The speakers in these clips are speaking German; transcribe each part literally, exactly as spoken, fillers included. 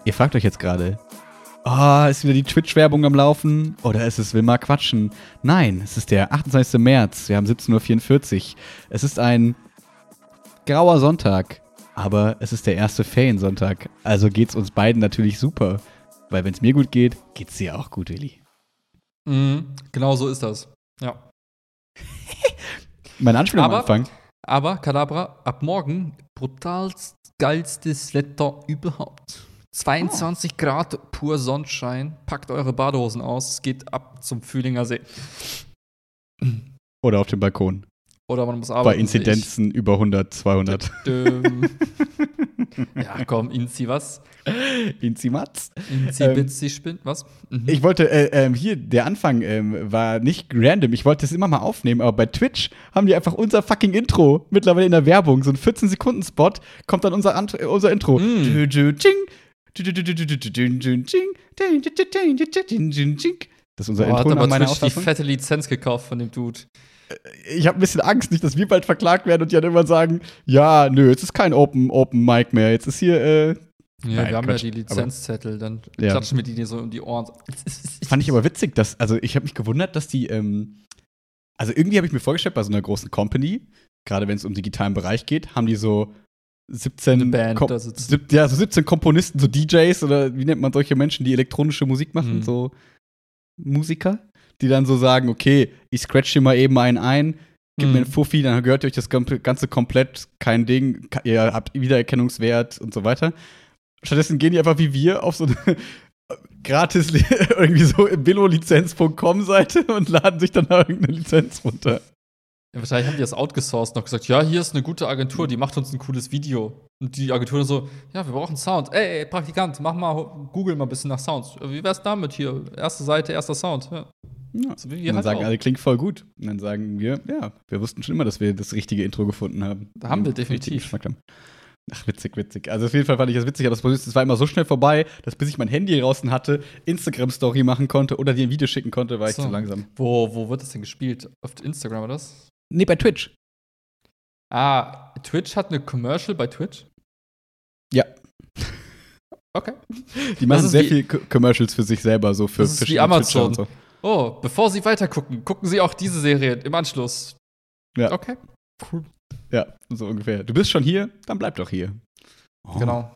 Ihr fragt euch jetzt gerade, oh, ist wieder die Twitch-Werbung am Laufen? Oder ist es will mal quatschen? Nein, es ist der achtundzwanzigsten März. Wir haben siebzehn Uhr vierundvierzig. Es ist ein grauer Sonntag. Aber es ist der erste Feriensonntag. Also geht's uns beiden natürlich super. Weil wenn es mir gut geht, geht's dir auch gut, Willi. Mhm, genau so ist das. Ja. Mein Anspielung am Anfang. Aber, Kadabra, ab morgen brutal geilstes Wetter überhaupt. zweiundzwanzig oh. Grad, pur Sonnenschein. Packt eure Badehosen aus. Es geht ab zum Fühlinger See. Oder auf dem Balkon. Oder man muss arbeiten. Bei Inzidenzen über hundert, zweihundert. Ja, komm, Inzi was? Inzi Matz? Inzi ähm, Bitzi Spinn, was? Mhm. Ich wollte, äh, äh, hier, der Anfang ähm, war nicht random. Ich wollte es immer mal aufnehmen, aber bei Twitch haben die einfach unser fucking Intro mittlerweile in der Werbung. So ein vierzehn-Sekunden-Spot kommt dann unser, Ant- unser Intro. Mm. Das ist unser oh, Intro nach meiner Twitch die fette Lizenz gekauft von dem Dude. Ich habe ein bisschen Angst, nicht, dass wir bald verklagt werden und die dann irgendwann sagen, ja, nö, jetzt ist kein Open, Open Mic mehr, jetzt ist hier, äh Ja, Nein, wir haben Quatsch, ja die Lizenzzettel, dann ja. klatschen wir die dir so um die Ohren. Fand ich aber witzig, dass, also ich habe mich gewundert, dass die, ähm also irgendwie habe ich mir vorgestellt, bei so einer großen Company, gerade wenn es um digitalen Bereich geht, haben die so siebzehn Band Kom- da sitzen. sieb- ja, so siebzehn Komponisten, so D Js oder wie nennt man solche Menschen, die elektronische Musik machen, Mhm. so Musiker, die dann so sagen, okay, ich scratch hier mal eben einen ein, gib Mhm. mir einen Fuffi, dann gehört euch das Ganze komplett, kein Ding, ihr habt Wiedererkennungswert und so weiter. Stattdessen gehen die einfach wie wir auf so eine gratis irgendwie so billo-lizenz punkt com Seite und laden sich dann da irgendeine Lizenz runter. Ja, wahrscheinlich haben die das outgesourced noch gesagt, ja, hier ist eine gute Agentur, die macht uns ein cooles Video. Und die Agentur dann so, ja, wir brauchen Sound. Ey, ey, Praktikant, mach mal, google mal ein bisschen nach Sounds. Wie wär's damit hier? Erste Seite, erster Sound. Ja. Ja. Also, wie Und dann halt sagen auch. alle, klingt voll gut. Und dann sagen wir, ja, wir wussten schon immer, dass wir das richtige Intro gefunden haben. Da haben wir Den richtigen definitiv. Geschmack haben. Ach, witzig, witzig. Also auf jeden Fall fand ich das witzig, aber das war immer so schnell vorbei, dass bis ich mein Handy draußen hatte, Instagram-Story machen konnte oder dir ein Video schicken konnte, war ich So. zu langsam. Wo, wo wird das denn gespielt? Auf Instagram oder das? Nee, bei Twitch. Ah, Twitch hat eine Commercial bei Twitch? Ja. Okay. Die machen ist sehr wie- viel Co- Commercials für sich selber, so für Das ist wie verschiedene Twitcher Amazon. und so. Oh, bevor Sie weiter gucken, gucken Sie auch diese Serie im Anschluss. Ja. Okay. Cool. Ja, so ungefähr. Du bist schon hier, dann bleib doch hier. Oh. Genau.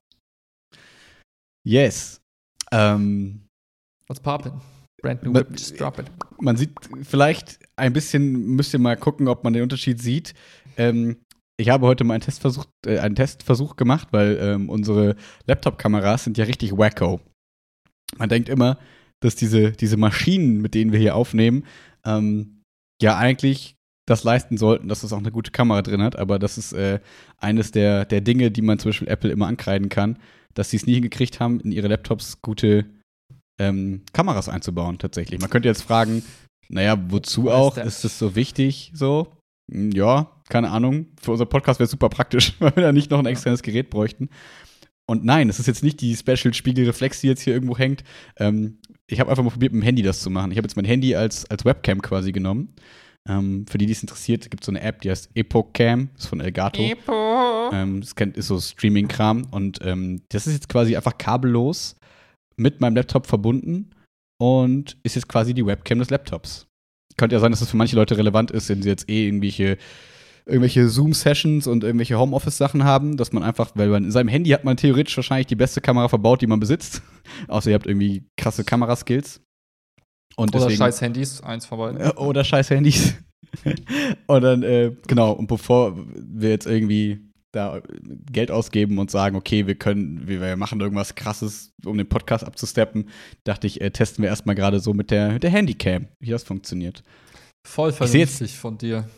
Yes. Ähm, What's poppin'? Brand new Ma- whip, just drop it. man sieht vielleicht ein bisschen, müsst ihr mal gucken, ob man den Unterschied sieht. Ähm, ich habe heute mal einen Testversuch, äh, einen Testversuch gemacht, weil ähm, unsere Laptop-Kameras sind ja richtig wacko. Man denkt immer, dass diese, diese Maschinen, mit denen wir hier aufnehmen, ähm, ja eigentlich das leisten sollten, dass es auch eine gute Kamera drin hat. Aber das ist äh, eines der, der Dinge, die man zum Beispiel Apple immer ankreiden kann, dass sie es nie hingekriegt haben, in ihre Laptops gute ähm, Kameras einzubauen, tatsächlich. Man könnte jetzt fragen, naja, wozu Was auch? ist das? Ist das so wichtig? So? Hm, Ja, keine Ahnung. Für unser Podcast wäre es super praktisch, weil wir da nicht noch ein externes Gerät bräuchten. Und nein, es ist jetzt nicht die Special-Spiegelreflex, die jetzt hier irgendwo hängt. Ähm, ich habe einfach mal probiert, mit dem Handy das zu machen. Ich habe jetzt mein Handy als, als Webcam quasi genommen. Ähm, für die, die es interessiert, gibt es so eine App, die heißt EpoCam, ist von Elgato. Epo. Ähm, das kennt, ist so Streaming-Kram. Und ähm, das ist jetzt quasi einfach kabellos mit meinem Laptop verbunden und ist jetzt quasi die Webcam des Laptops. Könnte ja sein, dass das für manche Leute relevant ist, wenn sie jetzt eh irgendwelche, irgendwelche Zoom-Sessions und irgendwelche Homeoffice-Sachen haben, dass man einfach, weil man in seinem Handy hat man theoretisch wahrscheinlich die beste Kamera verbaut, die man besitzt. Außer ihr habt irgendwie krasse Kameraskills. Und Oder deswegen, scheiß Handys, eins vorbei. äh, Oder scheiß Handys. Und dann, äh, genau, und bevor wir jetzt irgendwie da Geld ausgeben und sagen, okay, wir können, wir, wir machen irgendwas Krasses, um den Podcast abzusteppen, dachte ich, äh, testen wir erstmal gerade so mit der, mit der Handycam, wie das funktioniert. Voll Ich seh jetzt- vernünftig von dir.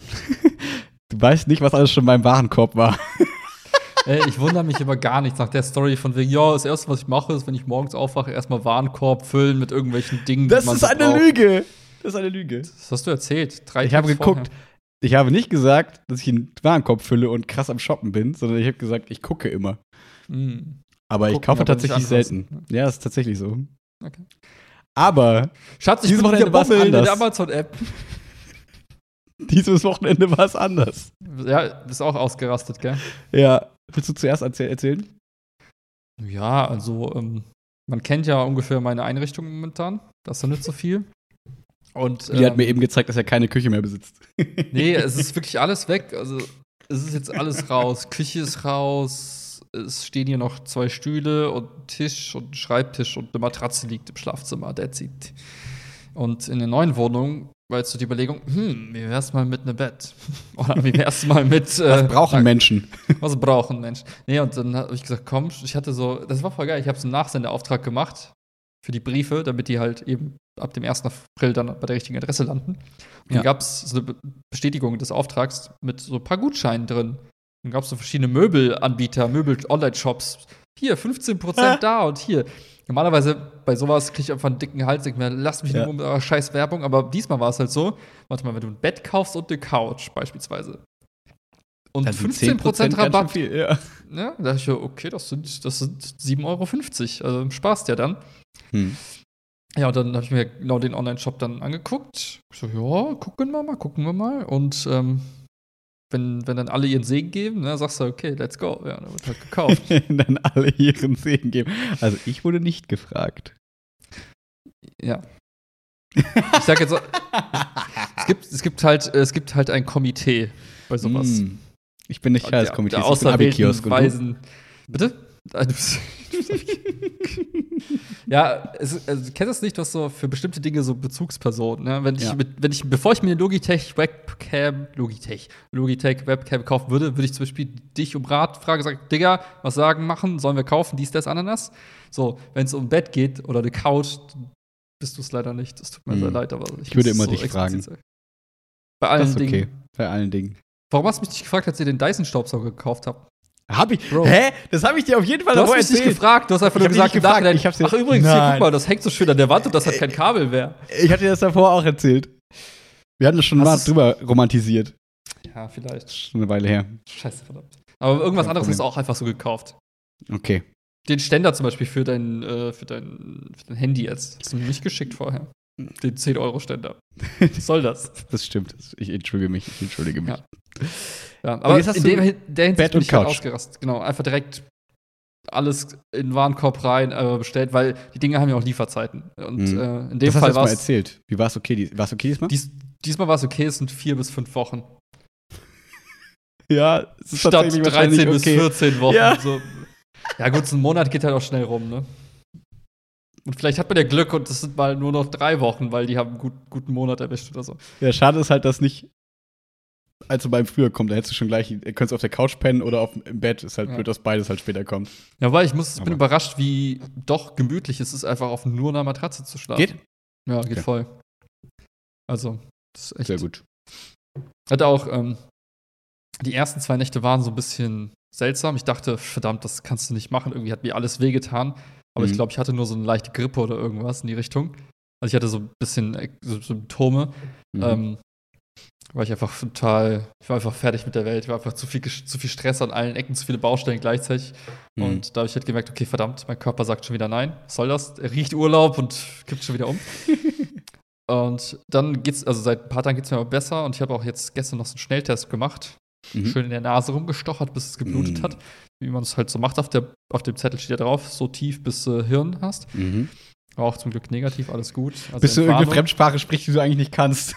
Du weißt nicht, was alles schon in meinem Warenkorb war. Ey, ich wundere mich immer gar nichts nach der Story von wegen, ja, das erste, was ich mache, ist, wenn ich morgens aufwache, erstmal Warenkorb füllen mit irgendwelchen Dingen, Das die man ist so eine braucht. Lüge. Das ist eine Lüge. Das hast du erzählt. Drei Ich habe Tapes geguckt. vorher. Ich habe nicht gesagt, dass ich einen Warenkorb fülle und krass am Shoppen bin, sondern ich habe gesagt, ich gucke immer. Mhm. Aber ich Gucken, kaufe aber nicht tatsächlich anfassen. selten. Ja, das ist tatsächlich so. Okay. Aber Schatz, ich Dieses bin wieder Wochenende war's bummeln in der anders. Amazon-App. dieses Wochenende war es anders. Ja, bist auch ausgerastet, gell? Ja. Willst du zuerst erzäh- erzählen? Ja, also ähm, man kennt ja ungefähr meine Einrichtung momentan. Das ist ja nicht so viel. Und, Die hat mir ähm, eben gezeigt, dass er keine Küche mehr besitzt. Nee, es ist wirklich alles weg. Also, es ist jetzt alles raus. Küche ist raus. Es stehen hier noch zwei Stühle und ein Tisch und ein Schreibtisch und eine Matratze liegt im Schlafzimmer. That's it. Und in der neuen Wohnung war jetzt so die Überlegung, hm, wie wär's mal mit einem Bett? Oder wie wär's mal mit. Äh, Was brauchen Menschen? Was brauchen Menschen? Nee, und dann habe ich gesagt, komm, ich hatte so, das war voll geil. Ich habe so einen Nachsendeauftrag gemacht für die Briefe, damit die halt eben ab dem ersten April dann bei der richtigen Adresse landen. Und dann Ja. gab es so eine Be- Bestätigung des Auftrags mit so ein paar Gutscheinen drin. Dann gab es so verschiedene Möbelanbieter, Möbel-Online-Shops. Hier, fünfzehn Prozent da und hier. Normalerweise bei sowas kriege ich einfach einen dicken Hals, denke mir, lass mich Ja. nur mit eurer scheiß Werbung. Aber diesmal war es halt so, warte mal, wenn du ein Bett kaufst und eine Couch beispielsweise. Und Dann sind fünfzehn Prozent ganz schön Rabatt. viel, ja. Ja, da dachte ich, so, okay, das sind, das sind sieben Euro fünfzig. Also Spaß ja dann. Hm. Ja, und dann habe ich mir genau den Online-Shop dann angeguckt. Ich so, ja, gucken wir mal, gucken wir mal. Und ähm, wenn, wenn dann alle ihren Segen geben, ne, sagst du, okay, let's go. Ja, dann wird halt gekauft. Dann alle ihren Segen geben. Also ich wurde nicht gefragt. Ja. Ich sag jetzt so, es gibt, es gibt halt, es gibt halt ein Komitee bei sowas. Hm. Ich bin nicht Teil des Der- Komitees, der ich bin Abi-Kiosk. auserwählten Und du? Weisen. Bitte? Ah, du bist- Ja, es, also, du kennst das nicht, du hast so für bestimmte Dinge so Bezugspersonen. Ne? Wenn ich, Ja. mit, wenn ich, bevor ich mir eine Logitech Webcam, Logitech, Logitech Webcam kaufen würde, würde ich zum Beispiel dich um Rat fragen, sagen, Digga, was sagen, machen, sollen wir kaufen, dies, das, Ananas? So, wenn es um ein Bett geht oder eine Couch, dann bist du es leider nicht. Das tut mir Hm. sehr leid, aber ich, Ich würde muss immer so dich explizit fragen. sagen. Bei allen Das ist okay. Dingen. Bei allen Dingen. Warum hast du mich nicht gefragt, als ihr den Dyson-Staubsauger gekauft habt? Hab ich? Bro. Hä? Das habe ich dir auf jeden Fall Du hast davor mich nicht erzählt. gefragt, du hast einfach Ich nur hab dich gesagt, nicht gefragt, im ich hab's dir- Ach übrigens, hier, Nein. guck mal, das hängt so schön an der Wand und das hat kein Kabel mehr. Ich hatte dir das davor auch erzählt. Wir hatten das schon Hast mal du's- drüber romantisiert. Ja, vielleicht. Schon eine Weile her. Scheiße, verdammt. Aber irgendwas Kein anderes Problem. ist auch einfach so gekauft. Okay. Den Ständer zum Beispiel für dein, äh, für dein, für dein Handy jetzt. Hast du mir nicht geschickt vorher. Den zehn Euro Ständer. Was soll das? Das stimmt. Ich entschuldige mich. Ich entschuldige mich. Ja. Ja, aber jetzt hast in du dem, der Hinsicht Bett bin und ich halt Couch. ausgerastet. Genau, einfach direkt alles in den Warenkorb rein äh, bestellt, weil die Dinge haben ja auch Lieferzeiten. Und Mhm. äh, in dem Das hast du Fall jetzt war mal es. erzählt. Wie war es okay? Die- War es okay diesmal? Dies, diesmal war es okay, es sind vier bis fünf Wochen. Ja, es ist Statt tatsächlich wahrscheinlich dreizehn bis okay. vierzehn Wochen. Ja. So. Ja, gut, so ein Monat geht halt auch schnell rum, ne? Und vielleicht hat man ja Glück und das sind mal nur noch drei Wochen, weil die haben einen gut, guten Monat erwischt oder so. Ja, schade ist halt, dass nicht allzu beim früher kommt. Da hättest du schon gleich, ihr könnt auf der Couch pennen oder auf, im Bett. Ist halt Ja. blöd, dass beides halt später kommt. Ja, weil ich muss, ich bin Aber- überrascht, wie doch gemütlich es ist, einfach auf nur einer Matratze zu schlafen. Geht? Ja, geht Okay. voll. Also, das ist echt. Sehr gut. Hatte auch, ähm, die ersten zwei Nächte waren so ein bisschen seltsam. Ich dachte, verdammt, das kannst du nicht machen. Irgendwie hat mir alles wehgetan. Aber Mhm. ich glaube, ich hatte nur so eine leichte Grippe oder irgendwas in die Richtung. Also ich hatte so ein bisschen äh, so Symptome. Mhm. Ähm, war ich einfach total, ich war einfach fertig mit der Welt. Ich war einfach zu viel, gesch- zu viel Stress an allen Ecken, zu viele Baustellen gleichzeitig. Mhm. Und da habe ich halt gemerkt, okay, verdammt, mein Körper sagt schon wieder nein. Was soll das? Er riecht Urlaub und kippt schon wieder um. Und dann geht's, also seit ein paar Tagen geht's mir aber besser und ich habe auch jetzt gestern noch so einen Schnelltest gemacht. Mhm. Schön in der Nase rumgestochert, bis es geblutet Mhm. hat. Wie man es halt so macht auf, der, auf dem Zettel steht ja drauf, so tief bis äh, Hirn hast. Mhm. War auch zum Glück negativ, alles gut. Also Bis du irgendeine Entwarnung. Fremdsprache sprichst, die du eigentlich nicht kannst.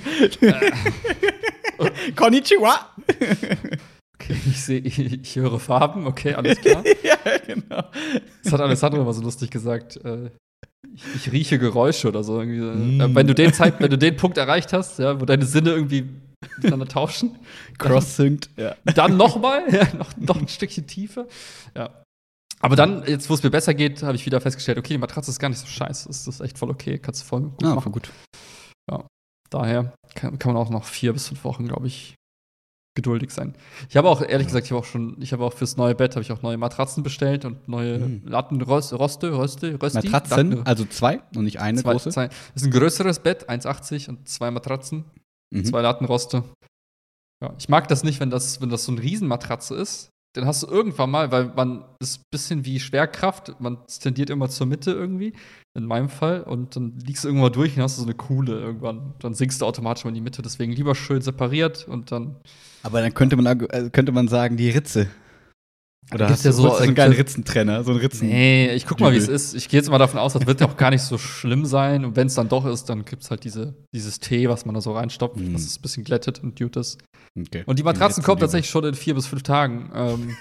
Konnichiwa! Okay, ich sehe, ich, ich höre Farben, okay, alles klar. Ja, genau. Das hat Alessandro immer so lustig gesagt. Äh, ich, ich rieche Geräusche oder so. Irgendwie. Mm. Äh, wenn du den Zeit, wenn du den Punkt erreicht hast, ja, wo deine Sinne irgendwie miteinander tauschen, Cross-synced, ja. dann nochmal, ja, noch, noch ein Stückchen tiefer. Ja. Aber dann, jetzt wo es mir besser geht, habe ich wieder festgestellt, okay, die Matratze ist gar nicht so scheiße. Das ist echt voll okay, kannst du voll gut Ah, machen. gut. Daher kann, kann man auch noch vier bis fünf Wochen, glaube ich, geduldig sein. Ich habe auch, ehrlich gesagt, ich habe auch schon, ich habe auch fürs neue Bett habe ich auch neue Matratzen bestellt und neue Mhm. Latten, Roste, Roste, Rösti. Matratzen, Latten- also zwei und nicht eine zwei, große. zwei. Das ist ein größeres Bett, eins achtzig und zwei Matratzen, Mhm. zwei Lattenroste. Ja, ich mag das nicht, wenn das, wenn das so eine Riesenmatratze ist. Dann hast du irgendwann mal, weil man ist ein bisschen wie Schwerkraft, man tendiert immer zur Mitte irgendwie, in meinem Fall, und dann liegst du irgendwann durch und hast du so eine Kuhle irgendwann. Dann sinkst du automatisch mal in die Mitte, deswegen lieber schön separiert und dann. Aber dann könnte man, argu- äh, könnte man sagen, die Ritze. Oder Gibt's hast ja du so- so, so einen geilen Ritzentrenner, so einen Ritzen. Nee, ich guck mal, wie es Dübel. ist. Ich gehe jetzt mal davon aus, das wird ja auch gar nicht so schlimm sein. Und wenn es dann doch ist, dann gibt's halt diese, dieses Tee, was man da so reinstopft, Mhm. was es ein bisschen glättet und gut ist. Okay. Und die Matratzen kommen Ritzendübel. tatsächlich schon in vier bis fünf Tagen. Ähm,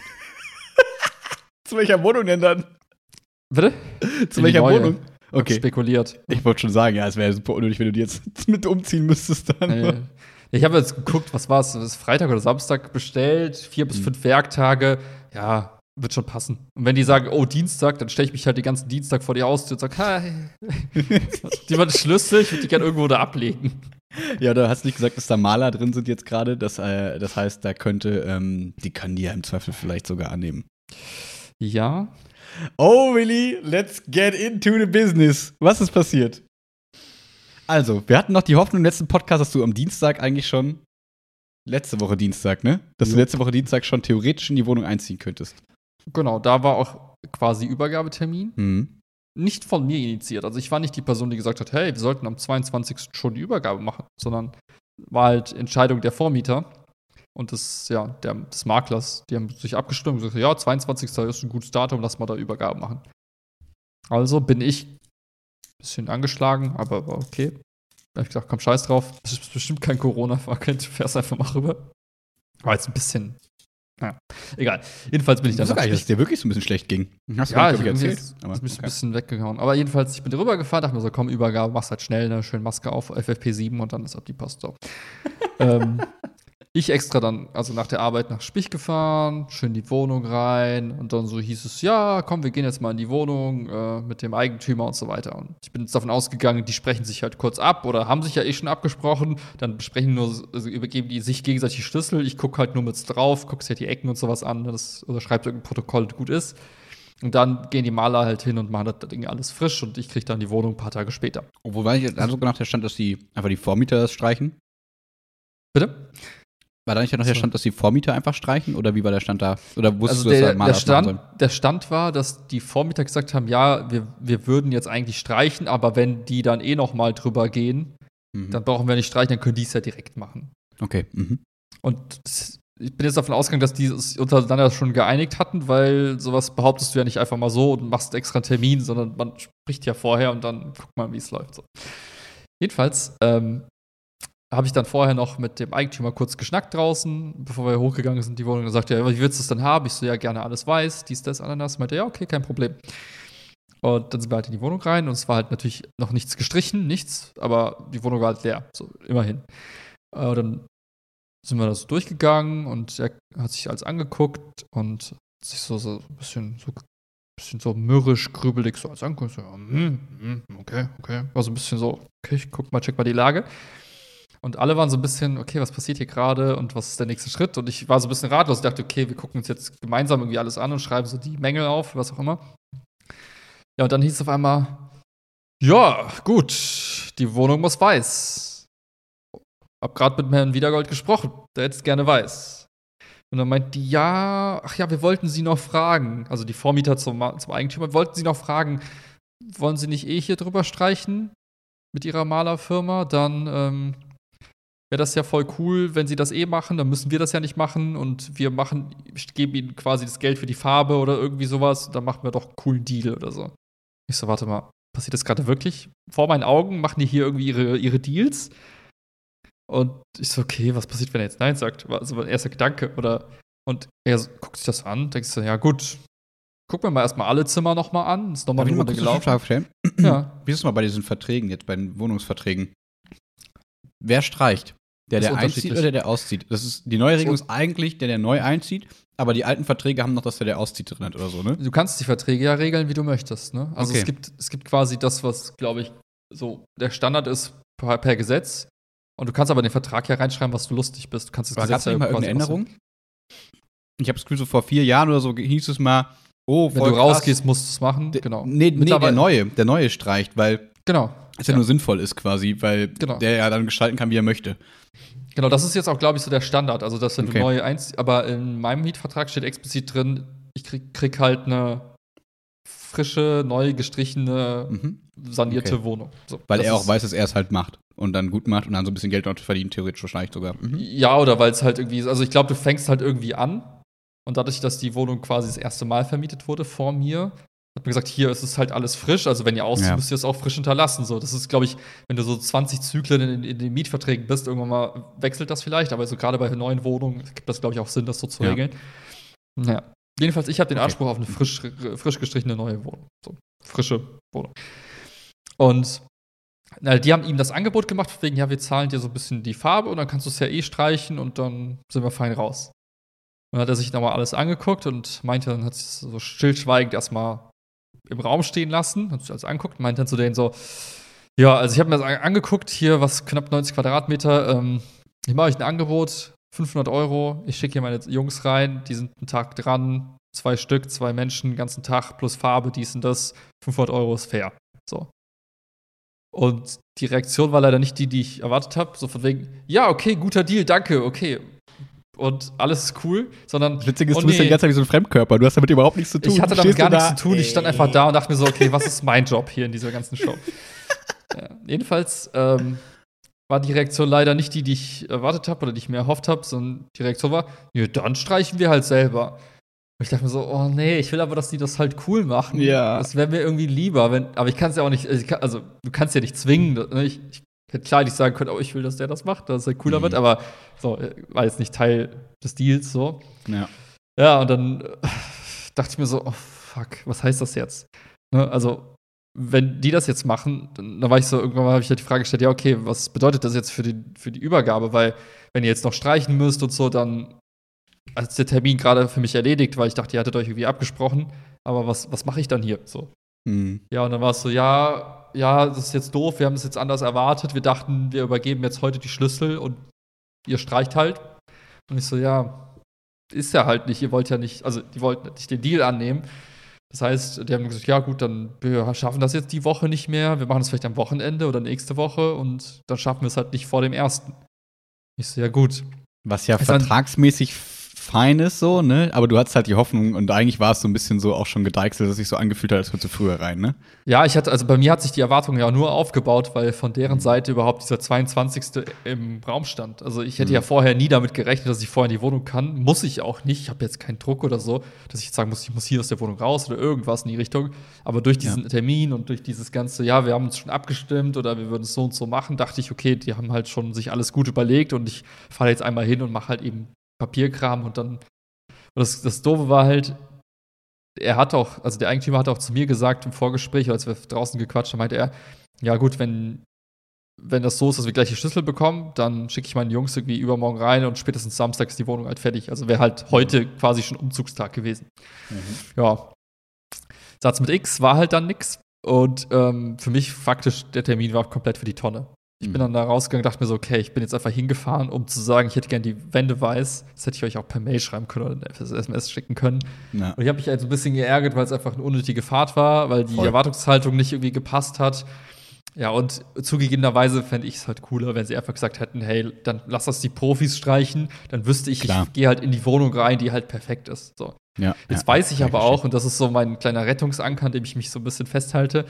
Zu welcher Wohnung denn dann? bitte? Zu In die welcher neue. Wohnung? Hab Okay. Spekuliert. Ich wollte schon sagen, ja, es wäre super unnötig, wenn du die jetzt mit umziehen müsstest dann. Nee. Ich habe jetzt geguckt, was war es? Das ist Freitag oder Samstag bestellt, vier bis Mhm. fünf Werktage. Ja, wird schon passen. Und wenn die sagen, oh, Dienstag, dann stelle ich mich halt den ganzen Dienstag vor die Haustür und sage, hi, die waren Schlüssel, ich würde die gerne irgendwo da ablegen. Ja, da hast du nicht gesagt, dass da Maler drin sind jetzt gerade. Das, äh, das heißt, da könnte, ähm, die kann die ja im Zweifel vielleicht sogar annehmen. Ja, Oh, Willi, let's get into the business. Was ist passiert? Also, wir hatten noch die Hoffnung im letzten Podcast, dass du am Dienstag eigentlich schon, letzte Woche Dienstag, ne? Dass Ja. du letzte Woche Dienstag schon theoretisch in die Wohnung einziehen könntest. genau, da war auch quasi Übergabetermin. Mhm. Nicht von mir initiiert. Also ich war nicht die Person, die gesagt hat, hey, wir sollten am zweiundzwanzigsten schon die Übergabe machen, sondern war halt Entscheidung der Vormieter und des, ja, der, des Maklers. Die haben sich abgestimmt und gesagt, ja, zweiundzwanzigsten ist ein gutes Datum, lass mal da Übergabe machen. Also bin ich ein bisschen angeschlagen, aber war okay. Da hab ich gesagt, komm, scheiß drauf. Das ist bestimmt kein Corona-Verkehr, du fährst einfach mal rüber. War jetzt ein bisschen, naja, egal. Jedenfalls bin ich Ich dann wusste gar nicht, nach dass es dir wirklich so ein bisschen schlecht ging. Hast du Ja, gar ich nicht, glaub ich, irgendwie erzählt. ist, Aber, ist mich so ein okay. bisschen weggehauen. Aber jedenfalls, ich bin rübergefahren, dachte mir so, komm, Übergabe, mach's halt schnell, ne, schön Maske auf, F F P sieben und dann ist ab die Post so. ähm, ich extra dann, also nach der Arbeit nach Spich gefahren, schön in die Wohnung rein und dann so hieß es, ja, komm, wir gehen jetzt mal in die Wohnung äh, mit dem Eigentümer und so weiter. Und ich bin jetzt davon ausgegangen, die sprechen sich halt kurz ab oder haben sich ja eh schon abgesprochen, dann besprechen nur, also übergeben die sich gegenseitig Schlüssel, ich gucke halt nur mit drauf, guckst ja die Ecken und sowas an, das, oder schreibst irgendein Protokoll, das gut ist. Und dann gehen die Maler halt hin und machen das Ding alles frisch und ich krieg dann die Wohnung ein paar Tage später. Obwohl, war ich dann sogar noch der Stand, dass die einfach die Vormieter das streichen? Bitte? War da nicht noch der So. Stand, dass die Vormieter einfach streichen? Oder wie war der Stand da? Oder wusstest Also du, dass der, da Maler der, das machen sollen? Stand, der Stand war, dass die Vormieter gesagt haben, ja, wir, wir würden jetzt eigentlich streichen, aber wenn die dann eh noch mal drüber gehen, Mhm. dann brauchen wir nicht streichen, dann können die es ja direkt machen. Okay. Mhm. Und das, ich bin jetzt davon ausgegangen, dass die es untereinander schon geeinigt hatten, weil sowas behauptest du ja nicht einfach mal so und machst extra einen Termin, sondern man spricht ja vorher und dann guckt mal, wie es läuft. So. Jedenfalls ähm, habe ich dann vorher noch mit dem Eigentümer kurz geschnackt draußen, bevor wir hochgegangen sind in die Wohnung. Er sagte, ja, wie willst du es denn haben? Ich so, ja, gerne alles weiß, dies, das, Ananas. Meinte, ja, okay, kein Problem. Und dann sind wir halt in die Wohnung rein und es war halt natürlich noch nichts gestrichen, nichts, aber die Wohnung war halt leer, so immerhin. Äh, dann sind wir da so durchgegangen und er hat sich alles angeguckt und sich so, so ein bisschen so, bisschen so mürrisch, grübelig so als angeguckt. So, hm, hm, okay, okay. War so ein bisschen so, okay, ich guck mal, check mal die Lage. Und alle waren so ein bisschen, okay, was passiert hier gerade und was ist der nächste Schritt? Und ich war so ein bisschen ratlos. Ich dachte, okay, wir gucken uns jetzt gemeinsam irgendwie alles an und schreiben so die Mängel auf, was auch immer. Ja, und dann hieß es auf einmal, ja, gut, die Wohnung muss weiß. Hab gerade mit Herrn Wiedergold gesprochen, der jetzt gerne weiß. Und dann meint die, ja, ach ja, wir wollten Sie noch fragen, also die Vormieter zum, zum Eigentümer, wollten Sie noch fragen, wollen Sie nicht eh hier drüber streichen mit Ihrer Malerfirma? Dann ähm, wäre das ja voll cool, wenn Sie das eh machen, dann müssen wir das ja nicht machen und wir machen, geben Ihnen quasi das Geld für die Farbe oder irgendwie sowas, dann machen wir doch einen coolen Deal oder so. Ich so, warte mal, passiert das gerade wirklich? Vor meinen Augen machen die hier irgendwie ihre, ihre Deals? Und ich so, okay, was passiert, wenn er jetzt Nein sagt? War so mein erster Gedanke. Oder, und er so, guckt sich das an, denkst du, ja gut, gucken wir mal erstmal alle Zimmer nochmal an. Ist nochmal Darf ich eine mal Runde kurz eine gelaufen. Frage stellen? Ja. Wie ist es mal bei diesen Verträgen jetzt, bei den Wohnungsverträgen? Wer streicht? Der, Das der ist einzieht unterschiedlich. oder der auszieht? Das ist, die neue Regelung So. ist eigentlich, der, der neu einzieht, aber die alten Verträge haben noch, dass der, der auszieht drin hat oder so, ne? Du kannst die Verträge ja regeln, wie du möchtest. Ne? Also Okay. es, gibt, es gibt quasi das, was, glaube ich, so der Standard ist per, per Gesetz. Und du kannst aber in den Vertrag ja reinschreiben, was du lustig bist. Du kannst das Aber gab Gesetz es nicht mal quasi irgendeine auswählen. Änderung? Ich habe das Gefühl, so vor vier Jahren oder so hieß es mal, oh, Wenn voll du krass. rausgehst, musst du es machen. De- Genau. Nee, nee, der Mittlerweile- neue, der neue streicht, weil Genau. es ja, Ja. nur sinnvoll ist quasi, weil Genau. der ja dann gestalten kann, wie er möchte. Genau, das ist jetzt auch, glaube ich, so der Standard. Also, dass wenn Okay. du neu eins, aber in meinem Mietvertrag steht explizit drin, ich krieg, krieg halt eine frische, neu gestrichene, Mhm. sanierte Okay. Wohnung. So, Weil das er auch ist- weiß, dass er es halt macht und dann gut macht und dann so ein bisschen Geld noch verdient, theoretisch wahrscheinlich sogar. Mhm. Ja, oder weil es halt irgendwie ist. Also, ich glaube, du fängst halt irgendwie an Und dadurch, dass die Wohnung quasi das erste Mal vermietet wurde vor mir, hat mir gesagt, hier ist es halt alles frisch. Also wenn ihr auszieht, Ja. müsst ihr es auch frisch hinterlassen. So, das ist, glaube ich, wenn du so zwanzig Zyklen in, in den Mietverträgen bist, irgendwann mal wechselt das vielleicht. Aber so gerade bei neuen Wohnungen gibt das, glaube ich, auch Sinn, das so zu Ja. regeln. Naja. Jedenfalls, ich habe den Okay. Anspruch auf eine frisch, frisch gestrichene neue Wohnung. So, frische Wohnung. Und na, die haben ihm das Angebot gemacht, wegen, ja, wir zahlen dir so ein bisschen die Farbe und dann kannst du es ja eh streichen und dann sind wir fein raus. Und dann hat er sich nochmal alles angeguckt und meinte, dann hat sich so stillschweigend erstmal im Raum stehen lassen, hat sich alles angeguckt und meinte dann zu denen so, ja, also ich habe mir das an- angeguckt, hier was knapp neunzig Quadratmeter, ähm, ich mache euch ein Angebot, fünfhundert Euro, ich schicke hier meine Jungs rein, die sind einen Tag dran, zwei Stück, zwei Menschen, den ganzen Tag, plus Farbe, dies und das, fünfhundert Euro ist fair. So. Und die Reaktion war leider nicht die, die ich erwartet habe, so von wegen, ja, okay, guter Deal, danke, okay. Und alles ist cool, sondern Das Witzige ist, oh du bist ja nee. die ganze Zeit wie so ein Fremdkörper. Du hast damit überhaupt nichts zu tun. Ich hatte Du damit stehst gar so nichts da, zu tun. Ich stand ey. einfach da und dachte mir so, okay, was ist mein Job hier in dieser ganzen Show? Ja, jedenfalls ähm, war die Reaktion leider nicht die, die ich erwartet habe oder die ich mir erhofft habe, sondern die Reaktion war, ja, dann streichen wir halt selber. Und ich dachte mir so, oh nee, ich will aber, dass die das halt cool machen. Ja. Das wäre mir irgendwie lieber, wenn, aber ich kann es ja auch nicht, ich kann, also du kannst ja nicht zwingen. Ne? Ich, ich hätte klar nicht sagen können, oh, ich will, dass der das macht, dass es halt cooler Mhm. wird, aber so, war jetzt nicht Teil des Deals so. Ja. Ja, und dann äh, dachte ich mir so, oh fuck, was heißt das jetzt? Ne, also, wenn die das jetzt machen, dann, dann war ich so, irgendwann mal habe ich halt die Frage gestellt, ja, okay, was bedeutet das jetzt für die, für die Übergabe? Weil, wenn ihr jetzt noch streichen müsst und so, dann ist der Termin gerade für mich erledigt, weil ich dachte, ihr hattet euch irgendwie abgesprochen, aber was, was mache ich dann hier? So. Mhm. Ja, und dann war es so, ja, ja, das ist jetzt doof, wir haben das jetzt anders erwartet, wir dachten, wir übergeben jetzt heute die Schlüssel und ihr streicht halt. Und ich so, ja, ist ja halt nicht, ihr wollt ja nicht, also die wollten nicht den Deal annehmen. Das heißt, die haben gesagt, ja gut, dann wir schaffen das jetzt die Woche nicht mehr, wir machen es vielleicht am Wochenende oder nächste Woche und dann schaffen wir es halt nicht vor dem ersten. Ich so, ja gut. Was ja Es war- vertragsmäßig fein ist, so, ne? Aber du hattest halt die Hoffnung und eigentlich war es so ein bisschen so auch schon gedeichselt, dass sich so angefühlt hat, als würdest du früher rein, ne? Ja, ich hatte, also bei mir hat sich die Erwartung ja nur aufgebaut, weil von deren Seite überhaupt dieser zweiundzwanzigste im Raum stand. Also ich hätte Mhm. ja vorher nie damit gerechnet, dass ich vorher in die Wohnung kann. Muss ich auch nicht. Ich habe jetzt keinen Druck oder so, dass ich jetzt sagen muss, ich muss hier aus der Wohnung raus oder irgendwas in die Richtung. Aber durch diesen Ja. Termin und durch dieses ganze, ja, wir haben uns schon abgestimmt oder wir würden es so und so machen, dachte ich, okay, die haben halt schon sich alles gut überlegt und ich fahre jetzt einmal hin und mache halt eben Papierkram und dann. Und das, das Doofe war halt, er hat auch, also der Eigentümer hat auch zu mir gesagt im Vorgespräch, als wir draußen gequatscht haben, meinte er, ja gut, wenn, wenn das so ist, dass wir gleich die Schlüssel bekommen, dann schicke ich meine Jungs irgendwie übermorgen rein und spätestens Samstag ist die Wohnung halt fertig. Also wäre halt heute quasi schon Umzugstag gewesen. Ja. Satz mit X war halt dann nix. Und ähm, für mich faktisch, der Termin war komplett für die Tonne. Ich bin dann da rausgegangen, dachte mir so, okay, ich bin jetzt einfach hingefahren, um zu sagen, ich hätte gerne die Wände weiß. Das hätte ich euch auch per Mail schreiben können oder eine S M S schicken können. Ja. Und ich habe mich halt so ein bisschen geärgert, weil es einfach eine unnötige Fahrt war, weil die Voll. Erwartungshaltung nicht irgendwie gepasst hat. Ja, und zugegebenerweise fände ich es halt cooler, wenn sie einfach gesagt hätten, hey, dann lass das die Profis streichen. Dann wüsste ich, Klar. ich gehe halt in die Wohnung rein, die halt perfekt ist. So. Ja, Jetzt ja, weiß ich kann aber verstehen. auch, und das ist so mein kleiner Rettungsanker, an dem ich mich so ein bisschen festhalte,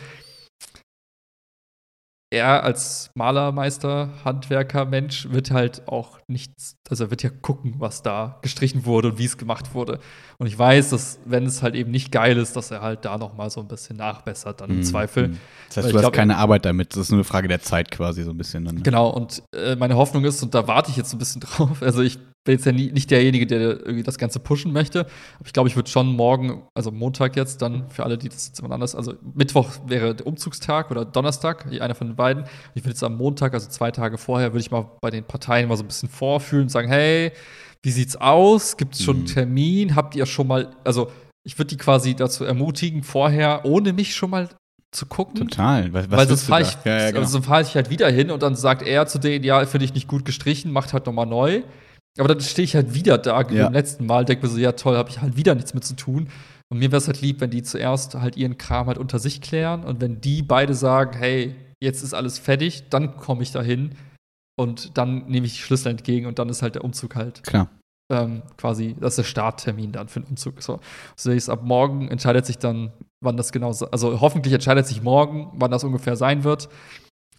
er als Malermeister, Handwerker, Mensch wird halt auch nichts, also er wird ja gucken, was da gestrichen wurde und wie es gemacht wurde. Und ich weiß, dass, wenn es halt eben nicht geil ist, dass er halt da noch mal so ein bisschen nachbessert, dann im Mhm. Zweifel. Das heißt, Weil du ich hast glaub, keine Arbeit damit. Das ist nur eine Frage der Zeit quasi so ein bisschen. Dann, ne? Genau, und äh, meine Hoffnung ist, und da warte ich jetzt so ein bisschen drauf, also ich bin jetzt ja nie, nicht derjenige, der irgendwie das Ganze pushen möchte, aber ich glaube, ich würde schon morgen, also Montag jetzt dann, für alle, die das jetzt immer anders, also Mittwoch wäre der Umzugstag oder Donnerstag, einer von den beiden. Ich würde jetzt am Montag, also zwei Tage vorher, würde ich mal bei den Parteien mal so ein bisschen vorfühlen und sagen, hey, wie sieht's aus? Gibt es schon einen Mhm. Termin? Habt ihr schon mal, also ich würde die quasi dazu ermutigen, vorher ohne mich schon mal zu gucken. Total. Was, was Weil willst sonst du fahre da? ich, Ja, ja, genau. also fahr ich halt wieder hin und dann sagt er zu denen, ja, finde ich nicht gut gestrichen, macht halt nochmal neu. Aber dann stehe ich halt wieder da, wie Ja. beim letzten Mal, denke mir so, ja toll, habe ich halt wieder nichts mit zu tun. Und mir wäre es halt lieb, wenn die zuerst halt ihren Kram halt unter sich klären und wenn die beide sagen, hey, jetzt ist alles fertig, dann komme ich da hin und dann nehme ich die Schlüssel entgegen und dann ist halt der Umzug halt Klar. ähm, quasi, das ist der Starttermin dann für den Umzug. So, so ist ab morgen entscheidet sich dann, wann das genau, so- also hoffentlich entscheidet sich morgen, wann das ungefähr sein wird.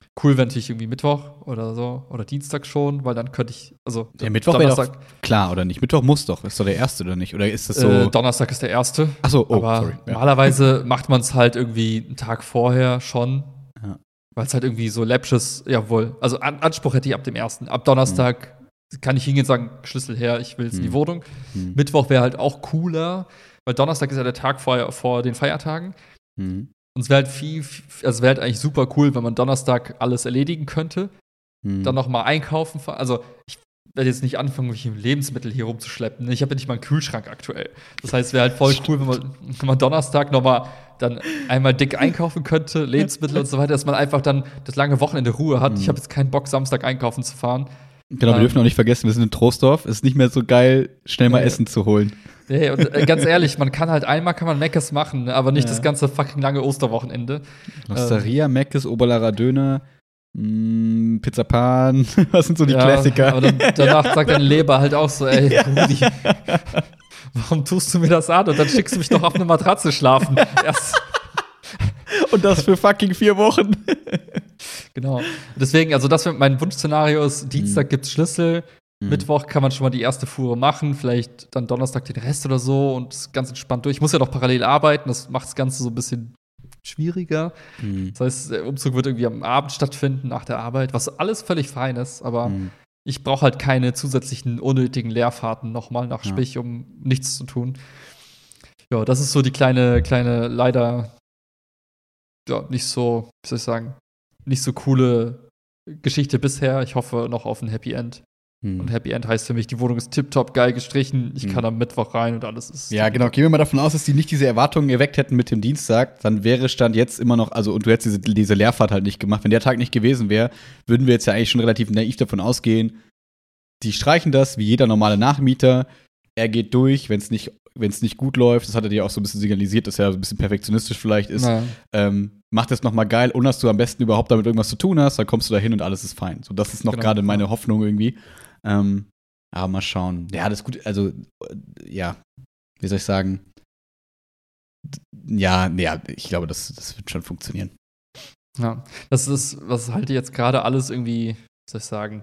Cool wäre natürlich irgendwie Mittwoch oder so oder Dienstag schon, weil dann könnte ich, also Der Mittwoch wäre doch klar, oder nicht? Mittwoch muss doch, ist doch der erste, oder nicht? Oder ist das so? Äh, Donnerstag ist der erste. Ach so, oh, aber sorry. Ja. Normalerweise macht man es halt irgendwie einen Tag vorher schon, Ja. weil es halt irgendwie so läppsches, jawohl, also An Anspruch hätte ich ab dem ersten. Ab Donnerstag mhm. kann ich hingehen und sagen, Schlüssel her, ich will jetzt mhm. in die Wohnung. Mhm. Mittwoch wäre halt auch cooler, weil Donnerstag ist ja der Tag vor, vor den Feiertagen. Mhm. Und es wäre halt viel, viel also es wäre halt eigentlich super cool, wenn man Donnerstag alles erledigen könnte. Mhm. Dann noch mal einkaufen. Also ich werde jetzt nicht anfangen, welche Lebensmittel hier rumzuschleppen. Ich habe ja nicht mal einen Kühlschrank aktuell. Das heißt, es wäre halt voll cool, wenn man, wenn man Donnerstag noch mal dann einmal dick einkaufen könnte, Lebensmittel und so weiter, dass man einfach dann das lange Wochenende Ruhe hat. Mhm. Ich habe jetzt keinen Bock, Samstag einkaufen zu fahren. Genau, wir ähm, dürfen auch nicht vergessen, wir sind in Troisdorf. Es ist nicht mehr so geil, schnell mal nee. Essen zu holen. Nee, und äh, ganz ehrlich, man kann halt einmal kann man Meckes machen, aber nicht ja. das ganze fucking lange Osterwochenende. Osteria, ähm, Meckes, Oberlarer Döner, mh, Pizza Pan, was sind so die ja, Klassiker? Aber dann, danach sagt deine Leber halt auch so, ey, ja. Rudi, warum tust du mir das an? Und dann schickst du mich doch auf eine Matratze schlafen. Erst Und das für fucking vier Wochen. Genau. Deswegen, also das wäre mein Wunschszenario ist, Dienstag mhm. gibt's Schlüssel, mhm. Mittwoch kann man schon mal die erste Fuhre machen, vielleicht dann Donnerstag den Rest oder so und ist ganz entspannt durch. Ich muss ja noch parallel arbeiten, das macht das Ganze so ein bisschen schwieriger. Mhm. Das heißt, der Umzug wird irgendwie am Abend stattfinden, nach der Arbeit, was alles völlig fein ist, aber mhm. ich brauche halt keine zusätzlichen unnötigen Leerfahrten nochmal nach ja. Spich, um nichts zu tun. Ja, das ist so die kleine, kleine, leider ja, nicht so, wie soll ich sagen, nicht so coole Geschichte bisher. Ich hoffe noch auf ein Happy End. Hm. Und Happy End heißt für mich, die Wohnung ist tipptopp geil gestrichen. Ich hm. kann am Mittwoch rein und alles ist. Ja, genau. Gehen wir mal davon aus, dass die nicht diese Erwartungen erweckt hätten mit dem Dienstag. Dann wäre Stand jetzt immer noch, also und du hättest diese, diese Leerfahrt halt nicht gemacht. Wenn der Tag nicht gewesen wäre, würden wir jetzt ja eigentlich schon relativ naiv davon ausgehen, die streichen das wie jeder normale Nachmieter. Er geht durch, wenn es nicht wenn es nicht gut läuft, das hat er dir auch so ein bisschen signalisiert, dass er so ein bisschen perfektionistisch vielleicht ist, ja. ähm, macht es nochmal geil, ohne dass du am besten überhaupt damit irgendwas zu tun hast, dann kommst du da hin und alles ist fein. So, das ist noch gerade genau. meine Hoffnung irgendwie. Ähm, aber mal schauen. Ja, das ist gut, also, äh, ja, wie soll ich sagen? Ja, nee, ja, ich glaube, das, das wird schon funktionieren. Ja, das ist, was halt jetzt gerade alles irgendwie, wie soll ich sagen,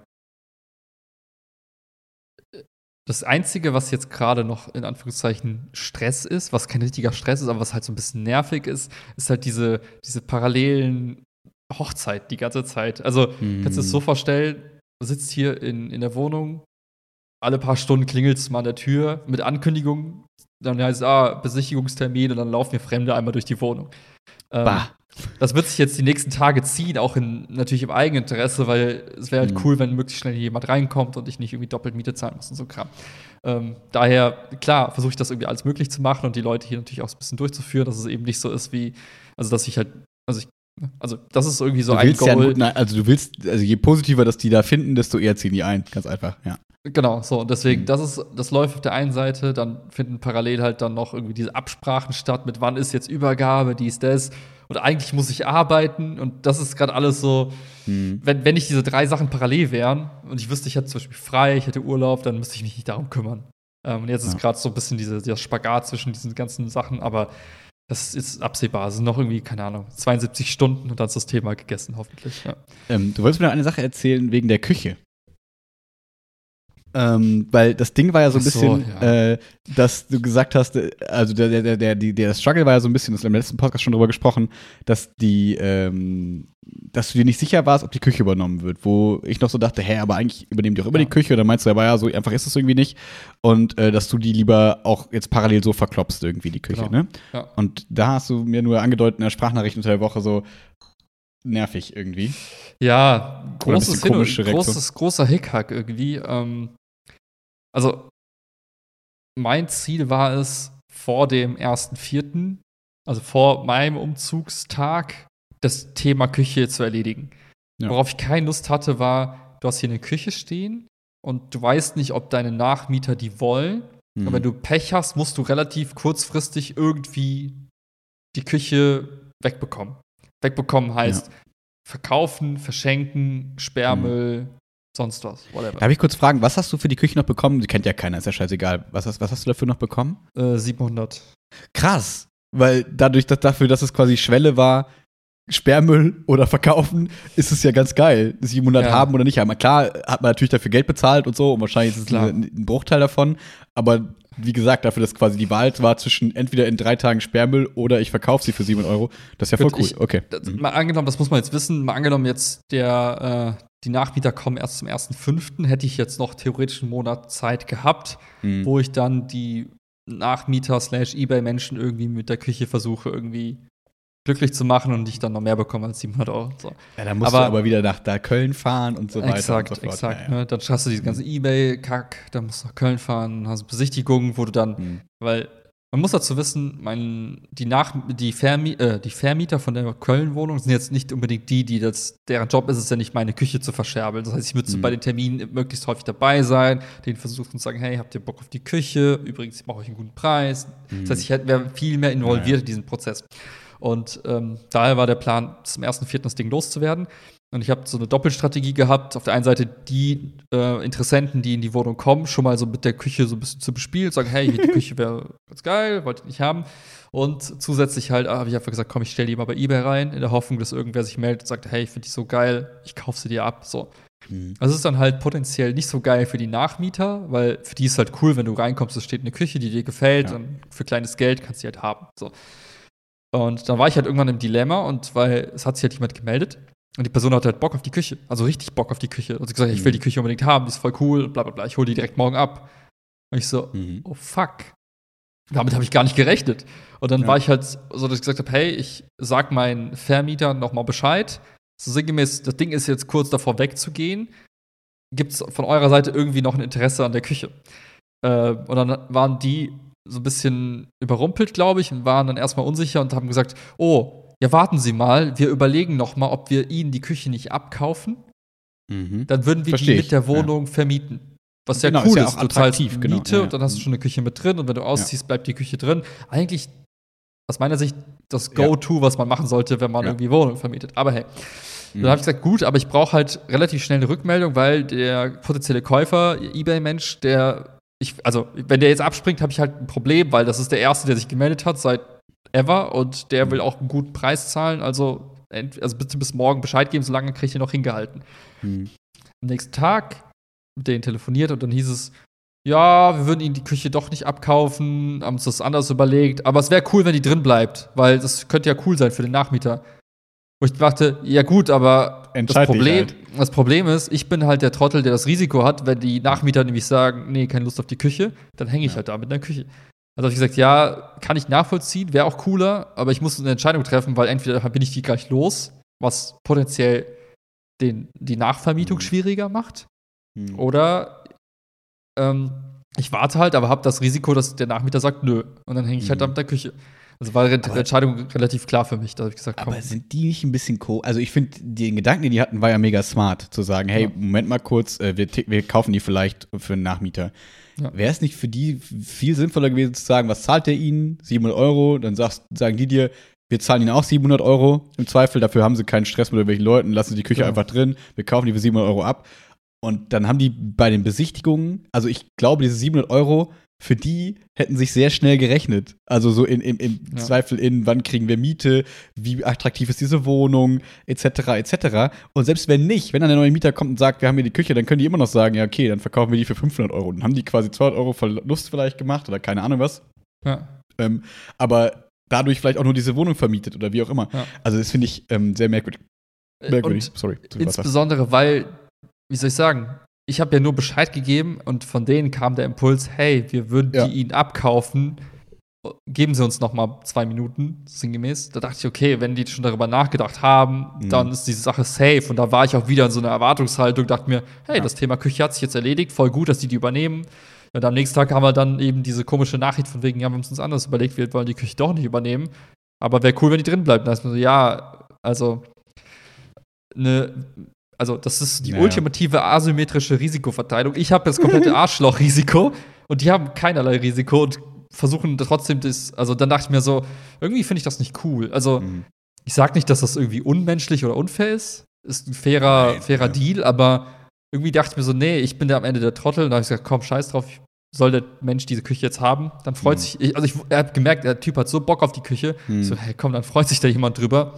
das Einzige, was jetzt gerade noch in Anführungszeichen Stress ist, was kein richtiger Stress ist, aber was halt so ein bisschen nervig ist, ist halt diese, diese parallelen Hochzeiten die ganze Zeit. Also, mm. kannst du es so vorstellen, du sitzt hier in, in der Wohnung, alle paar Stunden klingelt es mal an der Tür mit Ankündigung, dann heißt es, ah, Besichtigungstermin und dann laufen wir Fremde einmal durch die Wohnung. Ähm, bah. Das wird sich jetzt die nächsten Tage ziehen, auch in, natürlich im Eigeninteresse, weil es wäre halt mhm. cool, wenn möglichst schnell jemand reinkommt und ich nicht irgendwie doppelt Miete zahlen muss und so Kram. Ähm, daher, klar, versuche ich das irgendwie alles möglich zu machen und die Leute hier natürlich auch ein bisschen durchzuführen, dass es eben nicht so ist wie, also dass ich halt, also ich, also das ist irgendwie so du ein Goal. Ja, also du willst, also je positiver das die da finden, desto eher ziehen die ein, ganz einfach, ja. Genau, so, und deswegen, mhm. das ist, das läuft auf der einen Seite, dann finden parallel halt dann noch irgendwie diese Absprachen statt, mit wann ist jetzt Übergabe, dies, das. Und eigentlich muss ich arbeiten und das ist gerade alles so, mhm. wenn, wenn nicht diese drei Sachen parallel wären und ich wüsste, ich hätte zum Beispiel frei, ich hätte Urlaub, dann müsste ich mich nicht darum kümmern. Ähm, und jetzt ja. ist gerade so ein bisschen diese, dieser Spagat zwischen diesen ganzen Sachen, aber das ist absehbar. Es sind noch irgendwie, keine Ahnung, zweiundsiebzig Stunden und dann ist das Thema gegessen, hoffentlich. Ja. Ähm, du wolltest mir noch eine Sache erzählen wegen der Küche. Ähm, weil das Ding war ja so ein bisschen, so, ja. äh, dass du gesagt hast, also der, der, der, der, der Struggle war ja so ein bisschen, das haben wir im letzten Podcast schon drüber gesprochen, dass die, ähm, dass du dir nicht sicher warst, ob die Küche übernommen wird, wo ich noch so dachte, hä, aber eigentlich übernehmen die auch immer ja. die Küche, und dann meinst du, aber ja, so einfach ist es irgendwie nicht, und äh, dass du die lieber auch jetzt parallel so verklopst irgendwie, die Küche, genau. ne? Ja. Und da hast du mir nur angedeutet in der Sprachnachricht unter der Woche so, nervig irgendwie. Ja, großes Hin- großes, großer Hickhack irgendwie. Ähm, also, mein Ziel war es, vor dem ersten vierten, also vor meinem Umzugstag, das Thema Küche zu erledigen. Ja. Worauf ich keine Lust hatte, war, du hast hier eine Küche stehen und du weißt nicht, ob deine Nachmieter die wollen. Mhm. Aber wenn du Pech hast, musst du relativ kurzfristig irgendwie die Küche wegbekommen. Wegbekommen heißt ja. verkaufen, verschenken, Sperrmüll, mhm. sonst was, whatever. Darf ich kurz fragen, was hast du für die Küche noch bekommen? Die kennt ja keiner, ist ja scheißegal. Was hast, was hast du dafür noch bekommen? Äh, siebenhundert. Krass, weil dadurch, dass dafür, dass es quasi Schwelle war, Sperrmüll oder verkaufen, ist es ja ganz geil. siebenhundert Ja. haben oder nicht haben. Klar hat man natürlich dafür Geld bezahlt und so und wahrscheinlich ist es Klar. ein, ein Bruchteil davon. Aber wie gesagt, dafür, dass quasi die Wahl war zwischen entweder in drei Tagen Sperrmüll oder ich verkaufe sie für siebenhundert Euro. Das ist ja voll Gut, cool. ich- Okay. Das, Mhm. mal angenommen, das muss man jetzt wissen, mal angenommen jetzt der, äh, die Nachmieter kommen erst zum ersten fünften hätte ich jetzt noch theoretisch einen Monat Zeit gehabt, Mhm. wo ich dann die Nachmieter slash Ebay-Menschen irgendwie mit der Küche versuche, irgendwie glücklich zu machen und ich dann noch mehr bekomme als siebenhundert Euro. So. Ja, dann musst aber- du aber wieder nach da Köln fahren und so weiter. Exakt, und so fort. exakt. Ja, ja. Ne? Dann hast du diesen ganzen Ebay-Kack, dann musst du nach Köln fahren, hast Besichtigungen, wo du dann, Mhm. weil man muss dazu wissen, mein, die, Nach die, Vermi äh, die Vermieter von der Köln-Wohnung sind jetzt nicht unbedingt die, die das, deren Job ist es ja nicht, meine Küche zu verscherbeln. Das heißt, ich müsste Mhm. bei den Terminen möglichst häufig dabei sein, denen versuchen zu sagen, hey, habt ihr Bock auf die Küche? Übrigens, ich mache euch einen guten Preis. Mhm. Das heißt, ich wäre viel mehr involviert Ja, ja. in diesen Prozess. Und ähm, daher war der Plan, zum ersten Vierten das Ding loszuwerden. Und ich habe so eine Doppelstrategie gehabt. Auf der einen Seite die äh, Interessenten, die in die Wohnung kommen, schon mal so mit der Küche so ein bisschen zu bespielen, sagen, hey, hier die Küche wäre ganz geil, wollt ihr nicht haben. Und zusätzlich halt habe ich einfach gesagt, komm, ich stelle die mal bei eBay rein, in der Hoffnung, dass irgendwer sich meldet und sagt, hey, ich finde die so geil, ich kaufe sie dir ab. So. Mhm. Also es ist dann halt potenziell nicht so geil für die Nachmieter, weil für die ist halt cool, wenn du reinkommst, es steht eine Küche, die dir gefällt, Ja. und für kleines Geld kannst du die halt haben. So. Und dann war ich halt irgendwann im Dilemma, und weil es hat sich halt jemand gemeldet und die Person hatte halt Bock auf die Küche, also richtig Bock auf die Küche. Und sie gesagt, ich will die Küche unbedingt haben, die ist voll cool, bla bla bla, ich hole die direkt morgen ab. Und ich so, Mhm. oh fuck. Damit habe ich gar nicht gerechnet. Und dann Ja. war ich halt so, dass ich gesagt habe, hey, ich sag meinen Vermietern noch mal Bescheid. So sinngemäß, das Ding ist jetzt kurz davor wegzugehen. Gibt es von eurer Seite irgendwie noch ein Interesse an der Küche? Äh, und dann waren die so ein bisschen überrumpelt, glaube ich, und waren dann erstmal unsicher und haben gesagt, oh, ja, warten Sie mal, wir überlegen noch mal, ob wir Ihnen die Küche nicht abkaufen. Mhm. Dann würden wir Versteh die ich, mit der Wohnung vermieten. Was sehr Genau, cool ist ja ist. auch Du zahlst attraktiv, Miete genau. Ja, ja. und dann hast du schon eine Küche mit drin, und wenn du ausziehst, bleibt die Küche drin. Eigentlich aus meiner Sicht das Ja. Go-To, was man machen sollte, wenn man Ja. irgendwie Wohnung vermietet. Aber hey, Mhm. dann habe ich gesagt, gut, aber ich brauche halt relativ schnell eine Rückmeldung, weil der potenzielle Käufer, Ebay-Mensch, der ich, also wenn der jetzt abspringt, habe ich halt ein Problem, weil das ist der Erste, der sich gemeldet hat seit ever, und der Mhm. will auch einen guten Preis zahlen. Also, ent- also bitte bis morgen Bescheid geben, solange kriege ich ihn noch hingehalten. Mhm. Am nächsten Tag mit denen telefoniert, und dann hieß es, ja, wir würden ihnen die Küche doch nicht abkaufen, haben uns das anders überlegt, aber es wäre cool, wenn die drin bleibt, weil das könnte ja cool sein für den Nachmieter. Wo ich dachte, ja gut, aber das Entscheid dich Problem, halt. das Problem ist, ich bin halt der Trottel, der das Risiko hat, wenn die Nachmieter nämlich sagen, nee, keine Lust auf die Küche, dann hänge ich Ja. halt da mit einer Küche. Also habe ich gesagt, ja, kann ich nachvollziehen, wäre auch cooler, aber ich muss eine Entscheidung treffen, weil entweder bin ich die gleich los, was potenziell den, die Nachvermietung Mhm. schwieriger macht, Mhm. oder ähm, ich warte halt, aber habe das Risiko, dass der Nachmieter sagt, nö. Und dann hänge ich halt Mhm. da mit der Küche. Also war die Aber- Entscheidung relativ klar für mich. Da habe ich gesagt, komm. Aber sind die nicht ein bisschen co Also ich finde, den Gedanken, den die hatten, war ja mega smart, zu sagen, hey, Ja. Moment mal kurz, äh, wir, wir kaufen die vielleicht für einen Nachmieter. Ja. Wäre es nicht für die viel sinnvoller gewesen zu sagen, was zahlt der ihnen? siebenhundert Euro, dann sagst, sagen die dir, wir zahlen ihnen auch siebenhundert Euro. Im Zweifel, dafür haben sie keinen Stress mit irgendwelchen Leuten, lassen sie die Küche Genau. einfach drin, wir kaufen die für siebenhundert Euro ab. Und dann haben die bei den Besichtigungen, also ich glaube, diese siebenhundert Euro, für die hätten sich sehr schnell gerechnet. Also so in, in, im Ja. Zweifel in, wann kriegen wir Miete, wie attraktiv ist diese Wohnung, et cetera, et cetera. Und selbst wenn nicht, wenn dann der neue Mieter kommt und sagt, wir haben hier die Küche, dann können die immer noch sagen, ja, okay, dann verkaufen wir die für fünfhundert Euro. Dann haben die quasi zweihundert Euro Verlust vielleicht gemacht oder keine Ahnung was. Ja. Ähm, aber dadurch vielleicht auch nur diese Wohnung vermietet oder wie auch immer. Ja. Also das finde ich ähm, sehr merkwürdig. merkwürdig. Und Sorry. zu viel Wasser. insbesondere, weil, wie soll ich sagen, ich habe ja nur Bescheid gegeben, und von denen kam der Impuls, hey, wir würden Ja. die ihnen abkaufen, geben sie uns noch mal zwei Minuten, sinngemäß. Da dachte ich, okay, wenn die schon darüber nachgedacht haben, Mhm. dann ist diese Sache safe. Und da war ich auch wieder in so einer Erwartungshaltung, dachte mir, hey, Ja. das Thema Küche hat sich jetzt erledigt, voll gut, dass die die übernehmen. Und am nächsten Tag haben wir dann eben diese komische Nachricht von wegen, ja, wir haben uns anders überlegt, wir wollen die Küche doch nicht übernehmen. Aber wäre cool, wenn die drin bleibt. Da ist mir so, ja, also eine Also, das ist die Naja. ultimative asymmetrische Risikoverteilung. Ich habe das komplette Arschloch-Risiko, und die haben keinerlei Risiko und versuchen trotzdem das. Also, dann dachte ich mir so, irgendwie finde ich das nicht cool. Also, Mhm. ich sage nicht, dass das irgendwie unmenschlich oder unfair ist. Ist ein fairer, Nein, fairer ja. Deal, aber irgendwie dachte ich mir so, nee, ich bin der am Ende der Trottel. Und da habe ich gesagt, komm, scheiß drauf, soll der Mensch diese Küche jetzt haben? Dann freut Mhm. sich, ich, also ich, er hat gemerkt, der Typ hat so Bock auf die Küche. Mhm. So, hey, komm, dann freut sich da jemand drüber.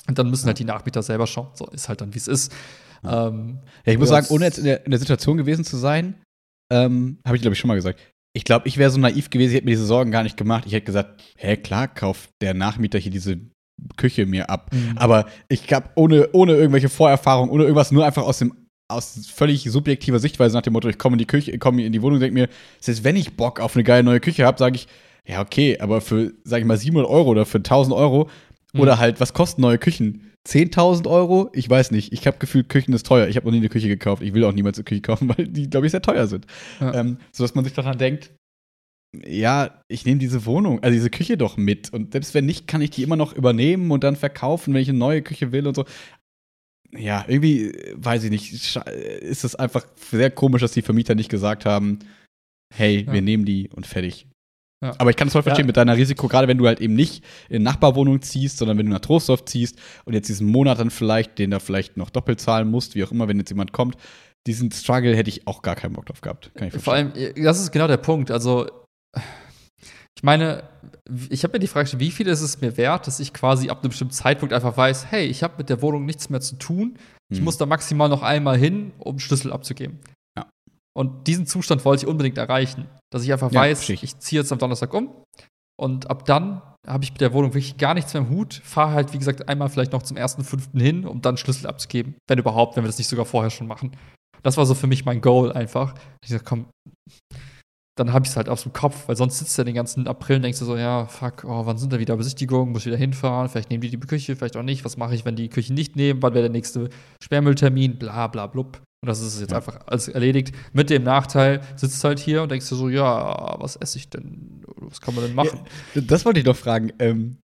Und dann müssen halt die Nachmieter selber schauen. So, ist halt dann, wie es ist. Ja. Ähm, Ja, ich muss ja, sagen, ohne jetzt in der, in der Situation gewesen zu sein, ähm, habe ich, glaube ich, schon mal gesagt. Ich glaube, ich wäre so naiv gewesen, ich hätte mir diese Sorgen gar nicht gemacht. Ich hätte gesagt, hä, klar, kauft der Nachmieter hier diese Küche mir ab. Mhm. Aber ich glaube, ohne, ohne irgendwelche Vorerfahrung, ohne irgendwas, nur einfach aus dem aus völlig subjektiver Sichtweise nach dem Motto, ich komme in die Küche, komme in die Wohnung und denke mir, selbst wenn ich Bock auf eine geile neue Küche habe, sage ich, ja, okay, aber für, sag ich mal, siebenhundert Euro oder für tausend Euro Mhm. oder halt, was kosten neue Küchen? zehntausend Euro? Ich weiß nicht. Ich habe gefühlt, Küchen ist teuer. Ich habe noch nie eine Küche gekauft. Ich will auch niemals eine Küche kaufen, weil die, glaube ich, sehr teuer sind. Ja. Ähm, sodass man sich daran denkt, ja, ich nehme diese Wohnung, also diese Küche doch mit. Und selbst wenn nicht, kann ich die immer noch übernehmen und dann verkaufen, wenn ich eine neue Küche will und so. Ja, irgendwie, äh, weiß ich nicht, scha- ist es einfach sehr komisch, dass die Vermieter nicht gesagt haben, hey, Ja. wir nehmen die und fertig. Ja. Aber ich kann es voll verstehen Ja. mit deiner Risiko, gerade wenn du halt eben nicht in eine Nachbarwohnung ziehst, sondern wenn du nach Trostorf ziehst und jetzt diesen Monat dann vielleicht, den da vielleicht noch doppelt zahlen musst, wie auch immer, wenn jetzt jemand kommt, diesen Struggle hätte ich auch gar keinen Bock drauf gehabt. Kann ich Vor verstehen. allem, das ist genau der Punkt. Also, ich meine, ich habe mir die Frage gestellt, wie viel ist es mir wert, dass ich quasi ab einem bestimmten Zeitpunkt einfach weiß, hey, ich habe mit der Wohnung nichts mehr zu tun. Ich Hm. muss da maximal noch einmal hin, um Schlüssel abzugeben. Ja. Und diesen Zustand wollte ich unbedingt erreichen. Dass ich einfach Ja, weiß, verstehe ich. ich ziehe jetzt am Donnerstag um. Und ab dann habe ich mit der Wohnung wirklich gar nichts mehr im Hut. Fahre halt, wie gesagt, einmal vielleicht noch zum ersten fünften hin, um dann Schlüssel abzugeben. Wenn überhaupt, wenn wir das nicht sogar vorher schon machen. Das war so für mich mein Goal einfach. Ich dachte, komm, dann habe ich es halt aus dem Kopf, weil sonst sitzt du ja den ganzen April und denkst du so, ja, fuck, oh, wann sind da wieder Besichtigungen, muss ich wieder hinfahren, vielleicht nehmen die die Küche, vielleicht auch nicht, was mache ich, wenn die Küche nicht nehmen, wann wäre der nächste Sperrmülltermin, bla bla blub. Und das ist jetzt Ja. einfach alles erledigt. Mit dem Nachteil, sitzt halt hier und denkst du so, ja, was esse ich denn, was kann man denn machen? Ja, das wollte ich noch fragen. Ähm,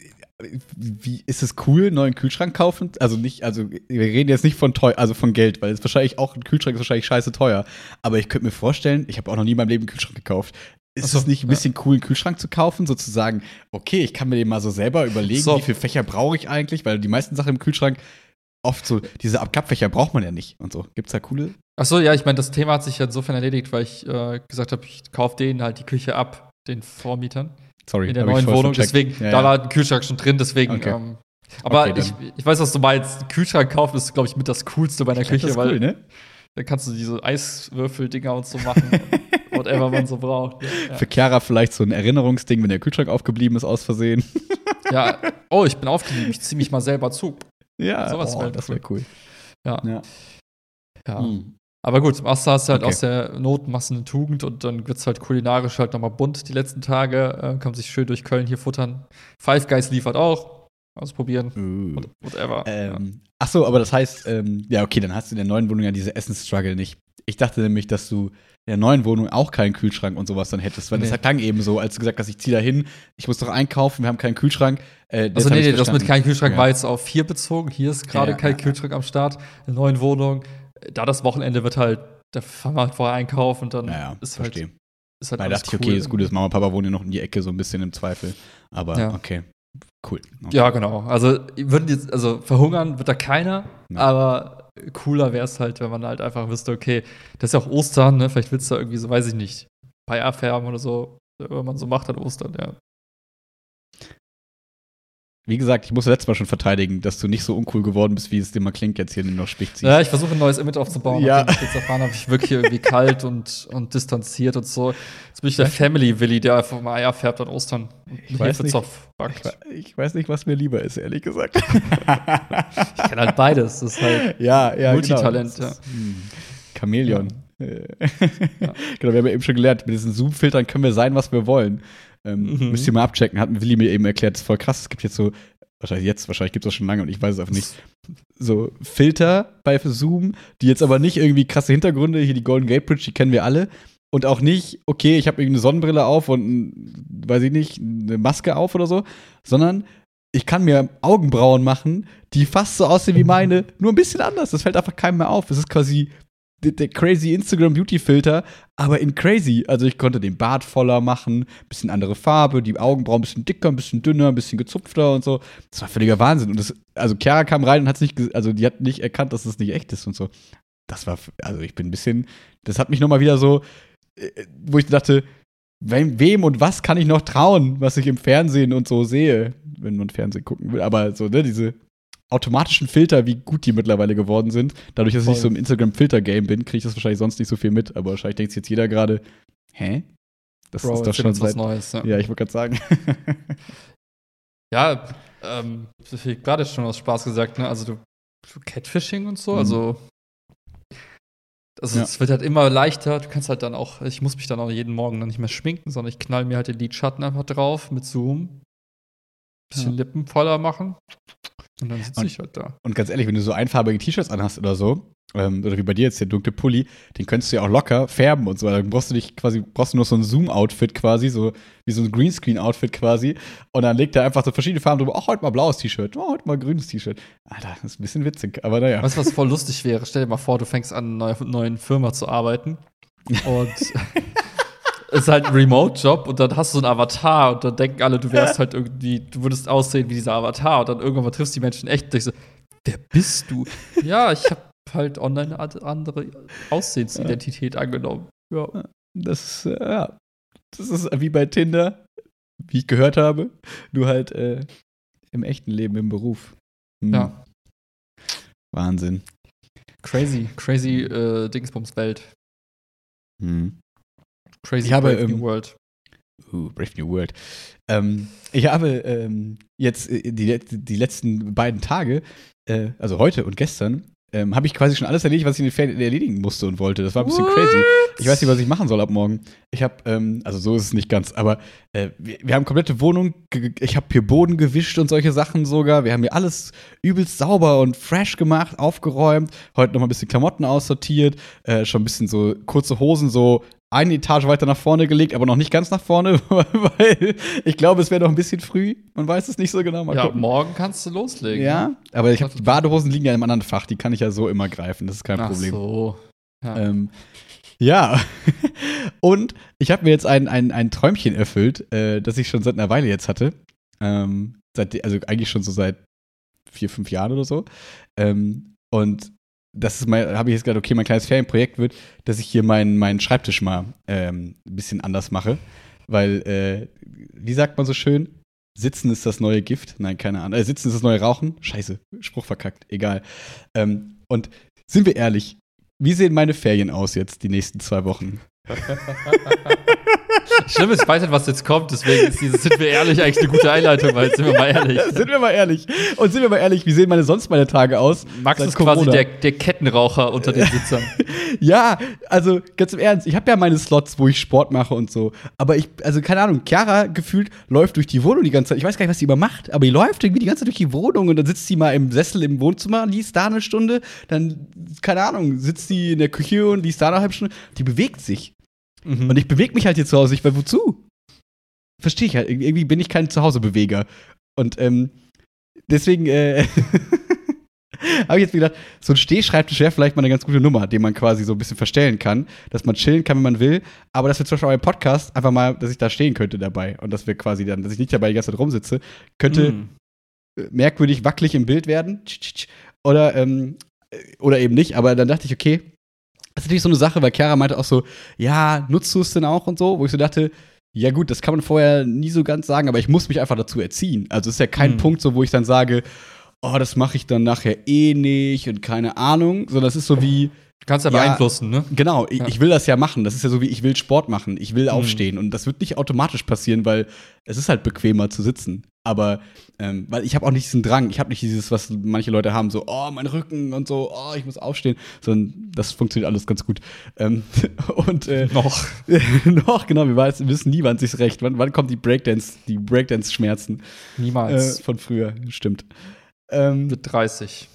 wie ist es cool, einen neuen Kühlschrank kaufen? Also nicht, also wir reden jetzt nicht von teuer, also von Geld, weil es wahrscheinlich auch ein Kühlschrank ist wahrscheinlich scheiße teuer. Aber ich könnte mir vorstellen, ich habe auch noch nie in meinem Leben einen Kühlschrank gekauft. Ist Ach so, es nicht ein ja. bisschen cool, einen Kühlschrank zu kaufen, sozusagen? Okay, ich kann mir den mal so selber überlegen, So. wie viele Fächer brauche ich eigentlich, weil die meisten Sachen im Kühlschrank oft so diese Abklappfächer braucht man ja nicht und so. Gibt's da coole? Ach so, ja, ich meine, das Thema hat sich ja insofern erledigt, weil ich äh, gesagt habe, ich kaufe denen halt die Küche ab, den Vormietern. Sorry, In der hab ich neuen voll Wohnung, vercheckt. deswegen, Ja, da ja. war ein Kühlschrank schon drin, deswegen. Okay. Ähm, aber Okay, ich, ich weiß, was du meinst. Kühlschrank kaufen ist, glaube ich, mit das Coolste bei einer Ich glaub, Küche, das ist weil cool, ne? da kannst du diese Eiswürfel-Dinger und so machen. Whatever man so braucht. Ja, Für Chiara vielleicht so ein Erinnerungsding, wenn der Kühlschrank aufgeblieben ist, aus Versehen. ja. Ja. Oh, ich bin aufgeblieben, ich ziehe mich mal selber zu. Ja, Sowas oh, wär das cool. wäre cool. Ja. Ja. ja. Hm. Aber gut, machst du hast halt Okay. aus der Not machst du eine Tugend und dann wird's halt kulinarisch halt nochmal bunt die letzten Tage. Äh, kann sich schön durch Köln hier futtern. Five Guys liefert auch. Ausprobieren. Uh. Whatever. Ähm, ach so, aber das heißt, ähm, ja, okay, dann hast du in der neuen Wohnung ja diese Essensstruggle nicht. Ich dachte nämlich, dass du in der neuen Wohnung auch keinen Kühlschrank und sowas dann hättest, weil Nee. das klang eben so, als du gesagt hast, ich ziehe da hin, ich muss doch einkaufen, wir haben keinen Kühlschrank. Äh, Also hab nee, ich's nee, das mit verstanden. keinem Kühlschrank Ja. war jetzt auf hier bezogen. Hier ist gerade Ja, kein ja, ja. Kühlschrank am Start. In der neuen Wohnung. Da das Wochenende wird halt, da fahren wir halt vorher einkaufen und dann Naja, ist halt, verstehe. ist halt Da alles dachte ich, cool. okay, ist gut, das Mama und Papa wohnen ja noch in die Ecke, so ein bisschen im Zweifel. Aber Ja. okay, cool. Okay. Ja, genau. Also würden jetzt, also verhungern wird da keiner, Ja. aber cooler wäre es halt, wenn man halt einfach wüsste, okay, das ist ja auch Ostern, ne? Vielleicht willst du da irgendwie so, weiß ich nicht, Eier färben oder so, wenn man so macht an Ostern, ja. Wie gesagt, ich musste letztes Mal schon verteidigen, dass du nicht so uncool geworden bist, wie es dir mal klingt, jetzt hier in den noch Spicht ziehst. Ja, ich versuche ein neues Image aufzubauen. Ja. Nachdem ich jetzt erfahren habe, ich wirklich irgendwie kalt und, und distanziert und so. Jetzt bin ich der Family-Willi, der einfach mal Eier färbt an Ostern. Und Ich weiß nicht. Hefezopf Ich, backt. we- ich weiß nicht, was mir lieber ist, ehrlich gesagt. Ich kenne halt beides. Das ist halt ja, ja, Multitalent, genau. Das ja. ist, hm, Chamäleon. Äh, Ja. Genau, wir haben ja eben schon gelernt, mit diesen Zoom-Filtern können wir sein, was wir wollen. Ähm, Mhm. Müsst ihr mal abchecken, hat Willi mir eben erklärt, das ist voll krass. Es gibt jetzt so, wahrscheinlich jetzt, wahrscheinlich gibt es das schon lange und ich weiß es einfach nicht, so Filter bei Zoom, die jetzt aber nicht irgendwie krasse Hintergründe, hier die Golden Gate Bridge, die kennen wir alle. Und auch nicht, okay, ich habe irgendeine Sonnenbrille auf und, ein, weiß ich nicht, eine Maske auf oder so, sondern ich kann mir Augenbrauen machen, die fast so aussehen wie meine, nur ein bisschen anders. Das fällt einfach keinem mehr auf. Es ist quasi der, der crazy Instagram Beauty Filter, aber in crazy. Also ich konnte den Bart voller machen, bisschen andere Farbe, die Augenbrauen ein bisschen dicker, ein bisschen dünner, ein bisschen gezupfter und so. Das war völliger Wahnsinn. Und das, also Chiara kam rein und hat nicht, ge- also die hat nicht erkannt, dass das nicht echt ist und so. Das war, also ich bin ein bisschen, das hat mich nochmal wieder so, äh, wo ich dachte, wem, wem und was kann ich noch trauen, was ich im Fernsehen und so sehe, wenn man Fernsehen gucken will. Aber so, ne, diese automatischen Filter, wie gut die mittlerweile geworden sind. Dadurch, dass Voll. ich so im Instagram-Filter-Game bin, kriege ich das wahrscheinlich sonst nicht so viel mit. Aber wahrscheinlich denkt sich jetzt jeder gerade, hä? Das Bro, ist doch erzähl schon uns was seit. Neues. Ja, Ja, ich wollte gerade sagen. ja ähm, das hab ich gerade schon aus Spaß gesagt, ne? Also du, du Catfishing und so, Mhm. also Also Ja. es wird halt immer leichter. Du kannst halt dann auch, ich muss mich dann auch jeden Morgen dann nicht mehr schminken, sondern ich knall mir halt den Lidschatten einfach drauf mit Zoom. Bisschen Ja. Lippen voller machen. Und dann sitze Und- ich halt da. Und ganz ehrlich, wenn du so einfarbige T-Shirts anhast oder so, ähm, oder wie bei dir jetzt der dunkle Pulli, den könntest du ja auch locker färben und so. Dann brauchst du dich quasi, brauchst du nur so ein Zoom-Outfit quasi, so wie so ein Greenscreen-Outfit quasi. Und dann legt er einfach so verschiedene Farben drüber. Ach, heute mal blaues T-Shirt, oh, heute mal grünes T-Shirt. Alter, das ist ein bisschen witzig, aber naja. Weißt du, was voll lustig wäre? Stell dir mal vor, du fängst an, in einer neuen Firma zu arbeiten. Und es ist halt ein Remote-Job und dann hast du so einen Avatar und dann denken alle, du wärst halt irgendwie, du würdest aussehen wie dieser Avatar und dann irgendwann mal triffst du die Menschen echt und denkst so, wer bist du? Ja, ich habe halt online eine andere Aussehensidentität angenommen. Ja. Das ist, äh, ja, das ist wie bei Tinder, wie ich gehört habe, nur halt äh, im echten Leben, im Beruf. Hm. Ja. Wahnsinn. Crazy, crazy äh, Dingsbums-Welt. Hm. Crazy Ich habe, Brave New ähm, World. Uh, Brave New World. Ähm, ich habe ähm, jetzt äh, die, die letzten beiden Tage, äh, also heute und gestern, ähm, habe ich quasi schon alles erledigt, was ich in den Ferien erledigen musste und wollte. Das war ein bisschen What? crazy. Ich weiß nicht, was ich machen soll ab morgen. Ich habe, ähm, also so ist es nicht ganz, aber äh, wir, wir haben komplette Wohnung, ge- ich habe hier Boden gewischt und solche Sachen sogar. Wir haben hier alles übelst sauber und fresh gemacht, aufgeräumt. Heute noch mal ein bisschen Klamotten aussortiert, äh, schon ein bisschen so kurze Hosen so eine Etage weiter nach vorne gelegt, aber noch nicht ganz nach vorne, weil ich glaube, es wäre noch ein bisschen früh. Man weiß es nicht so genau. Mal Ja, gucken. morgen kannst du loslegen. Ja, aber ich hab, die Badehosen liegen ja im anderen Fach, die kann ich ja so immer greifen, das ist kein Ach Problem. so. Ja. Ähm, ja, und ich habe mir jetzt ein, ein, ein Träumchen erfüllt, äh, das ich schon seit einer Weile jetzt hatte. Ähm, seit, also eigentlich schon so seit vier, fünf Jahren oder so. Ähm, und das ist mein, habe ich jetzt gerade, okay, mein kleines Ferienprojekt wird, dass ich hier meinen meinen Schreibtisch mal ähm, ein bisschen anders mache. Weil, äh, wie sagt man so schön? Sitzen ist das neue Gift. Nein, keine Ahnung. Äh, Sitzen ist das neue Rauchen. Scheiße, Spruch verkackt. Egal. Ähm, und sind wir ehrlich, wie sehen meine Ferien aus jetzt die nächsten zwei Wochen? Schlimm ist, ich weiß nicht, was jetzt kommt, deswegen ist dieses Sind wir ehrlich eigentlich eine gute Einleitung, weil sind wir mal ehrlich. Sind wir mal ehrlich. Und sind wir mal ehrlich, wie sehen meine sonst meine Tage aus? Max seit ist quasi Corona? der, der Kettenraucher unter den Sitzern. Ja, also ganz im Ernst, ich habe ja meine Slots, wo ich Sport mache und so. Aber ich, also keine Ahnung, Chiara gefühlt läuft durch die Wohnung die ganze Zeit. Ich weiß gar nicht, was sie immer macht, aber die läuft irgendwie die ganze Zeit durch die Wohnung und dann sitzt sie mal im Sessel im Wohnzimmer, liest da eine Stunde. Dann, keine Ahnung, sitzt sie in der Küche und liest da eine halbe Stunde. Die bewegt sich. Mhm. Und ich bewege mich halt hier zu Hause nicht, weil wozu? Verstehe ich halt. Irgendwie bin ich kein Zuhausebeweger. Und ähm, deswegen äh, habe ich jetzt gedacht, so ein Stehschreibtisch wäre vielleicht mal eine ganz gute Nummer, den man quasi so ein bisschen verstellen kann, dass man chillen kann, wenn man will, aber dass wir zum Beispiel beim Podcast einfach mal, dass ich da stehen könnte dabei und dass wir quasi dann, dass ich nicht dabei die ganze Zeit rumsitze, könnte Mhm. merkwürdig wackelig im Bild werden oder, ähm, oder eben nicht, aber dann dachte ich, okay, das ist natürlich so eine Sache, weil Chiara meinte auch so, ja, nutzt du es denn auch und so, wo ich so dachte, ja gut, das kann man vorher nie so ganz sagen, aber ich muss mich einfach dazu erziehen. Also es ist ja kein Mhm. Punkt, so wo ich dann sage, oh, das mache ich dann nachher eh nicht und keine Ahnung, sondern es ist so wie, Du kannst ja, Ja. beeinflussen, ne? genau, ich, Ja. ich will das ja machen. Das ist ja so wie, ich will Sport machen, ich will Mhm. aufstehen und das wird nicht automatisch passieren, weil es ist halt bequemer zu sitzen. Aber, ähm, weil ich habe auch nicht diesen Drang, ich habe nicht dieses, was manche Leute haben, so, oh, mein Rücken und so, oh, ich muss aufstehen, sondern das funktioniert alles ganz gut. Ähm, und äh, Noch. noch, genau, wir weiß- wir wissen nie, wann sich's recht. Wann, wann kommt die Breakdance, die Breakdance-Schmerzen äh, Niemals. von früher? Stimmt. Ähm, Mit dreißig.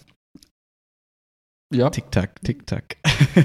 Ja. Tick-Tack, Tick-Tack.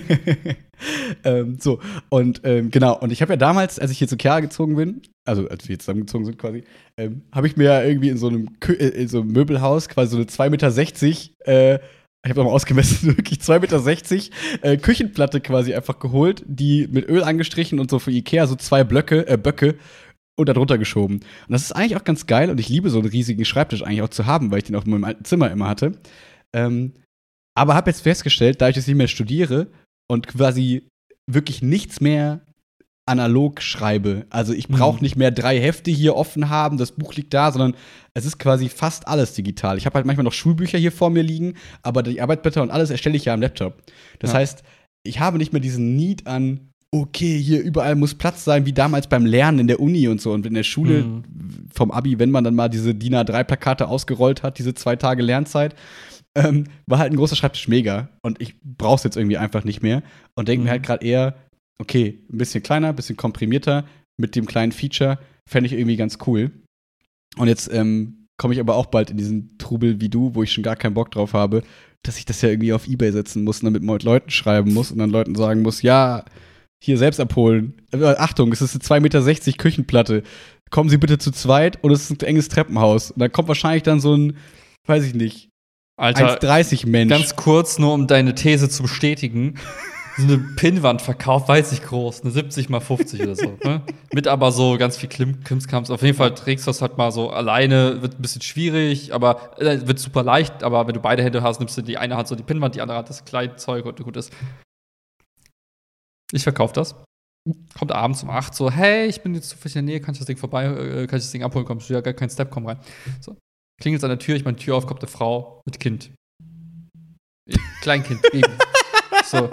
ähm, so, und ähm, genau, und ich habe ja damals, als ich hier zu Chiara gezogen bin, also als wir jetzt zusammengezogen sind quasi, ähm, habe ich mir ja irgendwie in so einem Kö äh, in so einem Möbelhaus quasi so eine zwei Meter sechzig, äh, ich habe nochmal ausgemessen, wirklich zwei Meter sechzig äh, Küchenplatte quasi einfach geholt, die mit Öl angestrichen und so für Ikea so zwei Blöcke, äh, Böcke und da drunter geschoben. Und das ist eigentlich auch ganz geil und ich liebe so einen riesigen Schreibtisch eigentlich auch zu haben, weil ich den auch in meinem alten Zimmer immer hatte. Ähm, aber habe jetzt festgestellt, da ich jetzt nicht mehr studiere und quasi wirklich nichts mehr analog schreibe. Also ich brauche Mhm. nicht mehr drei Hefte hier offen haben, das Buch liegt da, sondern es ist quasi fast alles digital. Ich habe halt manchmal noch Schulbücher hier vor mir liegen, aber die Arbeitsblätter und alles erstelle ich ja am Laptop. Das Ja. heißt, ich habe nicht mehr diesen Need an, okay, hier überall muss Platz sein, wie damals beim Lernen in der Uni und so. Und in der Schule Mhm. vom Abi, wenn man dann mal diese D I N A drei Plakate ausgerollt hat, diese zwei Tage Lernzeit, ähm, war halt ein großer Schreibtisch mega. Und ich brauch's jetzt irgendwie einfach nicht mehr. Und denke Mhm. mir halt gerade eher, okay, ein bisschen kleiner, ein bisschen komprimierter, mit dem kleinen Feature, fände ich irgendwie ganz cool. Und jetzt ähm, komme ich aber auch bald in diesen Trubel wie du, wo ich schon gar keinen Bock drauf habe, dass ich das ja irgendwie auf Ebay setzen muss und dann mit Leuten schreiben muss und dann Leuten sagen muss, ja, hier selbst abholen. Äh, Achtung, es ist eine zwei Meter sechzig Küchenplatte. Kommen Sie bitte zu zweit und es ist ein enges Treppenhaus. Und dann kommt wahrscheinlich dann so ein, weiß ich nicht, Alter, eins dreißig Mensch. ganz kurz, nur um deine These zu bestätigen. So eine Pinnwand verkauft, weiß ich groß, eine siebzig mal fünfzig oder so. Ne? Mit aber so ganz viel Klim Krimskrams. Auf jeden Fall trägst du das halt mal so alleine, wird ein bisschen schwierig, aber äh, wird super leicht. Aber wenn du beide Hände hast, nimmst du die eine Hand so die Pinnwand, die andere Hand das Kleidzeug und gut ist. Ich verkaufe das. Kommt abends um acht so, hey, ich bin jetzt zufällig in der Nähe, kann ich das Ding vorbei, äh, kann ich das Ding abholen? Kommst du? Ja, gar kein Step, komm rein. So. Klingelt an der Tür, ich meine Tür auf, kommt eine Frau mit Kind. Kleinkind, Baby. So.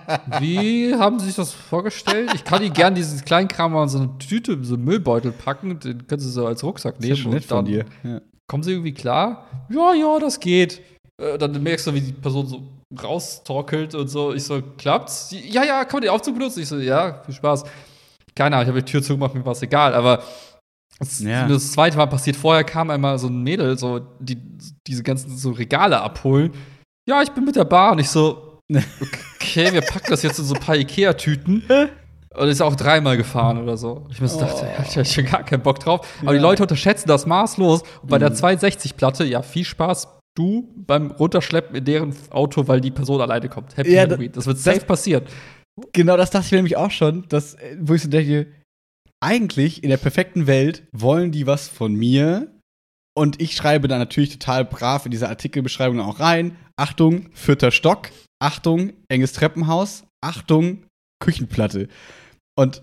Wie haben Sie sich das vorgestellt? Ich kann Ihnen gern dieses Kleinkram mal in so eine Tüte, so einen Müllbeutel packen, den können Sie so als Rucksack Das ist ja nehmen. schon nett und von dann dir. Ja. kommen Sie irgendwie klar? Ja, ja, das geht. Äh, dann merkst du, wie die Person so raustorkelt und so. Ich so, klappt's? Ja, ja, kann man den Aufzug benutzen? Ich so, ja, viel Spaß. Keine Ahnung, ich habe die Tür zugemacht, mir war es egal, aber das, Ja. das zweite Mal passiert. Vorher kam einmal so ein Mädel, so, die diese ganzen so Regale abholen. Ja, ich bin mit der Bahn. Und ich so, okay, wir packen das jetzt in so ein paar Ikea-Tüten. Und ist auch dreimal gefahren oder so. Ich mir so dachte, Oh. ich hab schon gar keinen Bock drauf. Aber Ja. die Leute unterschätzen das maßlos. Und bei der Mhm. zweihundertsechzig-Platte, ja, viel Spaß, du beim Runterschleppen in deren Auto, weil die Person alleine kommt. Happy Ja, Halloween. Das wird safe das- passieren. Genau das dachte ich mir nämlich auch schon, dass, äh, wo ich so denke, eigentlich in der perfekten Welt wollen die was von mir und ich schreibe dann natürlich total brav in diese Artikelbeschreibung auch rein, Achtung, vierter Stock, Achtung, enges Treppenhaus, Achtung, Küchenplatte. Und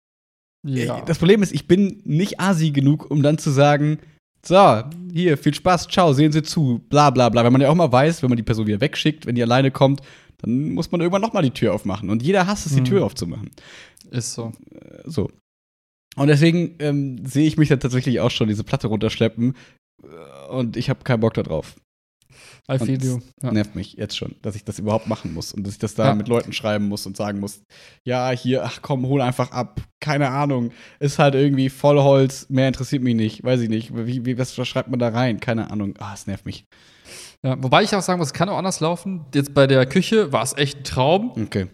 äh, das Problem ist, ich bin nicht asi genug, um dann zu sagen, so, hier, viel Spaß, ciao, sehen Sie zu, bla bla bla. Weil man ja auch mal weiß, wenn man die Person wieder wegschickt, wenn die alleine kommt, dann muss man irgendwann noch mal die Tür aufmachen. Und jeder hasst es, die Mhm. Tür aufzumachen. Ist so. So. Und deswegen ähm, sehe ich mich dann tatsächlich auch schon diese Platte runterschleppen. äh, Und ich habe keinen Bock da drauf. I feel Und you. Ja. Nervt mich jetzt schon, dass ich das überhaupt machen muss. Und dass ich das da Ja. mit Leuten schreiben muss und sagen muss, ja, hier, ach komm, hol einfach ab. Keine Ahnung. Ist halt irgendwie Vollholz, mehr interessiert mich nicht. Weiß ich nicht. Wie, wie, was, was schreibt man da rein? Keine Ahnung. Ah, es nervt mich. Ja, wobei ich auch sagen muss, es kann auch anders laufen. Jetzt bei der Küche war es echt ein Traum. Okay.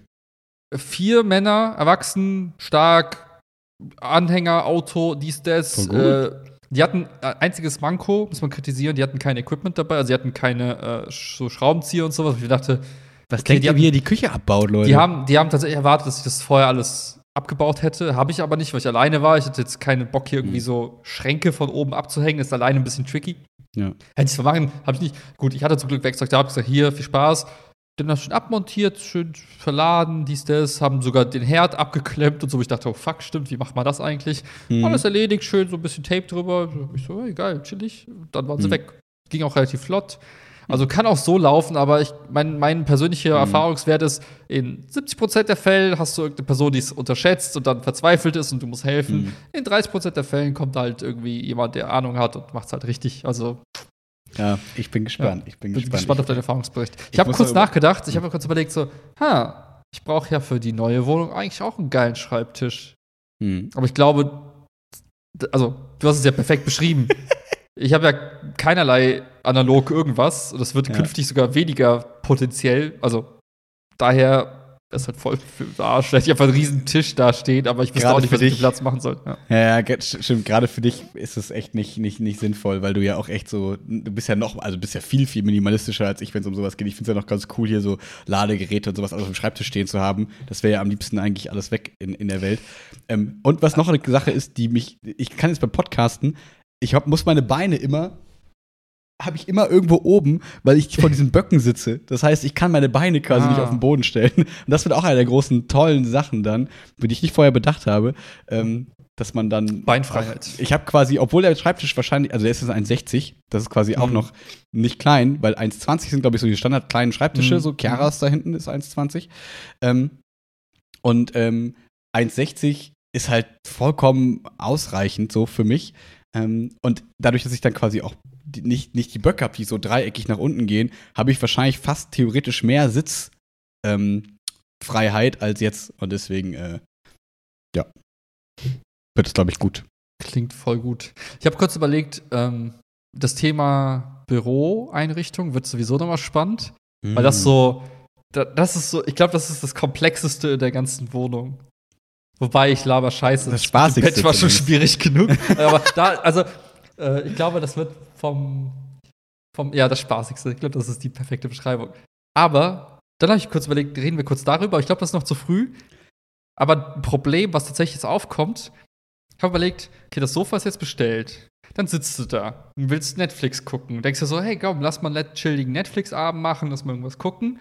Vier Männer, erwachsen, stark, Anhänger, Auto, dies, das. Voll gut. Äh, die hatten ein einziges Manko, muss man kritisieren, die hatten kein Equipment dabei, also sie hatten keine äh, sch- so Schraubenzieher und sowas. Ich dachte, Was Okay, denkt die ihr, haben- wie ihr die Küche abbaut, Leute? die haben, die haben tatsächlich erwartet, dass ich das vorher alles abgebaut hätte. Habe ich aber nicht, weil ich alleine war. Ich hatte jetzt keinen Bock, hier irgendwie Mhm. so Schränke von oben abzuhängen. Ist alleine ein bisschen tricky. Ja. Hätte ich es machen, habe ich nicht. Gut, ich hatte zum Glück Werkzeug da, habe gesagt, hier, viel Spaß. Dann das schön abmontiert, schön verladen, dies, das, haben sogar den Herd abgeklemmt und so. Ich dachte, oh fuck, stimmt, wie macht man das eigentlich? Mhm. Alles erledigt, schön, so ein bisschen Tape drüber. Ich so, hey, geil, chillig. Dann waren sie Mhm. weg. Ging auch relativ flott. Also kann auch so laufen, aber ich, mein, mein persönlicher Mhm. Erfahrungswert ist, in siebzig Prozent der Fälle hast du irgendeine Person, die es unterschätzt und dann verzweifelt ist und du musst helfen. Mhm. In dreißig Prozent der Fällen kommt halt irgendwie jemand, der Ahnung hat und macht es halt richtig. Also Ja, ich bin gespannt. Ich bin bin gespannt. gespannt auf deinen Erfahrungsbericht. Ich ich habe muss kurz mal über- nachgedacht, ich habe mir kurz überlegt, so, ha, ich brauche ja für die neue Wohnung eigentlich auch einen geilen Schreibtisch. Mhm. Aber ich glaube, d- also, du hast es ja perfekt beschrieben. Ich habe ja keinerlei analog irgendwas. Das wird Ja. künftig sogar weniger potenziell. Also, daher ist halt voll für den Arsch. Hätte ich einfach einen riesen Tisch da stehen, aber ich wüsste Gerade auch nicht, für was ich mit dich. dem Platz machen soll. Ja. Ja, ja, ge- st- stimmt. Gerade für dich ist es echt nicht, nicht, nicht sinnvoll, weil du ja auch echt so, du bist ja noch, also du bist ja viel, viel minimalistischer als ich, wenn es um sowas geht. Ich finde es ja noch ganz cool, hier so Ladegeräte und sowas alles auf dem Schreibtisch stehen zu haben. Das wäre ja am liebsten eigentlich alles weg in, in der Welt. Ähm, und was noch eine Sache ist, die mich, ich kann jetzt beim Podcasten, ich hab, muss meine Beine immer habe ich immer irgendwo oben, weil ich vor diesen Böcken sitze. Das heißt, ich kann meine Beine quasi Ah. nicht auf den Boden stellen. Und das wird auch eine der großen, tollen Sachen dann, die ich nicht vorher bedacht habe, ähm, dass man dann Beinfreiheit. Ich habe quasi, obwohl der Schreibtisch wahrscheinlich, also der ist jetzt eins sechzig, das ist quasi auch Mhm. noch nicht klein, weil eins zwanzig sind, glaube ich, so die standard kleinen Schreibtische, Mhm. so Chiaras da hinten ist eins zwanzig. Ähm, und ähm, eins sechzig ist halt vollkommen ausreichend so für mich. Ähm, und dadurch, dass ich dann quasi auch die, nicht, nicht die Böcke habe, die so dreieckig nach unten gehen, habe ich wahrscheinlich fast theoretisch mehr Sitzfreiheit ähm, Freiheit als jetzt. Und deswegen, äh, ja, wird es, glaube ich, gut. Klingt voll gut. Ich habe kurz überlegt, ähm, das Thema Büroeinrichtung wird sowieso nochmal spannend, weil das so, da, das ist so, ich glaube, das ist das Komplexeste in der ganzen Wohnung. Wobei ich laber Scheiße. Das Spaßigste Bett war schon zumindest. schwierig genug. Aber da, also, äh, ich glaube, das wird vom, vom, ja, das Spaßigste. Ich glaube, das ist die perfekte Beschreibung. Aber dann habe ich kurz überlegt, reden wir kurz darüber. Ich glaube, das ist noch zu früh. Aber ein Problem, was tatsächlich jetzt aufkommt, ich habe überlegt, okay, das Sofa ist jetzt bestellt. Dann sitzt du da und willst Netflix gucken. Denkst dir so, hey, komm, lass mal einen chilligen Netflix-Abend machen, lass mal irgendwas gucken.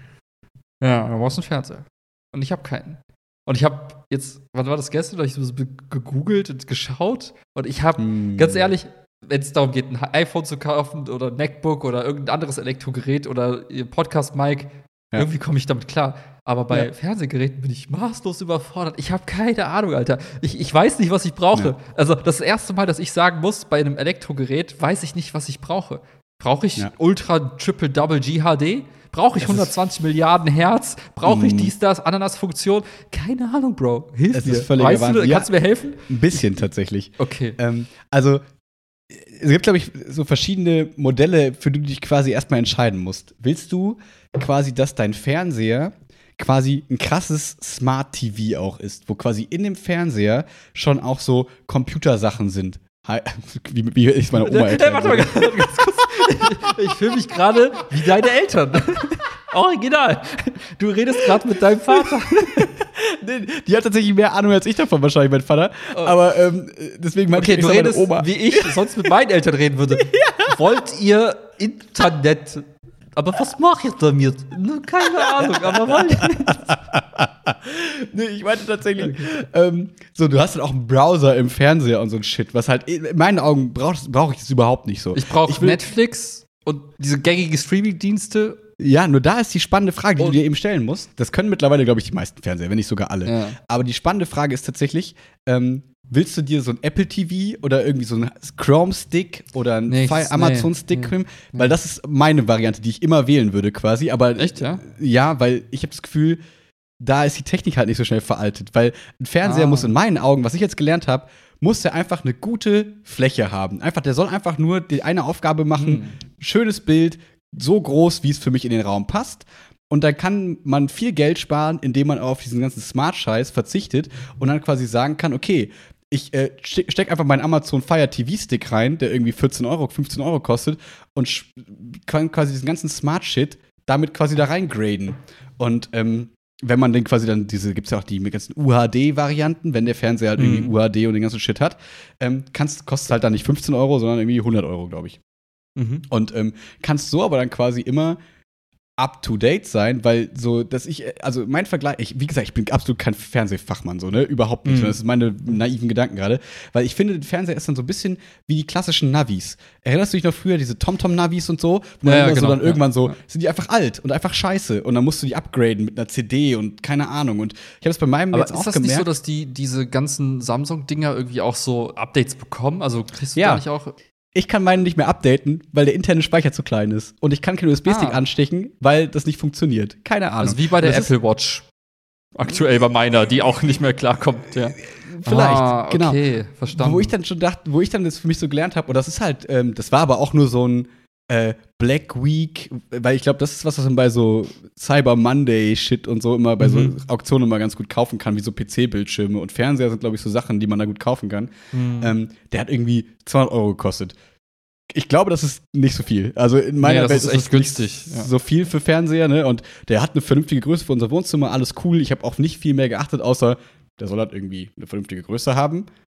Ja, dann brauchst du einen Fernseher. Und ich habe keinen. Und ich habe jetzt, wann war das gestern? Da habe ich so gegoogelt und geschaut. Und ich habe, Mm. ganz ehrlich, wenn es darum geht, ein iPhone zu kaufen oder ein MacBook oder irgendein anderes Elektrogerät oder Podcast-Mic, Ja. irgendwie komme ich damit klar. Aber bei Ja. Fernsehgeräten bin ich maßlos überfordert. Ich habe keine Ahnung, Alter. Ich, ich weiß nicht, was ich brauche. Ja. Also, das erste Mal, dass ich sagen muss, bei einem Elektrogerät weiß ich nicht, was ich brauche. Brauche ich Ja. Ultra Triple Double G H D? Brauche ich Das ist- hundertzwanzig Milliarden Hertz? Brauche ich Mm. dies, das, Ananas-Funktion? Keine Ahnung, Bro. Hilf Es mir. ist völliger weißt du, Wahnsinn. Ja. kannst du mir helfen? Ein bisschen tatsächlich. Okay. Ähm, also, es gibt, glaube ich, so verschiedene Modelle, für die du dich quasi erstmal entscheiden musst. Willst du quasi, dass dein Fernseher quasi ein krasses Smart-T V auch ist, wo quasi in dem Fernseher schon auch so Computersachen sind? Hi- Wie, wie ich meine Oma Hey, erklären warte mal würde. ganz, ganz kurz. Ich, ich fühle mich gerade wie deine Eltern. Original. Du redest gerade mit deinem Vater. Nee, Die hat tatsächlich mehr Ahnung als ich davon, wahrscheinlich, mein Vater. Aber ähm, deswegen meinte Okay, ich du extra redest, meine Oma. wie ich sonst mit meinen Eltern reden würde. Wollt ihr Internet? Aber was mache ich damit? Nur keine Ahnung, aber wollt ihr? Nee, ich meinte tatsächlich, ähm, so, du hast dann auch einen Browser im Fernseher und so ein Shit, was halt, in meinen Augen brauche brauch ich das überhaupt nicht so. Ich brauche will- Netflix und diese gängigen Streaming-Dienste. Ja, nur da ist die spannende Frage, die Und- du dir eben stellen musst. Das können mittlerweile, glaube ich, die meisten Fernseher, wenn nicht sogar alle. Ja. Aber die spannende Frage ist tatsächlich, ähm, willst du dir so ein Apple T V oder irgendwie so ein Chrome-Stick oder ein Nichts, Fire- Amazon-Stick nee. nehmen? Weil das ist meine Variante, die ich immer wählen würde quasi. Aber Echt, ja? Ja, weil ich habe das Gefühl, da ist die Technik halt nicht so schnell veraltet. Weil ein Fernseher Ah. muss in meinen Augen, was ich jetzt gelernt habe, muss der einfach eine gute Fläche haben. Einfach, der soll einfach nur die eine Aufgabe machen, Hm. schönes Bild, so groß, wie es für mich in den Raum passt. Und dann kann man viel Geld sparen, indem man auf diesen ganzen Smart-Scheiß verzichtet und dann quasi sagen kann, okay, ich äh, ste steck einfach meinen Amazon Fire T V-Stick rein, der irgendwie vierzehn Euro, fünfzehn Euro kostet und sch- kann quasi diesen ganzen Smart-Shit damit quasi da reingraden. Und ähm, wenn man den quasi dann diese, gibt's ja auch die ganzen U H D-Varianten, wenn der Fernseher halt irgendwie Mhm. U H D und den ganzen Shit hat, ähm, kannst, kostet halt dann nicht fünfzehn Euro, sondern irgendwie hundert Euro, glaube ich. Mhm. Und ähm, kannst so aber dann quasi immer up to date sein, weil so, dass ich, äh, also mein Vergleich, ich, wie gesagt, ich bin absolut kein Fernsehfachmann, so, ne, überhaupt nicht. Mhm. Das sind meine naiven Gedanken gerade, weil ich finde, der Fernseher ist dann so ein bisschen wie die klassischen Navis. Erinnerst du dich noch früher, diese TomTom-Navis und so? Wo man Ja, ja, immer so genau, dann ja, irgendwann so, ja. sind die einfach alt und einfach scheiße und dann musst du die upgraden mit einer C D und keine Ahnung. Und ich habe es bei meinem Aber jetzt ist auch das gemerkt. nicht so, dass die diese ganzen Samsung-Dinger irgendwie auch so Updates bekommen? Also kriegst du Ja. da nicht auch. Ich kann meinen nicht mehr updaten, weil der interne Speicher zu klein ist. Und ich kann keinen U S B-Stick Ah. anstecken, weil das nicht funktioniert. Keine Ahnung. Also wie bei der Das ist- Apple Watch. Aktuell bei meiner, die auch nicht mehr klarkommt. Ja. Vielleicht, ah, genau. Okay, verstanden. Wo ich dann schon dachte, wo ich dann das für mich so gelernt habe, und das ist halt, ähm, das war aber auch nur so ein äh, Black Week, weil ich glaube, das ist was, was man bei so Cyber Monday Shit und so immer bei Mhm. so Auktionen immer ganz gut kaufen kann, wie so P C-Bildschirme und Fernseher sind, glaube ich, so Sachen, die man da gut kaufen kann. Mhm. Ähm, der hat irgendwie zweihundert Euro gekostet. Ich glaube, das ist nicht so viel. Also in meiner Nee, das Welt ist ist echt es günstig, nicht ja. so viel für Fernseher, ne? Und der hat eine vernünftige Größe für unser Wohnzimmer, alles cool. Ich habe auf nicht viel mehr geachtet, außer der soll halt irgendwie eine vernünftige Größe haben.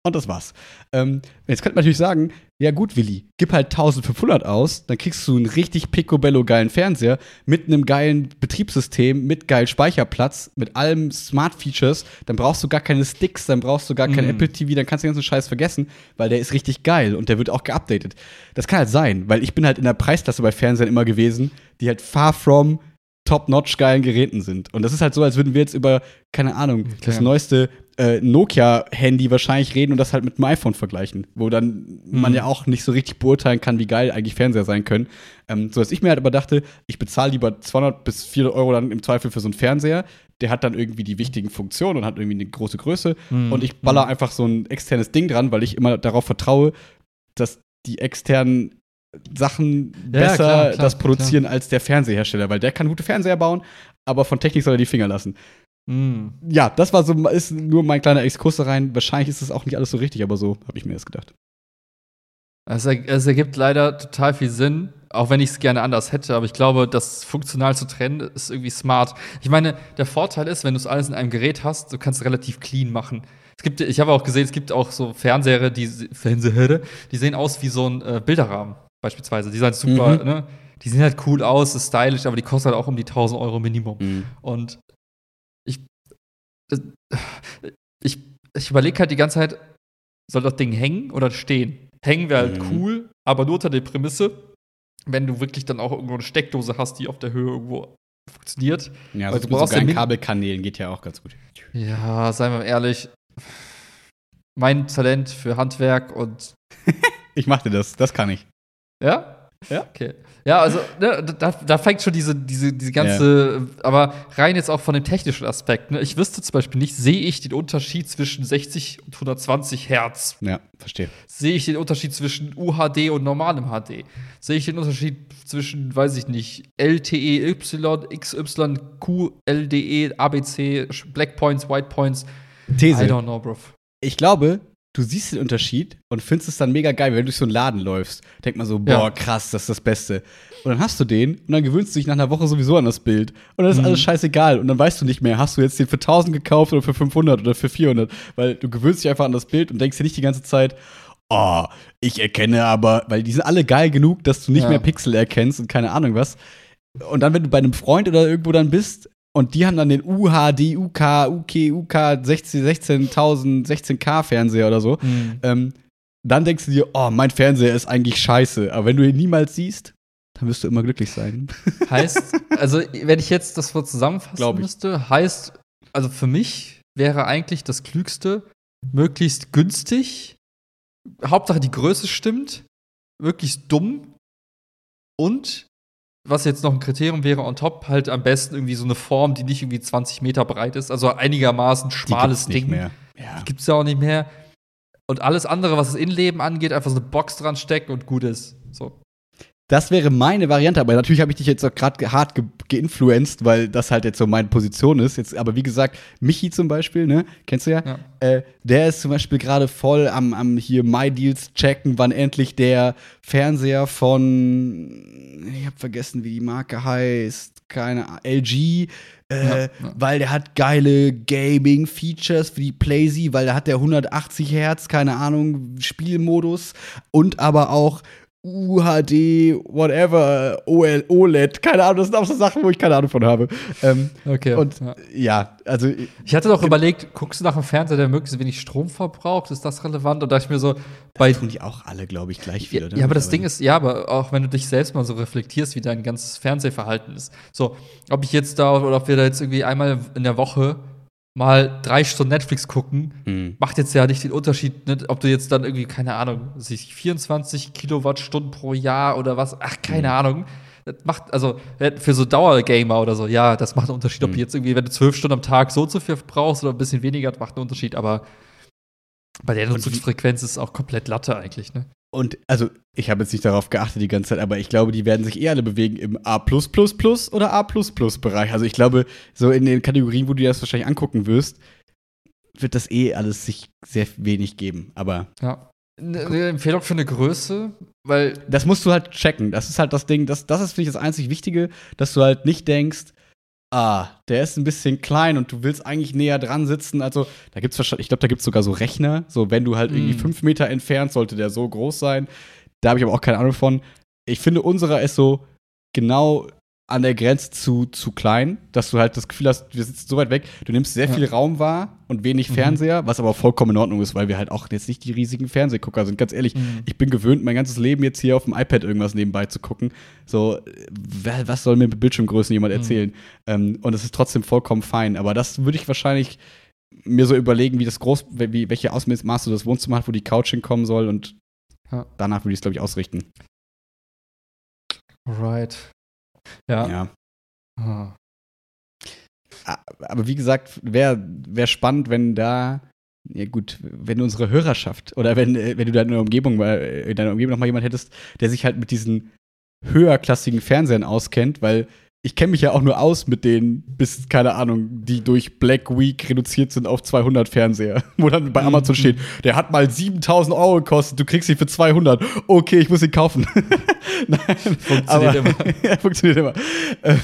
Und das war's. Ähm, jetzt könnte man natürlich sagen, ja gut, Willi, gib halt eintausendfünfhundert aus, dann kriegst du einen richtig picobello geilen Fernseher mit einem geilen Betriebssystem, mit geilem Speicherplatz, mit allem Smart-Features. Dann brauchst du gar keine Sticks, dann brauchst du gar kein Mhm. Apple T V, dann kannst du den ganzen Scheiß vergessen, weil der ist richtig geil und der wird auch geupdatet. Das kann halt sein, weil ich bin halt in der Preisklasse bei Fernsehern immer gewesen, die halt far from top-notch geilen Geräten sind. Und das ist halt so, als würden wir jetzt über, keine Ahnung, das Okay. neueste äh, Nokia-Handy wahrscheinlich reden und das halt mit dem iPhone vergleichen, wo dann man Mhm. ja auch nicht so richtig beurteilen kann, wie geil eigentlich Fernseher sein können. Ähm, so dass ich mir halt aber dachte, ich bezahle lieber zweihundert bis vierhundert Euro dann im Zweifel für so einen Fernseher, der hat dann irgendwie die wichtigen Funktionen und hat irgendwie eine große Größe Mhm. und ich baller Mhm. einfach so ein externes Ding dran, weil ich immer darauf vertraue, dass die externen Sachen Ja, besser klar, klar, das produzieren als der Fernsehersteller, weil der kann gute Fernseher bauen, aber von Technik soll er die Finger lassen. Mhm. Ja, das war so, ist nur mein kleiner Exkurs da rein. Wahrscheinlich ist das auch nicht alles so richtig, aber so habe ich mir das gedacht. Es, er, es ergibt leider total viel Sinn, auch wenn ich es gerne anders hätte. Aber ich glaube, das funktional zu trennen ist irgendwie smart. Ich meine, der Vorteil ist, wenn du es alles in einem Gerät hast, du kannst es relativ clean machen. Es gibt, ich habe auch gesehen, es gibt auch so Fernseher, die Fernseher, die sehen aus wie so ein äh, Bilderrahmen beispielsweise. Die sind halt super, Mhm. ne? Die sehen halt cool aus, ist stylisch, aber die kosten halt auch um die tausend Euro Minimum. Mhm. Und ich, das- ich, ich überlege halt die ganze Zeit, soll das Ding hängen oder stehen? Hängen wäre halt Mhm. cool, aber nur unter der Prämisse, wenn du wirklich dann auch irgendwo eine Steckdose hast, die auf der Höhe irgendwo funktioniert. Ja, Weil so du mit so brauchst ja geilen min- Kabelkanälen geht ja auch ganz gut. Ja, seien wir mal ehrlich, mein Talent für Handwerk und Ich mach dir das, das kann ich. ja? Ja. Okay. Ja, also ne, da, da fängt schon diese, diese, diese ganze, aber rein jetzt auch von dem technischen Aspekt. Ne? Ich wüsste zum Beispiel nicht, sehe ich den Unterschied zwischen sechzig und hundertzwanzig Hertz? Ja, verstehe. Sehe ich den Unterschied zwischen U H D und normalem H D? Sehe ich den Unterschied zwischen, weiß ich nicht, L T E, Y, X Y, Q, L D E, A B C, Black Points, White Points? I These. don't know, bro. Ich glaube, du siehst den Unterschied und findest es dann mega geil, wenn du durch so einen Laden läufst. Denkt man so, boah, Ja. krass, das ist das Beste. Und dann hast du den und dann gewöhnst du dich nach einer Woche sowieso an das Bild. Und dann ist Mhm. alles scheißegal. Und dann weißt du nicht mehr, hast du jetzt den für tausend gekauft oder für fünfhundert oder für vierhundert. Weil du gewöhnst dich einfach an das Bild und denkst dir nicht die ganze Zeit, oh, ich erkenne aber, weil die sind alle geil genug, dass du nicht Ja. mehr Pixel erkennst und keine Ahnung was. Und dann, wenn du bei einem Freund oder irgendwo dann bist und die haben dann den U H D, U K, U K, U K sechzehn, sechzehntausend, sechzehn K Fernseher oder so, Mhm. ähm, dann denkst du dir, oh, mein Fernseher ist eigentlich scheiße. Aber wenn du ihn niemals siehst, dann wirst du immer glücklich sein. Heißt, also, wenn ich jetzt das so zusammenfassen Glaub ich. müsste, heißt, also für mich wäre eigentlich das Klügste, möglichst günstig, Hauptsache die Größe stimmt, möglichst dumm und was jetzt noch ein Kriterium wäre on top, halt am besten irgendwie so eine Form, die nicht irgendwie zwanzig Meter breit ist, also einigermaßen schmales Die gibt's Ding. nicht mehr. Ja. Gibt's ja auch nicht mehr. Und alles andere, was das Innenleben angeht, einfach so eine Box dran stecken und gut ist. So. Das wäre meine Variante, aber natürlich habe ich dich jetzt auch gerade hart ge geinfluenced, weil das halt jetzt so meine Position ist. Jetzt, aber wie gesagt, Michi zum Beispiel, ne, kennst du ja, Ja. Äh, der ist zum Beispiel gerade voll am, am hier MyDeals checken, wann endlich der Fernseher von, ich habe vergessen, wie die Marke heißt, keine Ahnung, L G, äh, Ja, ja. weil der hat geile Gaming-Features für die PlayZ, weil da hat der hundertachtzig Hertz, keine Ahnung, Spielmodus und aber auch U H D, whatever, O L, O L E D, keine Ahnung, das sind auch so Sachen, wo ich keine Ahnung von habe. Ähm, Okay. und ja. ja, also Ich hatte doch überlegt, guckst du nach einem Fernseher, der möglichst wenig Strom verbraucht? Ist das relevant? Und da dachte ich mir so, bei. tun die auch alle, glaube ich, gleich viel, Ja, oder? ja, aber das Ding ist, ja, aber auch wenn du dich selbst mal so reflektierst, wie dein ganzes Fernsehverhalten ist. So, ob ich jetzt da oder ob wir da jetzt irgendwie einmal in der Woche mal drei Stunden Netflix gucken, Hm. macht jetzt ja nicht den Unterschied, ne, ob du jetzt dann irgendwie, keine Ahnung, sich vierundzwanzig Kilowattstunden pro Jahr oder was, ach, keine Mhm. Ahnung. Das macht, also für so Dauergamer oder so, ja, das macht einen Unterschied, ob Mhm. du jetzt irgendwie, wenn du zwölf Stunden am Tag so und so viel brauchst oder ein bisschen weniger, das macht einen Unterschied, aber bei der Und wie- Nutzungsfrequenz ist es auch komplett Latte eigentlich, ne? Und also, ich habe jetzt nicht darauf geachtet die ganze Zeit, aber ich glaube, die werden sich eher alle bewegen im A oder A-Bereich. Also ich glaube, so in den Kategorien, wo du dir das wahrscheinlich angucken wirst, wird das eh alles sich sehr wenig geben. Aber Ja. Eine eine Empfehlung für eine Größe, weil das musst du halt checken. Das ist halt das Ding, das, das ist, finde ich, das einzig Wichtige, dass du halt nicht denkst, ah, der ist ein bisschen klein und du willst eigentlich näher dran sitzen. Also, da gibt's wahrscheinlich, ich glaube, da gibt's sogar so Rechner. So, wenn du halt Mm. irgendwie fünf Meter entfernt, sollte der so groß sein. Da habe ich aber auch keine Ahnung von. Ich finde, unserer ist so genau an der Grenze zu, zu klein, dass du halt das Gefühl hast, wir sitzen so weit weg, du nimmst sehr Ja. viel Raum wahr und wenig Mhm. Fernseher, was aber vollkommen in Ordnung ist, weil wir halt auch jetzt nicht die riesigen Fernsehgucker sind. Ganz ehrlich, Mhm. ich bin gewöhnt, mein ganzes Leben jetzt hier auf dem iPad irgendwas nebenbei zu gucken. So, wer- was soll mir mit Bildschirmgrößen jemand Mhm. erzählen? Ähm, und es ist trotzdem vollkommen fein. Aber das würde ich wahrscheinlich mir so überlegen, wie das groß, wie, welche Ausmaße das Wohnzimmer hat, wo die Couch hinkommen soll und Ja. danach würde ich es, glaube ich, ausrichten. Right. Ja. Ja. Ah. Aber wie gesagt, wäre wär spannend, wenn da, ja gut, wenn unsere Hörerschaft oder wenn, äh, wenn du da in deiner Umgebung, mal- in deiner Umgebung noch mal jemand hättest, der sich halt mit diesen höherklassigen Fernsehern auskennt, weil ich kenne mich ja auch nur aus mit denen, bis, keine Ahnung, die durch Black Week reduziert sind auf zweihundert Fernseher. Wo dann bei Amazon steht, der hat mal siebentausend Euro gekostet, du kriegst ihn für zweihundert. Okay, ich muss ihn kaufen. Nein, Funktioniert aber, immer. ja, funktioniert immer. Ähm,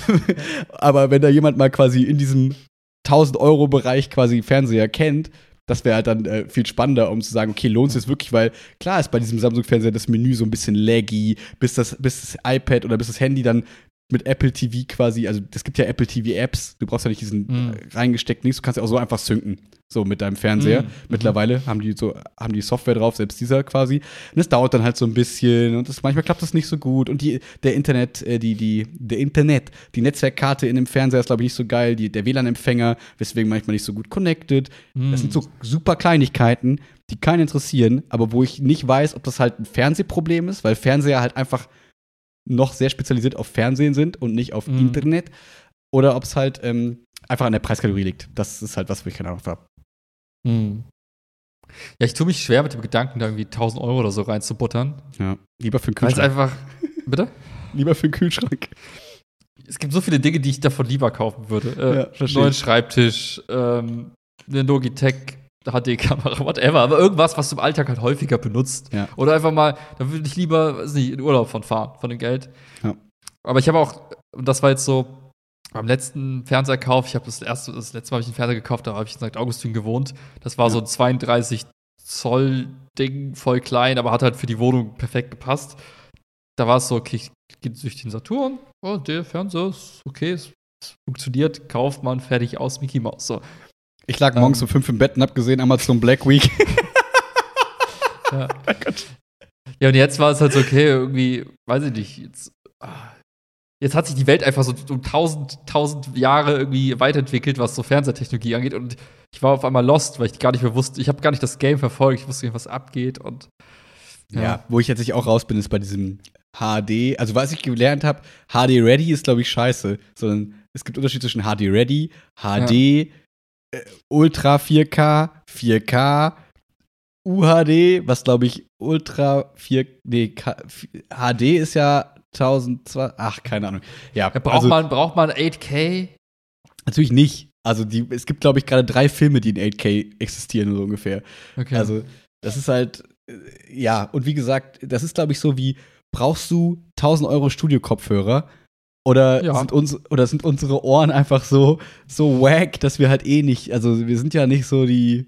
aber wenn da jemand mal quasi in diesem tausend-Euro-Bereich quasi Fernseher kennt, das wäre halt dann äh, viel spannender, um zu sagen, okay, lohnt es jetzt wirklich, weil klar ist bei diesem Samsung-Fernseher das Menü so ein bisschen laggy, bis das, bis das iPad oder bis das Handy dann mit Apple T V quasi, also es gibt ja Apple T V-Apps, du brauchst ja nicht diesen Mhm. äh, reingesteckten Links, du kannst ja auch so einfach synken, so mit deinem Fernseher. Mhm. Mittlerweile haben die so, haben die Software drauf, selbst dieser quasi. Und es dauert dann halt so ein bisschen und das, manchmal klappt das nicht so gut. Und die, der Internet, äh, die, die, der Internet, die Netzwerkkarte in dem Fernseher ist, glaube ich, nicht so geil, die, der W L A N-Empfänger, weswegen manchmal nicht so gut connected. Mhm. Das sind so super Kleinigkeiten, die keinen interessieren, aber wo ich nicht weiß, ob das halt ein Fernsehproblem ist, weil Fernseher halt einfach noch sehr spezialisiert auf Fernsehen sind und nicht auf Mhm. Internet. Oder ob es halt ähm, einfach an der Preiskategorie liegt. Das ist halt was, wo ich keine Ahnung habe. Mhm. Ja, ich tue mich schwer mit dem Gedanken, da irgendwie tausend Euro oder so reinzubuttern. Ja. Lieber für den Weil es Kühlschrank. einfach. Bitte? Lieber für den Kühlschrank. Es gibt so viele Dinge, die ich davon lieber kaufen würde. Äh, Ja, verstehe neuen ich. Schreibtisch, ähm, eine Logitech H D-Kamera, whatever. Aber irgendwas, was du im Alltag halt häufiger benutzt. Ja. Oder einfach mal, da würde ich lieber, weiß nicht, in Urlaub von fahren, von dem Geld. Ja. Aber ich habe auch, und das war jetzt so beim letzten Fernseherkauf, ich habe das erste, das letzte Mal habe ich einen Fernseher gekauft, da habe ich in Sankt Augustin gewohnt. Das war Ja. so ein zweiunddreißig Zoll Ding, voll klein, aber hat halt für die Wohnung perfekt gepasst. Da war es so, okay, ich gehe durch den Saturn, oh, der Fernseher ist okay, es es funktioniert, kauft man, fertig, aus, Mickey Mouse. So. Ich lag morgens Ähm. um fünf im Bett und hab gesehen, Amazon Black Week. Ja. Ja, und jetzt war es halt so, okay, irgendwie, weiß ich nicht, jetzt, ah, jetzt hat sich die Welt einfach so um tausend, tausend Jahre irgendwie weiterentwickelt, was so Fernsehtechnologie angeht. Und ich war auf einmal lost, weil ich gar nicht mehr wusste, ich habe gar nicht das Game verfolgt, ich wusste nicht, was abgeht. Und Ja. Wo ich jetzt nicht auch raus bin, ist bei diesem H D. Also, was ich gelernt habe, H D Ready ist, glaube ich, scheiße. Sondern es gibt Unterschied zwischen H D Ready, H D, äh, Ultra vier K, vier K, U H D, was glaube ich Ultra vier, nee, K, H D ist ja tausendzweihundert, ach, keine Ahnung. Ja, Ja, braucht, also, man, braucht man acht K? natürlich nicht. Also, die, es gibt, glaube ich, gerade drei Filme, die in acht K existieren, so ungefähr. Okay. Also, das ist halt, äh, ja, und wie gesagt, das ist, glaube ich, so wie, brauchst du tausend Euro Studio-Kopfhörer? Oder, Ja. sind uns, oder sind unsere Ohren einfach so, so wack, dass wir halt eh nicht, also wir sind ja nicht so die,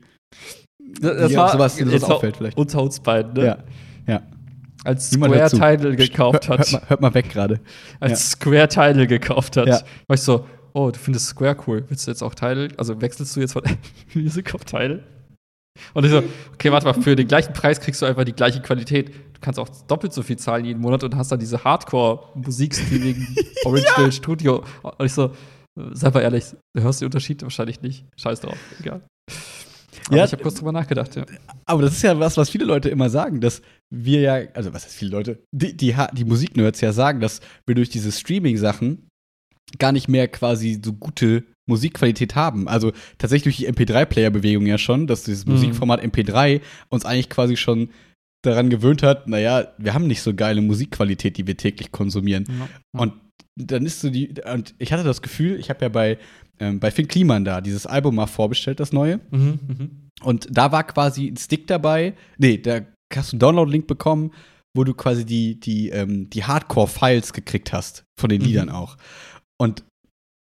das die war sowas, denen jetzt sowas auffällt vielleicht. unter uns beiden, ne? Ja, ja. Als Niemand Square hört zu. Tidal gekauft Hör, hat. hört, mal, hört mal weg gerade. Als Square Tidal gekauft hat, Ja. war ich so, oh, du findest Square cool. Willst du jetzt auch Tidal? Also wechselst du jetzt von Music auf Tidal? Und ich so, okay, warte mal, für den gleichen Preis kriegst du einfach die gleiche Qualität. Du kannst auch doppelt so viel zahlen jeden Monat und hast dann diese Hardcore-Musikstreaming Original Studio. Und ich so, sei mal ehrlich, du hörst den Unterschied wahrscheinlich nicht. Scheiß drauf, egal. Aber Ja, ich habe kurz drüber nachgedacht, ja. Aber das ist ja was, was viele Leute immer sagen, dass wir ja, also was heißt viele Leute, die, die, Ha- die Musiknerds ja sagen, dass wir durch diese Streaming-Sachen gar nicht mehr quasi so gute Musikqualität haben. Also tatsächlich durch die M P drei Player-Bewegung ja schon, dass dieses Mhm. Musikformat M P drei uns eigentlich quasi schon daran gewöhnt hat, naja, wir haben nicht so geile Musikqualität, die wir täglich konsumieren. Und dann ist so die, und ich hatte das Gefühl, ich habe ja bei, ähm, bei Finn Kliman da dieses Album mal vorbestellt, das neue. Mhm, mhm. Und da war quasi ein Stick dabei. Nee, da hast du einen Download-Link bekommen, wo du quasi die, die, ähm, die Hardcore-Files gekriegt hast. Von den Mhm. Liedern auch. Und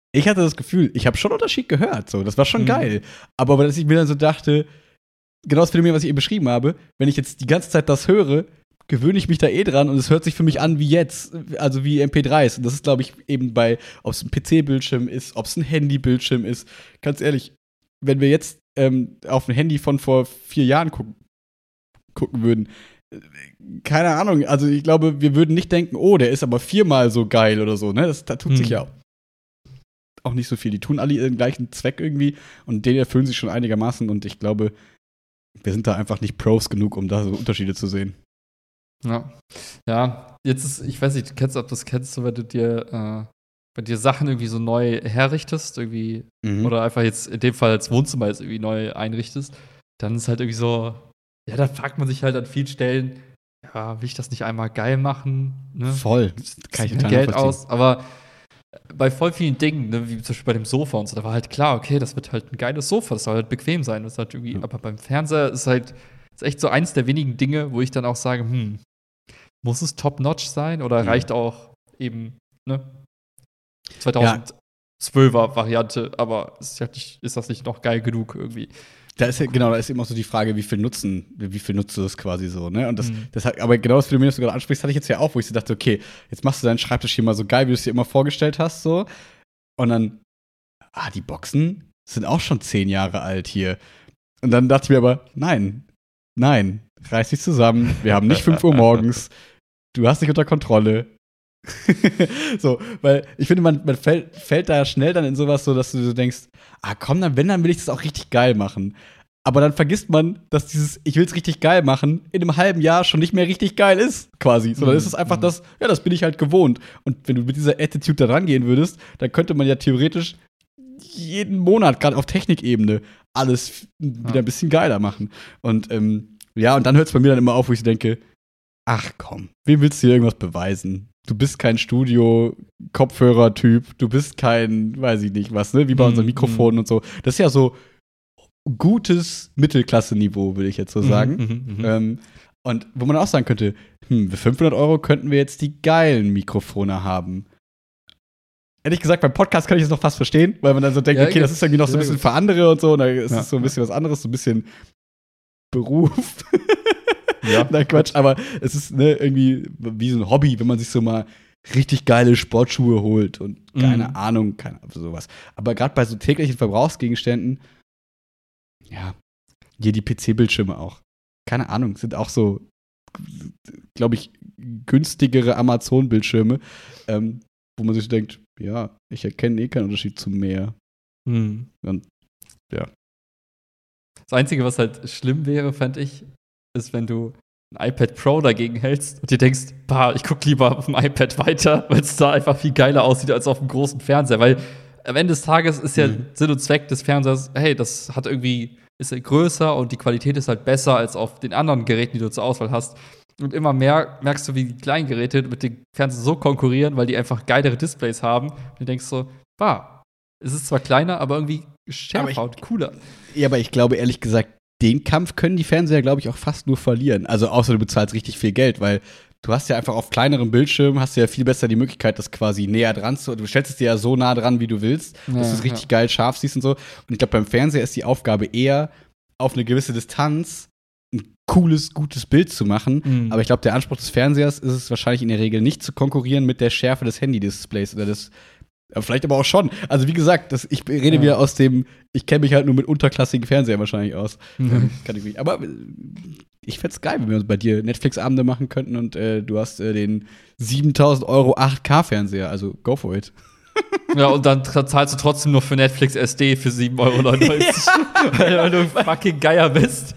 ich hatte das Gefühl, ich habe schon Unterschied gehört, so, das war schon Mhm. geil. Aber, aber dass ich mir dann so dachte, genau das Phänomen, was ich eben beschrieben habe, wenn ich jetzt die ganze Zeit das höre, gewöhne ich mich da eh dran und es hört sich für mich an wie jetzt, also wie M P dreis. Und das ist, glaube ich, eben bei, ob es ein P C-Bildschirm ist, ob es ein Handy-Bildschirm ist. Ganz ehrlich, wenn wir jetzt ähm, auf ein Handy von vor vier Jahren gucken, gucken würden, äh, keine Ahnung, also ich glaube, wir würden nicht denken, oh, der ist aber viermal so geil oder so, ne? Das, da tut sich Mhm. ja auch nicht so viel. Die tun alle ihren gleichen Zweck irgendwie und den erfüllen sie schon einigermaßen und ich glaube, wir sind da einfach nicht Pros genug, um da so Unterschiede zu sehen. Ja. Ja, jetzt ist, ich weiß nicht, du kennst, ob du das kennst, so wenn du dir, äh, wenn dir Sachen irgendwie so neu herrichtest, irgendwie, Mhm. oder einfach jetzt in dem Fall als Wohnzimmer jetzt irgendwie neu einrichtest, dann ist halt irgendwie so, ja, da fragt man sich halt an vielen Stellen, ja, will ich das nicht einmal geil machen? Ne? Voll. Das kann ich Gibt's total mehr Geld nachvollziehen. aus, aber bei voll vielen Dingen, ne, wie zum Beispiel bei dem Sofa und so, da war halt klar, okay, das wird halt ein geiles Sofa, das soll halt bequem sein. Das ist halt irgendwie, Ja. aber beim Fernseher ist halt ist echt so eins der wenigen Dinge, wo ich dann auch sage, hm, muss es top-notch sein oder Ja. reicht auch eben, ne, zweitausendzwölfer Variante, aber ist, ja nicht, ist das nicht noch geil genug irgendwie? Da ist ja, genau, da ist eben auch so die Frage, wie viel Nutzen, wie viel nutzt du das quasi so, ne? Und das, Mhm. das hat, aber genau das Phänomen, das du gerade ansprichst, hatte ich jetzt ja auch, wo ich so dachte, okay, jetzt machst du deinen Schreibtisch hier mal so geil, wie du es dir immer vorgestellt hast, so. Und dann, ah, die Boxen sind auch schon zehn Jahre alt hier. Und dann dachte ich mir aber, nein, nein, reiß dich zusammen, wir haben nicht fünf Uhr morgens, du hast dich unter Kontrolle. So, weil ich finde, man, man fällt, fällt da schnell dann in sowas so, dass du so denkst, ah komm, dann, wenn, dann will ich das auch richtig geil machen. Aber dann vergisst man, dass dieses, ich will es richtig geil machen, in einem halben Jahr schon nicht mehr richtig geil ist, quasi. Sondern Mhm. es ist einfach Mhm. das, ja, das bin ich halt gewohnt. Und wenn du mit dieser Attitude da rangehen würdest, dann könnte man ja theoretisch jeden Monat, gerade auf Technikebene, alles wieder Ja. ein bisschen geiler machen. Und ähm, ja, und dann hört es bei mir dann immer auf, wo ich so denke, ach komm, wem willst du hier irgendwas beweisen? Du bist kein Studio-Kopfhörer-Typ, du bist kein, weiß ich nicht was, ne, wie bei Mhm, unseren Mikrofonen und so. Das ist ja so gutes Mittelklasse-Niveau, würde ich jetzt so sagen. Mhm, mhm, mhm. Ähm, und wo man auch sagen könnte, hm, für fünfhundert Euro könnten wir jetzt die geilen Mikrofone haben. Ehrlich gesagt, beim Podcast kann ich das noch fast verstehen, weil man dann so denkt, Ja, okay, das ist irgendwie noch so ein ja, bisschen gut. für andere und so, und da ist Ja, es so ein ja. bisschen was anderes, so ein bisschen Beruf. Ja. Nein, Quatsch, aber es ist ne, irgendwie wie so ein Hobby, wenn man sich so mal richtig geile Sportschuhe holt und keine Mhm. Ahnung, keine Ahnung, sowas. Aber gerade bei so täglichen Verbrauchsgegenständen, ja, hier die P C-Bildschirme auch. Keine Ahnung, sind auch so, glaube ich, günstigere Amazon-Bildschirme, ähm, wo man sich denkt, ja, ich erkenne eh keinen Unterschied zu mehr. Mhm. Und ja. Das Einzige, was halt schlimm wäre, fand ich, ist, wenn du ein iPad Pro dagegen hältst und dir denkst, bah, ich guck lieber auf dem iPad weiter, weil es da einfach viel geiler aussieht als auf dem großen Fernseher. Weil am Ende des Tages ist ja Mhm. Sinn und Zweck des Fernsehers, hey, das hat irgendwie, ist ja größer und die Qualität ist halt besser als auf den anderen Geräten, die du zur Auswahl hast. Und immer mehr merkst du, wie die kleinen Geräte mit den Fernsehern so konkurrieren, weil die einfach geilere Displays haben. Und du denkst so, bah, es ist zwar kleiner, aber irgendwie schärfer ich- und cooler. Ja, aber ich glaube ehrlich gesagt, den Kampf können die Fernseher, glaube ich, auch fast nur verlieren. Also außer du bezahlst richtig viel Geld, weil du hast ja einfach auf kleineren Bildschirmen hast du ja viel besser die Möglichkeit, das quasi näher dran zu. Du stellst es dir ja so nah dran, wie du willst, Ja, dass du es richtig ja. geil scharf siehst und so. Und ich glaube, beim Fernseher ist die Aufgabe eher, auf eine gewisse Distanz ein cooles, gutes Bild zu machen. Mhm. Aber ich glaube, der Anspruch des Fernsehers ist es wahrscheinlich in der Regel nicht zu konkurrieren mit der Schärfe des Handy-Displays oder des ja, vielleicht aber auch schon. Also wie gesagt, das, ich rede Ja. wieder aus dem, ich kenne mich halt nur mit unterklassigen Fernsehern wahrscheinlich aus. Mhm. Kann ich nicht. Aber äh, ich fänd's geil, wenn wir bei dir Netflix-Abende machen könnten und äh, du hast äh, den siebentausend Euro acht K-Fernseher. Also go for it. Ja, und dann tra- zahlst du trotzdem nur für Netflix S D für sieben Euro neunundneunzig. weil, weil du fucking Geier bist.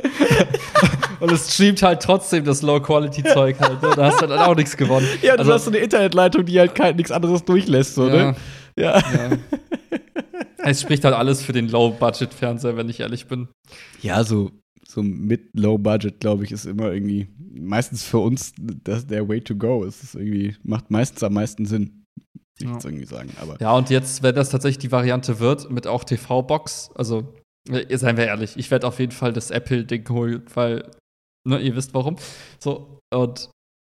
Und es streamt halt trotzdem das Low-Quality-Zeug halt. Ne? Da hast du dann auch nichts gewonnen. Ja, du Also- hast so eine Internetleitung, die halt kein, nichts anderes durchlässt, so, Ja. ne? Ja. Ja. Es spricht halt alles für den Low-Budget-Fernseher, wenn ich ehrlich bin. Ja, so, so mit Low Budget, glaube ich, ist immer irgendwie meistens für uns das, der Way to go. Es ist irgendwie, macht meistens am meisten Sinn. Ich Ja. jetzt irgendwie sagen, aber. Ja, und jetzt, wenn das tatsächlich die Variante wird, mit auch T V-Box, also, äh, seien wir ehrlich, ich werde auf jeden Fall das Apple-Ding holen, weil, ne, ihr wisst warum. So, und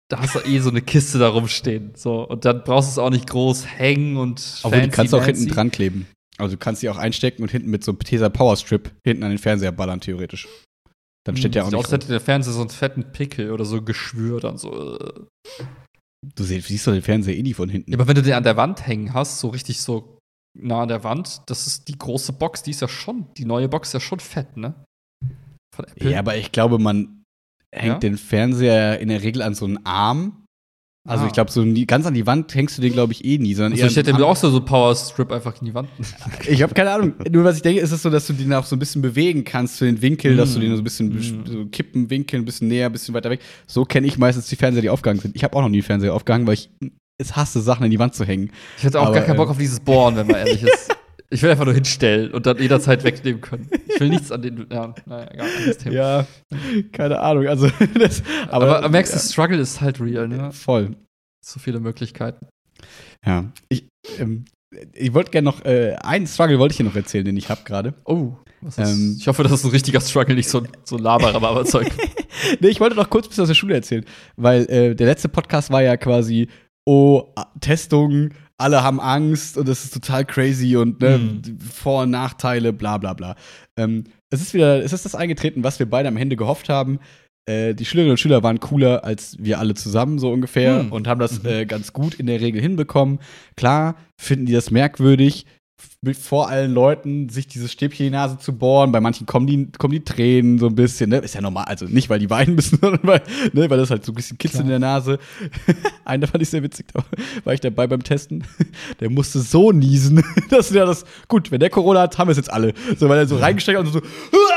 da hast du eh so eine Kiste da rumstehen. So, und dann brauchst du es auch nicht groß hängen und Aber die kannst du auch fancy. hinten dran kleben. Also du kannst die auch einstecken und hinten mit so einem Tesa Power Strip hinten an den Fernseher ballern, theoretisch. Dann steht der auch Sieht nicht aus, hätte der Fernseher so einen fetten Pickel oder so Geschwür dann so. äh. Du siehst, siehst doch den Fernseher eh nie von hinten. Ja, aber wenn du den an der Wand hängen hast, so richtig so nah an der Wand, das ist die große Box, die ist ja schon, die neue Box ist ja schon fett, ne? Von Apple. Ja, aber ich glaube, man hängt Ja? den Fernseher in der Regel an so einen Arm. Also Ah. ich glaube, so nie, ganz an die Wand hängst du den, glaube ich, eh nie, sondern Also eher ich hätte an mir so auch so so Power Strip einfach in die Wand. Ich habe keine Ahnung. Nur was ich denke, ist es so, dass du den auch so ein bisschen bewegen kannst für den Winkel, Mm. dass du den so ein bisschen Mm. so kippen, winkeln, ein bisschen näher, ein bisschen weiter weg. So kenne ich meistens die Fernseher, die aufgehangen sind. Ich habe auch noch nie Fernseher aufgehangen, weil ich es hasse, Sachen in die Wand zu hängen. Ich hätte auch Aber, gar keinen Bock äh, auf dieses Bohren, wenn man ehrlich ist. Ich will einfach nur hinstellen und dann jederzeit wegnehmen können. Ich will nichts an den. Ja, naja, egal, anderes Thema. Ja, keine Ahnung. Also, das, aber, aber, merkst du, ja, Struggle ist halt real, ne? voll. So viele Möglichkeiten. Ja. Ich, ähm, ich wollte gerne noch, äh, einen Struggle wollte ich dir noch erzählen, den ich habe gerade. Oh, was ist, Ähm. ich hoffe, das ist ein richtiger Struggle, nicht so, so ein Laber-Zeug. Nee, ich wollte noch kurz bis aus der Schule erzählen, weil äh, der letzte Podcast war ja quasi, oh, Testung, alle haben Angst und das ist total crazy und ne, Mhm. Vor- und Nachteile, bla bla bla. Ähm, es ist wieder, es ist das eingetreten, was wir beide am Ende gehofft haben. Äh, die Schülerinnen und Schüler waren cooler als wir alle zusammen, so ungefähr, Mhm. und haben das Mhm. äh, ganz gut in der Regel hinbekommen. Klar finden die das merkwürdig, mit vor allen Leuten sich dieses Stäbchen in die Nase zu bohren. Bei manchen kommen die, kommen die Tränen so ein bisschen, ne? Ist ja normal, also nicht, weil die weinen müssen, sondern weil, ne, weil das halt so ein bisschen kitzelt in der Nase. Einen fand ich sehr witzig, da war ich dabei beim Testen. Der musste so niesen, dass der das, gut, wenn der Corona hat, haben wir es jetzt alle. So, weil er so reingesteckt hat und so,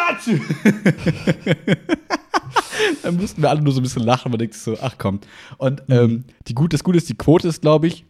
dann mussten wir alle nur so ein bisschen lachen. Man denkt sich so, ach komm. Und ähm, die gut, das Gute ist, die Quote ist, glaube ich,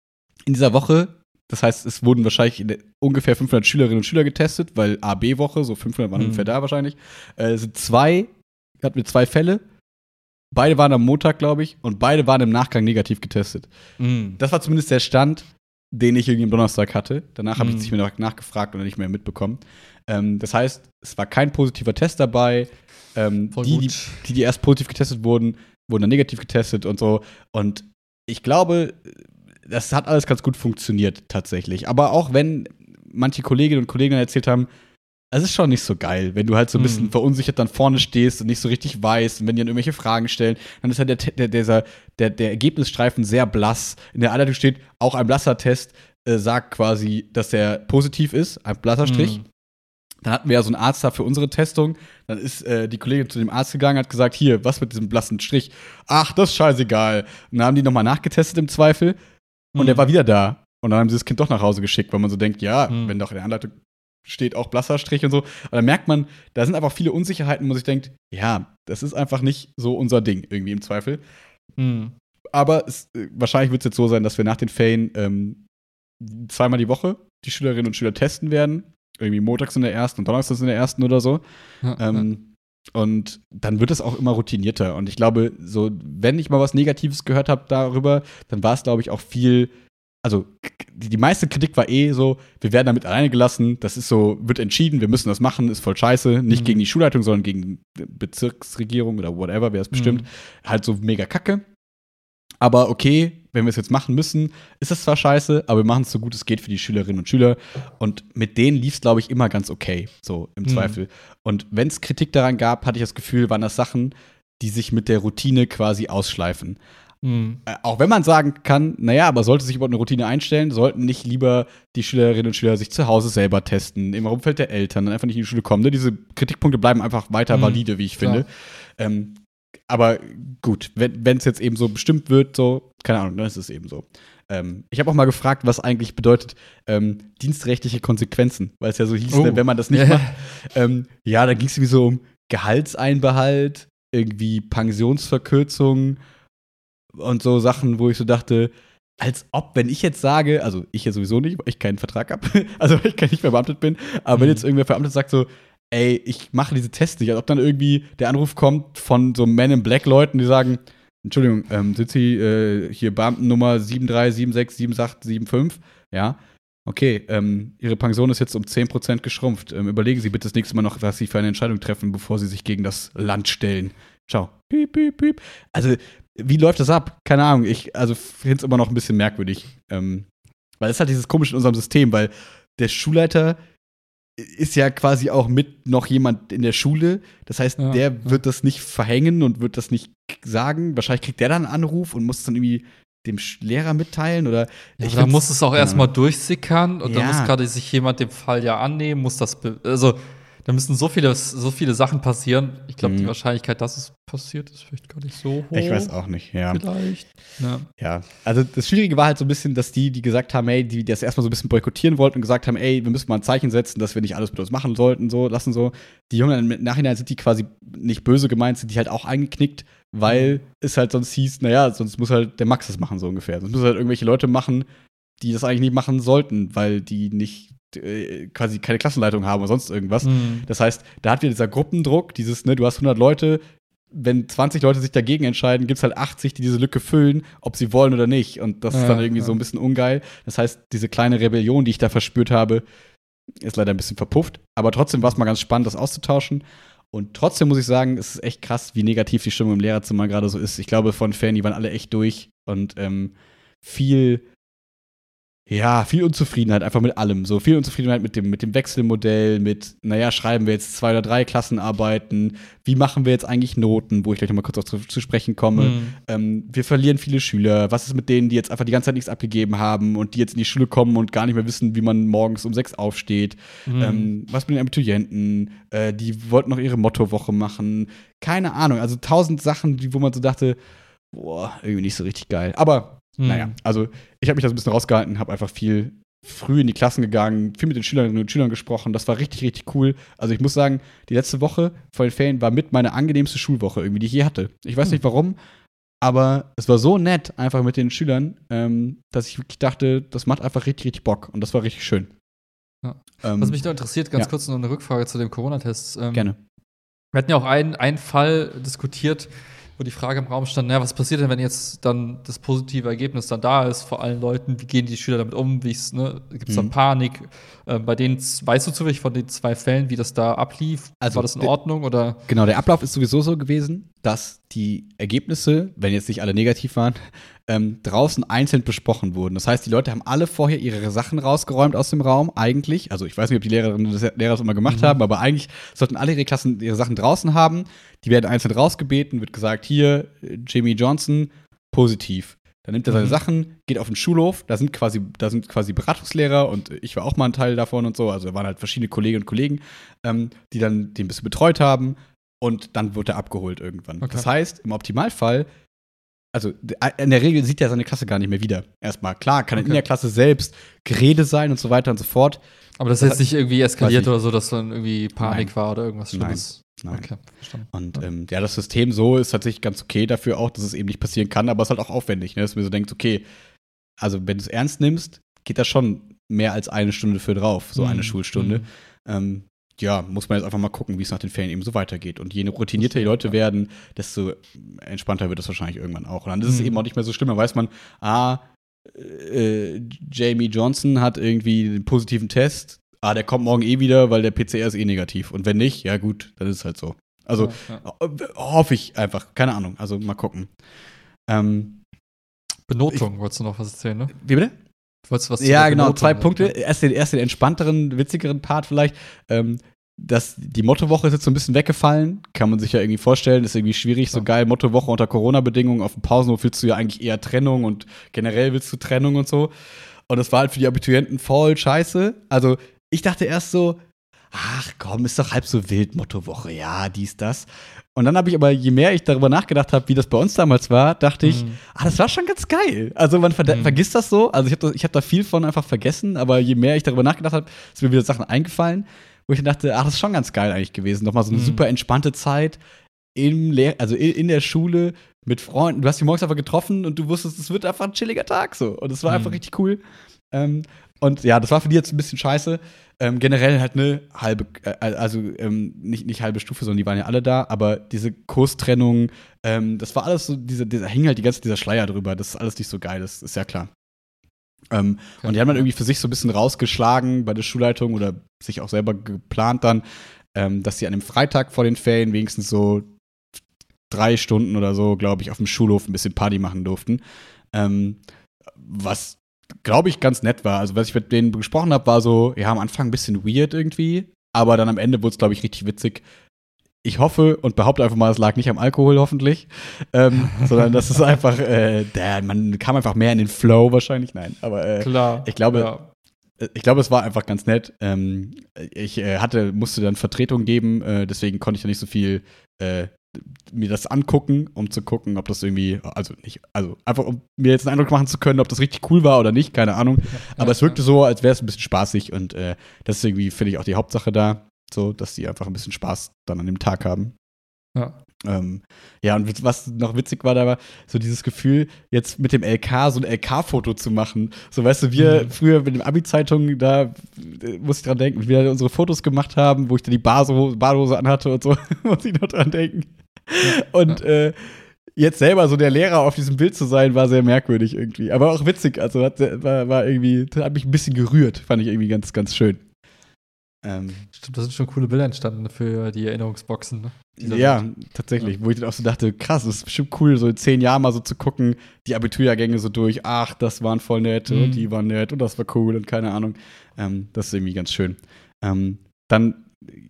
in dieser Woche. Das heißt, es wurden wahrscheinlich in der, ungefähr fünfhundert Schülerinnen und Schüler getestet, weil A B-Woche, so fünfhundert waren Mhm. ungefähr da wahrscheinlich. Äh, sind zwei, hatten wir zwei Fälle. Beide waren am Montag, glaube ich, und beide waren im Nachgang negativ getestet. Mhm. Das war zumindest der Stand, den ich irgendwie am Donnerstag hatte. Danach habe ich Mhm. nicht mehr nach- nachgefragt oder nicht mehr mitbekommen. Ähm, das heißt, es war kein positiver Test dabei. Ähm, Voll die, gut. die, die, die erst positiv getestet wurden, wurden dann negativ getestet und so. Und ich glaube, das hat alles ganz gut funktioniert, tatsächlich. Aber auch wenn manche Kolleginnen und Kollegen dann erzählt haben, es ist schon nicht so geil, wenn du halt so ein bisschen Mhm. verunsichert dann vorne stehst und nicht so richtig weißt und wenn die dann irgendwelche Fragen stellen, dann ist halt der, der, dieser, der, der Ergebnisstreifen sehr blass. In der Anleitung steht, auch ein blasser Test äh, sagt quasi, dass der positiv ist, ein blasser Strich. Mhm. Dann hatten wir ja so einen Arzt da für unsere Testung. Dann ist äh, die Kollegin zu dem Arzt gegangen, hat gesagt, hier, was mit diesem blassen Strich? Ach, das ist scheißegal. Und dann haben die nochmal nachgetestet im Zweifel und Mhm. der war wieder da. Und dann haben sie das Kind doch nach Hause geschickt, weil man so denkt, ja, Mhm. wenn doch in der Anleitung steht auch blasser Strich und so. Aber dann merkt man, da sind einfach viele Unsicherheiten, wo man sich denkt, ja, das ist einfach nicht so unser Ding irgendwie im Zweifel. Mhm. Aber es, äh, wahrscheinlich wird es jetzt so sein, dass wir nach den Ferien ähm, zweimal die Woche die Schülerinnen und Schüler testen werden. Irgendwie montags in der ersten und donnerstags in der ersten oder so. Ja, Ähm, und dann wird es auch immer routinierter. Und ich glaube, so, wenn ich mal was Negatives gehört habe darüber, dann war es, glaube ich, auch viel. Also, die, die meiste Kritik war eh so, wir werden damit alleine gelassen, das ist so, wird entschieden, wir müssen das machen, ist voll scheiße. Nicht Mhm. gegen die Schulleitung, sondern gegen die Bezirksregierung oder whatever, wer es bestimmt. Mhm. Halt so mega kacke. Aber okay, wenn wir es jetzt machen müssen, ist es zwar scheiße, aber wir machen es so gut es geht für die Schülerinnen und Schüler. Und mit denen lief es, glaube ich, immer ganz okay, so im Mhm. Zweifel. Und wenn es Kritik daran gab, hatte ich das Gefühl, waren das Sachen, die sich mit der Routine quasi ausschleifen. Mhm. Äh, auch wenn man sagen kann, naja, aber sollte sich überhaupt eine Routine einstellen, sollten nicht lieber die Schülerinnen und Schüler sich zu Hause selber testen, im Umfeld der Eltern, dann einfach nicht in die Schule kommen. Ne? Diese Kritikpunkte bleiben einfach weiter Mhm. valide, wie ich Klar. finde. Ähm, aber gut, wenn es jetzt eben so bestimmt wird, so, keine Ahnung, dann ist es eben so. Ähm, ich habe auch mal gefragt, was eigentlich bedeutet ähm, dienstrechtliche Konsequenzen, weil es ja so hieß, Oh. ne, wenn man das nicht Ja. macht. Ähm, ja, da ging es irgendwie so um Gehaltseinbehalt, irgendwie Pensionsverkürzung und so Sachen, wo ich so dachte, als ob, wenn ich jetzt sage, also ich ja sowieso nicht, weil ich keinen Vertrag habe, also weil ich nicht verbeamtet bin, aber wenn Mhm. jetzt irgendwer verbeamtet sagt so, ey, ich mache diese Tests nicht, als ob dann irgendwie der Anruf kommt von so Men in Black Leuten, die sagen, Entschuldigung, ähm, sind Sie äh, hier Beamtennummer sieben drei sieben sechs sieben acht sieben fünf? Ja. Okay, ähm, Ihre Pension ist jetzt um zehn Prozent geschrumpft. Ähm, überlegen Sie bitte das nächste Mal noch, was Sie für eine Entscheidung treffen, bevor Sie sich gegen das Land stellen. Ciao. Piep, piep, piep. Also, wie läuft das ab? Keine Ahnung. Ich also finde es immer noch ein bisschen merkwürdig. Ähm, weil es ist halt dieses Komische in unserem System, weil der Schulleiter ist ja quasi auch mit noch jemand in der Schule. Das heißt, Ja, der ja. wird das nicht verhängen und wird das nicht sagen. Wahrscheinlich kriegt der dann einen Anruf und muss es dann irgendwie dem Sch- Lehrer mitteilen oder Ja, ich da find's- muss es auch keine erstmal Ahnung. durchsickern und dann Ja. muss gerade sich jemand dem Fall ja annehmen, muss das, be- also da müssen so viele, so viele Sachen passieren. Ich glaube, die Mhm. Wahrscheinlichkeit, dass es passiert, ist vielleicht gar nicht so hoch. Ich weiß auch nicht, ja. Vielleicht. Ja. Ja, also das Schwierige war halt so ein bisschen, dass die, die gesagt haben, ey, die das erstmal so ein bisschen boykottieren wollten und gesagt haben, ey, wir müssen mal ein Zeichen setzen, dass wir nicht alles mit uns machen sollten, so, lassen so. Die Jungen im Nachhinein sind die quasi nicht böse gemeint, sind die halt auch eingeknickt, weil es halt sonst hieß, naja, sonst muss halt der Max das machen, so ungefähr. Sonst müssen halt irgendwelche Leute machen, die das eigentlich nicht machen sollten, weil die nicht äh, quasi keine Klassenleitung haben oder sonst irgendwas. Mhm. Das heißt, da hat wieder dieser Gruppendruck, dieses, ne, du hast hundert Leute, wenn zwanzig Leute sich dagegen entscheiden, gibt es halt achtzig, die diese Lücke füllen, ob sie wollen oder nicht. Und das Ja, ist dann irgendwie ja. so ein bisschen ungeil. Das heißt, diese kleine Rebellion, die ich da verspürt habe, ist leider ein bisschen verpufft. Aber trotzdem war es mal ganz spannend, das auszutauschen. Und trotzdem muss ich sagen, es ist echt krass, wie negativ die Stimmung im Lehrerzimmer gerade so ist. Ich glaube, von Fan, die waren alle echt durch und ähm, viel Ja, viel Unzufriedenheit einfach mit allem. So viel Unzufriedenheit mit dem, mit dem Wechselmodell, mit, naja, schreiben wir jetzt zwei oder drei Klassenarbeiten, wie machen wir jetzt eigentlich Noten, wo ich gleich nochmal kurz auch zu, zu sprechen komme. Mhm. Ähm, wir verlieren viele Schüler. Was ist mit denen, die jetzt einfach die ganze Zeit nichts abgegeben haben und die jetzt in die Schule kommen und gar nicht mehr wissen, wie man morgens um sechs aufsteht? Mhm. Ähm, was mit den Abiturienten? Äh, die wollten noch ihre Mottowoche machen. Keine Ahnung. Also tausend Sachen, die, wo man so dachte, boah, irgendwie nicht so richtig geil. Aber Mhm. naja, also ich habe mich da so ein bisschen rausgehalten, habe einfach viel früh in die Klassen gegangen, viel mit den Schülerinnen und Schülern gesprochen. Das war richtig, richtig cool. Also ich muss sagen, die letzte Woche vor den Ferien war mit meine angenehmste Schulwoche irgendwie, die ich je hatte. Ich weiß Hm. nicht warum, aber es war so nett einfach mit den Schülern, ähm, dass ich wirklich dachte, das macht einfach richtig, richtig Bock. Und das war richtig schön. Ja. Ähm, Was mich da interessiert, ganz ja. kurz noch eine Rückfrage zu dem Corona-Test. Ähm, Gerne. Wir hatten ja auch einen, einen Fall diskutiert, wo die Frage im Raum stand, naja, was passiert denn, wenn jetzt dann das positive Ergebnis dann da ist vor allen Leuten? Wie gehen die Schüler damit um? Wie ne, gibt es dann Mhm. Panik? Äh, bei denen, weißt du zufällig von den zwei Fällen, wie das da ablief? Also, War das in d- Ordnung oder? Genau, der Ablauf ist sowieso so gewesen, dass die Ergebnisse, wenn jetzt nicht alle negativ waren, ähm, draußen einzeln besprochen wurden. Das heißt, die Leute haben alle vorher ihre Sachen rausgeräumt aus dem Raum, eigentlich. Also ich weiß nicht, ob die Lehrerinnen das, Lehrer das immer gemacht Mhm. haben, aber eigentlich sollten alle ihre Klassen ihre Sachen draußen haben. Die werden einzeln rausgebeten, wird gesagt, hier, äh, Jamie Johnson, positiv. Dann nimmt er seine Mhm. Sachen, geht auf den Schulhof, da sind quasi, da sind quasi Beratungslehrer und ich war auch mal ein Teil davon und so. Also da waren halt verschiedene Kolleginnen und Kollegen, ähm, die dann den ein bisschen betreut haben und dann wurde er abgeholt irgendwann. Okay. Das heißt, im Optimalfall, also d- in der Regel sieht er seine Klasse gar nicht mehr wieder. Erstmal, klar, kann Okay. in der Klasse selbst Gerede sein und so weiter und so fort. Aber das ist jetzt nicht irgendwie Weiß eskaliert ich. oder so, dass dann irgendwie Panik Nein. war oder irgendwas Schlimmes. Nein. Okay, verstanden. Und Ja. ähm, ja, das System so ist tatsächlich ganz okay dafür auch, dass es eben nicht passieren kann, aber es ist halt auch aufwendig, ne? Dass man so denkt, okay, also wenn du es ernst nimmst, geht da schon mehr als eine Stunde für drauf, so Mhm. eine Schulstunde. Mhm. Ähm, ja, muss man jetzt einfach mal gucken, wie es nach den Ferien eben so weitergeht. Und je routinierter die Verstehe, Leute ja. werden, desto entspannter wird das wahrscheinlich irgendwann auch. Und dann ist es Mhm. eben auch nicht mehr so schlimm. Dann weiß man, ah, äh, Jamie Johnson hat irgendwie einen positiven Test. Ah, der kommt morgen eh wieder, weil der P C R ist eh negativ. Und wenn nicht, ja gut, dann ist es halt so. Also Ja, ja. äh, hoffe ich einfach. Keine Ahnung. Also mal gucken. Ähm, Benotung, wolltest du noch was erzählen, ne? wie bitte? Wolltest du was zu Ja, der genau, Benotung zwei sagen? Punkte. Ja. Erst den, erst den entspannteren, witzigeren Part vielleicht. Ähm, das, die Mottowoche ist jetzt so ein bisschen weggefallen. Kann man sich ja irgendwie vorstellen. Ist irgendwie schwierig. So Ja. geil, Mottowoche unter Corona-Bedingungen. Auf dem Pausenhof willst du ja eigentlich eher Trennung und generell willst du Trennung und so. Und das war halt für die Abiturienten voll scheiße. Also, ich dachte erst so, ach komm, ist doch halb so wild, Mottowoche, ja, dies, das. Und dann habe ich aber, je mehr ich darüber nachgedacht habe, wie das bei uns damals war, dachte ich, Mhm. ah, das war schon ganz geil. Also man ver Mhm. vergisst das so. Also ich habe ich hab da viel von einfach vergessen, aber je mehr ich darüber nachgedacht habe, ist mir wieder Sachen eingefallen, wo ich dann dachte, ach, das ist schon ganz geil eigentlich gewesen. Nochmal so eine Mhm. super entspannte Zeit im Lehr also in, in der Schule mit Freunden. Du hast die morgens einfach getroffen und du wusstest, es wird einfach ein chilliger Tag so. Und es war Mhm. einfach richtig cool. Ähm, und ja, das war für die jetzt ein bisschen scheiße. Ähm, generell halt eine halbe, äh, also ähm, nicht, nicht halbe Stufe, sondern die waren ja alle da, aber diese Kurstrennung, ähm, das war alles so, diese, dieser hing halt die ganze dieser Schleier drüber, das ist alles nicht so geil, das ist ja klar. Ähm, Okay. Und die haben dann irgendwie für sich so ein bisschen rausgeschlagen bei der Schulleitung oder sich auch selber geplant dann, ähm, dass sie an dem Freitag vor den Ferien wenigstens so drei Stunden oder so, glaube ich, auf dem Schulhof ein bisschen Party machen durften. Ähm, was, glaube ich, ganz nett war. Also, was ich mit denen gesprochen habe, war so, ja, am Anfang ein bisschen weird irgendwie, aber dann am Ende wurde es, glaube ich, richtig witzig. Ich hoffe und behaupte einfach mal, es lag nicht am Alkohol, hoffentlich, ähm, sondern das ist einfach, äh, der, man kam einfach mehr in den Flow wahrscheinlich. Nein, aber äh, Klar. ich glaube, Ja. ich glaube, es war einfach ganz nett. Ähm, ich äh, hatte, musste dann Vertretung geben, äh, deswegen konnte ich da nicht so viel äh, mir das angucken, um zu gucken, ob das irgendwie, also nicht, also einfach um mir jetzt einen Eindruck machen zu können, ob das richtig cool war oder nicht, keine Ahnung. Aber Ja, es wirkte so, als wäre es ein bisschen spaßig und äh, das ist irgendwie, finde ich, auch die Hauptsache da, so, dass die einfach ein bisschen Spaß dann an dem Tag haben. Ja. Ähm, ja, und was noch witzig war, da war so dieses Gefühl, jetzt mit dem L K so ein L K-Foto zu machen. So, weißt du, wir mhm. früher mit den Abi-Zeitungen, da äh, muss ich dran denken, wie wir unsere Fotos gemacht haben, wo ich dann die Badehose, Badehose anhatte und so, muss ich noch dran denken. Ja. Und äh, jetzt selber so der Lehrer auf diesem Bild zu sein, war sehr merkwürdig irgendwie. Aber auch witzig, also hat, war, war irgendwie, hat mich ein bisschen gerührt, fand ich irgendwie ganz, ganz schön. Ähm, Stimmt, da sind schon coole Bilder entstanden für die Erinnerungsboxen. Ne? Ja, Welt. tatsächlich. Ja. Wo ich dann auch so dachte, krass, das ist bestimmt cool, so in zehn Jahren mal so zu gucken, die Abiturjahrgänge so durch. Ach, das waren voll nett mhm. und die waren nett und das war cool und keine Ahnung. Ähm, das ist irgendwie ganz schön. Ähm, dann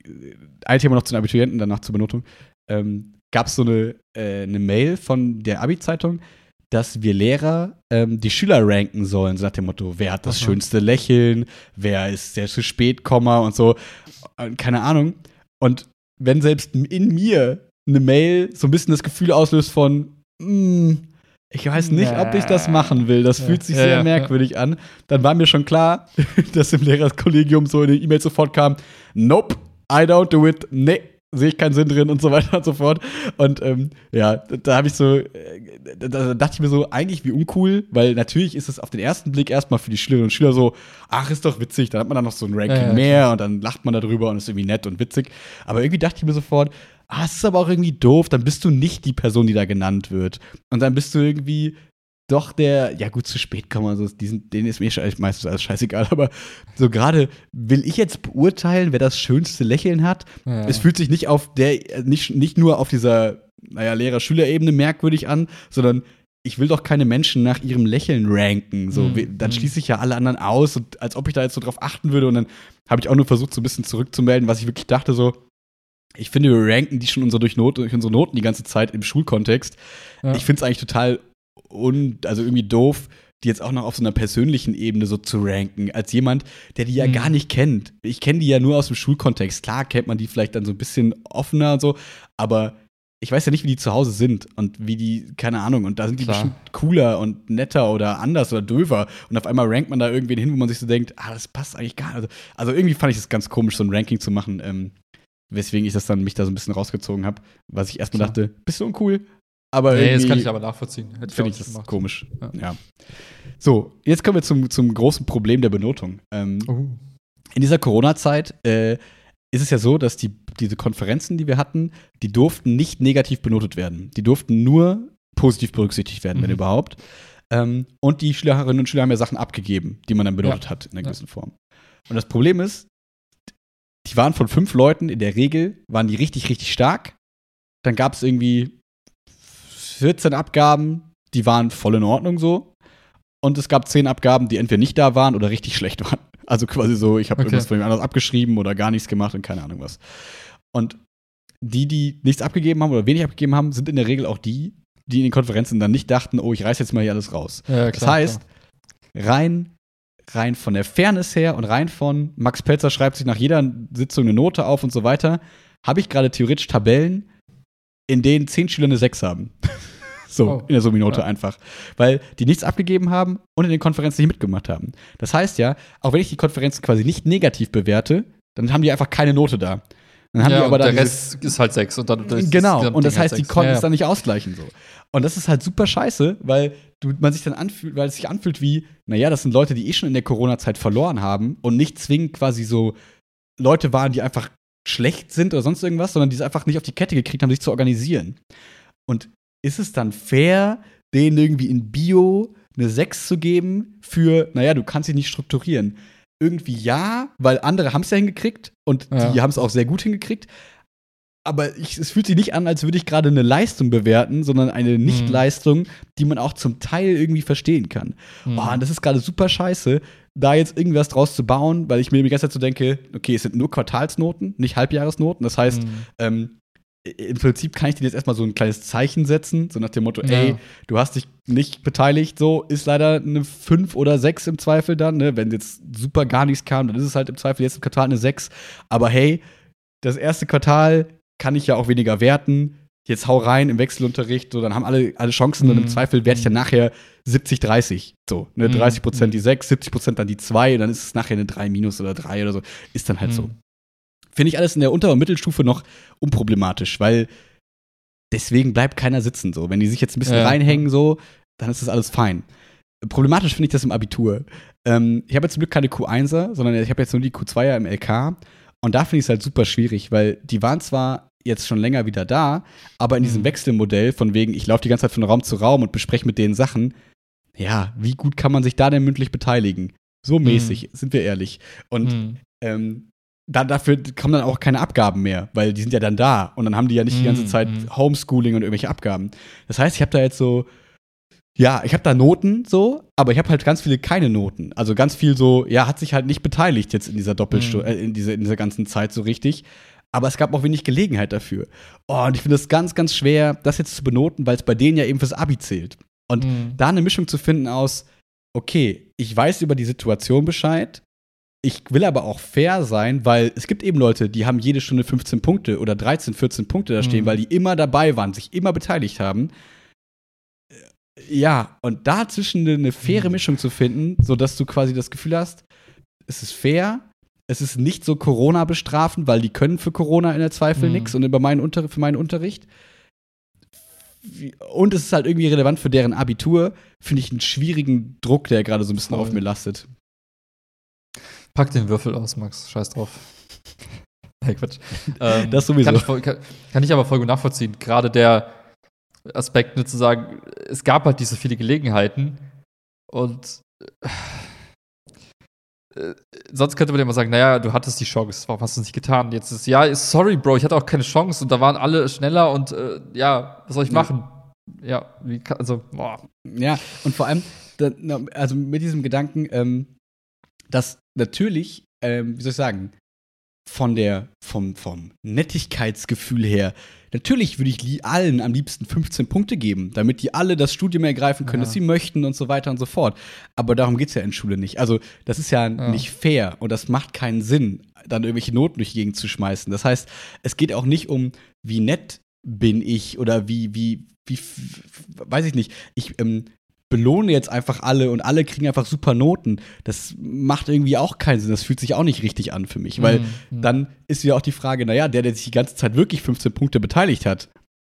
ein Thema noch zu den Abiturienten, danach zur Benotung. Ähm, Gab es so eine, äh, eine Mail von der Abi-Zeitung, dass wir Lehrer ähm, die Schüler ranken sollen, so nach dem Motto, wer hat das Aha. schönste Lächeln, wer ist der zu spät Komma und so, keine Ahnung. Und wenn selbst in mir eine Mail so ein bisschen das Gefühl auslöst von, mm, ich weiß nicht, ob ich das machen will, das ja. fühlt sich ja, sehr ja, merkwürdig ja. an, dann war mir schon klar, dass im Lehrerkollegium so eine E-Mail sofort kam, nope, I don't do it, nee. Sehe ich keinen Sinn drin und so weiter und so fort. Und ähm, ja, da, da habe ich so, da, da dachte ich mir so, eigentlich wie uncool, weil natürlich ist es auf den ersten Blick erstmal für die Schülerinnen und Schüler so, ach, ist doch witzig, dann hat man dann noch so ein Ranking ja, ja, mehr klar. Und dann lacht man darüber und ist irgendwie nett und witzig. Aber irgendwie dachte ich mir sofort, ah, es ist aber auch irgendwie doof, dann bist du nicht die Person, die da genannt wird. Und dann bist du irgendwie doch der, ja gut, zu spät kommen, also diesen, denen ist mir meistens alles scheißegal, aber so gerade will ich jetzt beurteilen, wer das schönste Lächeln hat. Ja. Es fühlt sich nicht auf der, nicht, nicht nur auf dieser, naja, Lehrer-Schüler-Ebene merkwürdig an, sondern ich will doch keine Menschen nach ihrem Lächeln ranken. So, mhm. Dann schließe ich ja alle anderen aus, und als ob ich da jetzt so drauf achten würde. Und dann habe ich auch nur versucht, so ein bisschen zurückzumelden, was ich wirklich dachte, so, ich finde, wir ranken die schon unsere, durch, Not, durch unsere Noten die ganze Zeit im Schulkontext. Ja. Ich finde es eigentlich total und also irgendwie doof, die jetzt auch noch auf so einer persönlichen Ebene so zu ranken, als jemand, der die ja mhm. gar nicht kennt. Ich kenne die ja nur aus dem Schulkontext. Klar kennt man die vielleicht dann so ein bisschen offener und so, aber ich weiß ja nicht, wie die zu Hause sind und wie die, keine Ahnung, und da sind die Klar. bestimmt cooler und netter oder anders oder döver und auf einmal rankt man da irgendwen hin, wo man sich so denkt, ah, das passt eigentlich gar nicht. Also, also irgendwie fand ich es ganz komisch, so ein Ranking zu machen, ähm, weswegen ich das dann mich da so ein bisschen rausgezogen habe, was ich erstmal dachte, bist du uncool? Aber nee, das kann ich aber nachvollziehen. Finde ich das gemacht. Komisch. Ja. ja. So, jetzt kommen wir zum, zum großen Problem der Benotung. Ähm, uh. In dieser Corona-Zeit äh, ist es ja so, dass die, diese Konferenzen, die wir hatten, die durften nicht negativ benotet werden. Die durften nur positiv berücksichtigt werden, mhm. wenn überhaupt. Ähm, und die Schülerinnen und Schüler haben ja Sachen abgegeben, die man dann benotet ja. hat in einer gewissen ja. Form. Und das Problem ist, die waren von fünf Leuten, in der Regel waren die richtig, richtig stark. Dann gab es irgendwie vierzehn Abgaben, die waren voll in Ordnung so. Und es gab zehn Abgaben, die entweder nicht da waren oder richtig schlecht waren. Also quasi so, ich habe okay. irgendwas von jemand anders abgeschrieben oder gar nichts gemacht und keine Ahnung was. Und die, die nichts abgegeben haben oder wenig abgegeben haben, sind in der Regel auch die, die in den Konferenzen dann nicht dachten, oh, ich reiß jetzt mal hier alles raus. Ja, klar, das heißt, klar. rein rein von der Fairness her und rein von Max Pelzer schreibt sich nach jeder Sitzung eine Note auf und so weiter, habe ich gerade theoretisch Tabellen, in denen zehn Schüler eine sechs haben. so, oh, in der Summinote ja. einfach. Weil die nichts abgegeben haben und in den Konferenzen nicht mitgemacht haben. Das heißt ja, auch wenn ich die Konferenzen quasi nicht negativ bewerte, dann haben die einfach keine Note da. Dann haben ja, die aber und dann der Rest ist halt sechs. Und dann genau, und das heißt, halt die konnten ja, es dann nicht ausgleichen. So. Und das ist halt super scheiße, weil du, man sich dann anfühlt, weil es sich anfühlt wie, naja, das sind Leute, die eh schon in der Corona-Zeit verloren haben und nicht zwingend quasi so Leute waren, die einfach schlecht sind oder sonst irgendwas, sondern die es einfach nicht auf die Kette gekriegt haben, sich zu organisieren. Und ist es dann fair, denen irgendwie in Bio eine sechs zu geben für, naja, du kannst dich nicht strukturieren? Irgendwie ja, weil andere haben es ja hingekriegt und ja. die haben es auch sehr gut hingekriegt. aber ich, es fühlt sich nicht an, als würde ich gerade eine Leistung bewerten, sondern eine Nichtleistung, die man auch zum Teil irgendwie verstehen kann. Mhm. Boah, und das ist gerade super scheiße, da jetzt irgendwas draus zu bauen, weil ich mir die ganze Zeit so denke, okay, es sind nur Quartalsnoten, nicht Halbjahresnoten. Das heißt, Mhm. ähm, im Prinzip kann ich dir jetzt erstmal so ein kleines Zeichen setzen, so nach dem Motto, Ja. ey, du hast dich nicht beteiligt, so ist leider eine fünf oder sechs im Zweifel dann, ne? Wenn jetzt super gar nichts kam, dann ist es halt im Zweifel jetzt im Quartal eine sechs. Aber hey, das erste Quartal kann ich ja auch weniger werten. Jetzt hau rein im Wechselunterricht, so, dann haben alle, alle Chancen Mhm. und im Zweifel werte ich dann nachher siebzig dreißig. So, ne, Mhm. dreißig Prozent die sechs, siebzig Prozent dann die zwei, und dann ist es nachher eine drei minus oder drei oder so. Ist dann halt Mhm. so. Finde ich alles in der Unter- und Mittelstufe noch unproblematisch, weil deswegen bleibt keiner sitzen. So. Wenn die sich jetzt ein bisschen Ja. reinhängen, so, dann ist das alles fein. Problematisch finde ich das im Abitur. Ähm, ich habe jetzt zum Glück keine Q einser, sondern ich habe jetzt nur die Q zweier im L K. Und da finde ich es halt super schwierig, weil die waren zwar jetzt schon länger wieder da, aber in diesem Mhm. Wechselmodell von wegen, ich laufe die ganze Zeit von Raum zu Raum und bespreche mit denen Sachen, ja, wie gut kann man sich da denn mündlich beteiligen? So mäßig, sind wir ehrlich. Und Mhm. ähm, da, dafür kommen dann auch keine Abgaben mehr, weil die sind ja dann da und dann haben die ja nicht die ganze Mhm, Zeit mhm. Homeschooling und irgendwelche Abgaben. Das heißt, ich habe da jetzt so, ja, ich habe da Noten so, aber ich habe halt ganz viele keine Noten. Also ganz viel so, ja, hat sich halt nicht beteiligt jetzt in dieser Doppelstunde, Mhm. äh, in, dieser, in dieser ganzen Zeit so richtig. Aber es gab auch wenig Gelegenheit dafür. Oh, und ich finde es ganz, ganz schwer, das jetzt zu benoten, weil es bei denen ja eben fürs Abi zählt. Und Mhm. da eine Mischung zu finden aus, okay, ich weiß über die Situation Bescheid, ich will aber auch fair sein, weil es gibt eben Leute, die haben jede Stunde fünfzehn Punkte oder dreizehn, vierzehn Punkte da stehen, Mhm. weil die immer dabei waren, sich immer beteiligt haben. Ja, und dazwischen eine, eine faire Mhm. Mischung zu finden, sodass du quasi das Gefühl hast, es ist fair, es ist nicht so Corona bestrafen, weil die können für Corona in der Zweifel Mhm. nichts und über meinen Unter- für meinen Unterricht. Wie- Und es ist halt irgendwie relevant für deren Abitur, finde ich einen schwierigen Druck, der gerade so ein bisschen Voll. auf mir lastet. Pack den Würfel aus, Max. Scheiß drauf. Hey, Quatsch. Ähm, Das sowieso. Kann ich, voll, kann, kann ich aber voll gut nachvollziehen. Gerade der Aspekt, ne, zu sagen, es gab halt diese viele Gelegenheiten und äh, sonst könnte man ja immer sagen, naja, du hattest die Chance, warum hast du es nicht getan? Jetzt ist, ja, sorry, Bro, ich hatte auch keine Chance und da waren alle schneller und äh, ja, was soll ich Ja. machen? Ja, wie kann, also, boah. Ja, und vor allem, da, na, also mit diesem Gedanken, ähm, dass natürlich, ähm, wie soll ich sagen, von der, vom, vom Nettigkeitsgefühl her, natürlich würde ich li- allen am liebsten fünfzehn Punkte geben, damit die alle das Studium ergreifen können, Ja. das sie möchten und so weiter und so fort. Aber darum geht es ja in Schule nicht. Also, das ist ja, Ja. nicht fair und das macht keinen Sinn, dann irgendwelche Noten durch die Gegend zu schmeißen. Das heißt, es geht auch nicht um, wie nett bin ich oder wie, wie, wie, f- f- weiß ich nicht. Ich ähm, belohne jetzt einfach alle und alle kriegen einfach super Noten. Das macht irgendwie auch keinen Sinn. Das fühlt sich auch nicht richtig an für mich, weil Mhm. dann ist wieder auch die Frage, naja, der, der sich die ganze Zeit wirklich fünfzehn Punkte beteiligt hat,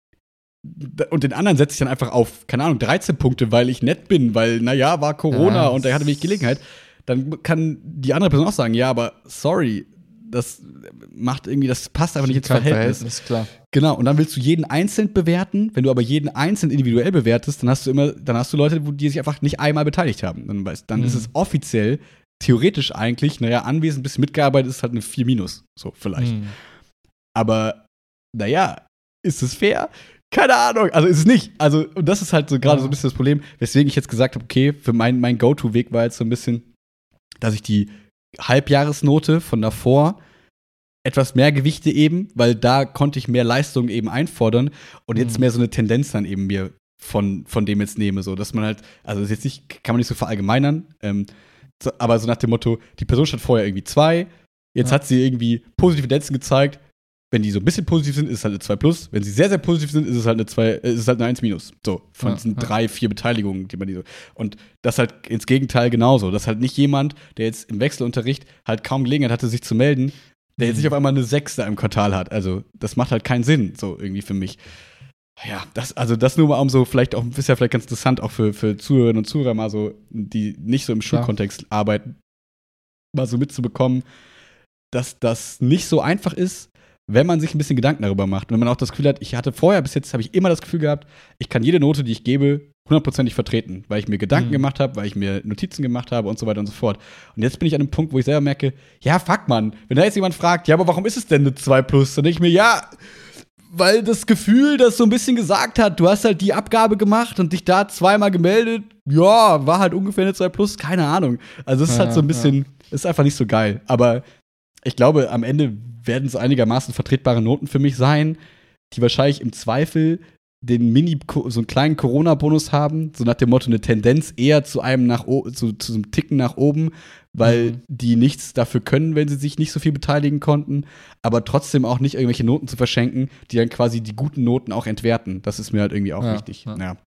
d- und den anderen setze ich dann einfach auf, keine Ahnung, dreizehn Punkte, weil ich nett bin, weil, naja, war Corona Ja, und er hatte wenig Gelegenheit, dann kann die andere Person auch sagen, ja, aber sorry, das macht irgendwie, das passt einfach nicht ins Kein Verhältnis. klar. Genau, und dann willst du jeden einzeln bewerten. Wenn du aber jeden einzeln individuell bewertest, dann hast du immer, dann hast du Leute, wo die sich einfach nicht einmal beteiligt haben. Dann, weißt- dann Mhm. ist es offiziell, theoretisch eigentlich, naja, anwesend bis mitgearbeitet ist halt eine vier minus. So, vielleicht. Mhm. Aber, naja, ist es fair? Keine Ahnung. Also ist es nicht. Also, und das ist halt so gerade Ja. so ein bisschen das Problem, weswegen ich jetzt gesagt habe, okay, für mein, mein Go-To-Weg war jetzt so ein bisschen, dass ich die Halbjahresnote von davor etwas mehr Gewichte eben, weil da konnte ich mehr Leistung eben einfordern und jetzt Mhm. mehr so eine Tendenz dann eben mir von, von dem jetzt nehme, so dass man halt, also das ist jetzt nicht, kann man nicht so verallgemeinern, ähm, so, aber so nach dem Motto, die Person stand vorher irgendwie zwei, jetzt Ja. hat sie irgendwie positive Tendenzen gezeigt, wenn die so ein bisschen positiv sind, ist es halt eine zwei plus, wenn sie sehr, sehr positiv sind, ist es halt eine zwei, äh, ist es halt eine eins minus, so, von Ja, diesen ja. drei, vier Beteiligungen, die man die so, und das halt ins Gegenteil genauso, dass halt nicht jemand, der jetzt im Wechselunterricht halt kaum Gelegenheit hatte, sich zu melden, der jetzt Mhm. nicht auf einmal eine sechs da im Quartal hat. Also, das macht halt keinen Sinn, so irgendwie für mich. Ja, das, also das nur mal um so, vielleicht auch, ist ja vielleicht ganz interessant, auch für, für Zuhörerinnen und Zuhörer mal so, die nicht so im Klar. Schulkontext arbeiten, mal so mitzubekommen, dass das nicht so einfach ist, wenn man sich ein bisschen Gedanken darüber macht. Und wenn man auch das Gefühl hat, ich hatte vorher, bis jetzt habe ich immer das Gefühl gehabt, ich kann jede Note, die ich gebe, hundertprozentig vertreten, weil ich mir Gedanken Mhm. gemacht habe, weil ich mir Notizen gemacht habe und so weiter und so fort. Und jetzt bin ich an einem Punkt, wo ich selber merke, ja, fuck, Mann, wenn da jetzt jemand fragt, ja, aber warum ist es denn eine zwei plus? Dann denke ich mir, ja, weil das Gefühl das so ein bisschen gesagt hat, du hast halt die Abgabe gemacht und dich da zweimal gemeldet. Ja, war halt ungefähr eine zwei plus, keine Ahnung. Also es ist Ja, halt so ein bisschen, ja. ist einfach nicht so geil. Aber ich glaube, am Ende werden es einigermaßen vertretbare Noten für mich sein, die wahrscheinlich im Zweifel den Mini, so einen kleinen Corona-Bonus haben, so nach dem Motto eine Tendenz eher zu einem nach o- zu, zu einem Ticken nach oben, weil Mhm. die nichts dafür können, wenn sie sich nicht so viel beteiligen konnten, aber trotzdem auch nicht irgendwelche Noten zu verschenken, die dann quasi die guten Noten auch entwerten. Das ist mir halt irgendwie auch Ja, wichtig. ja. Ja.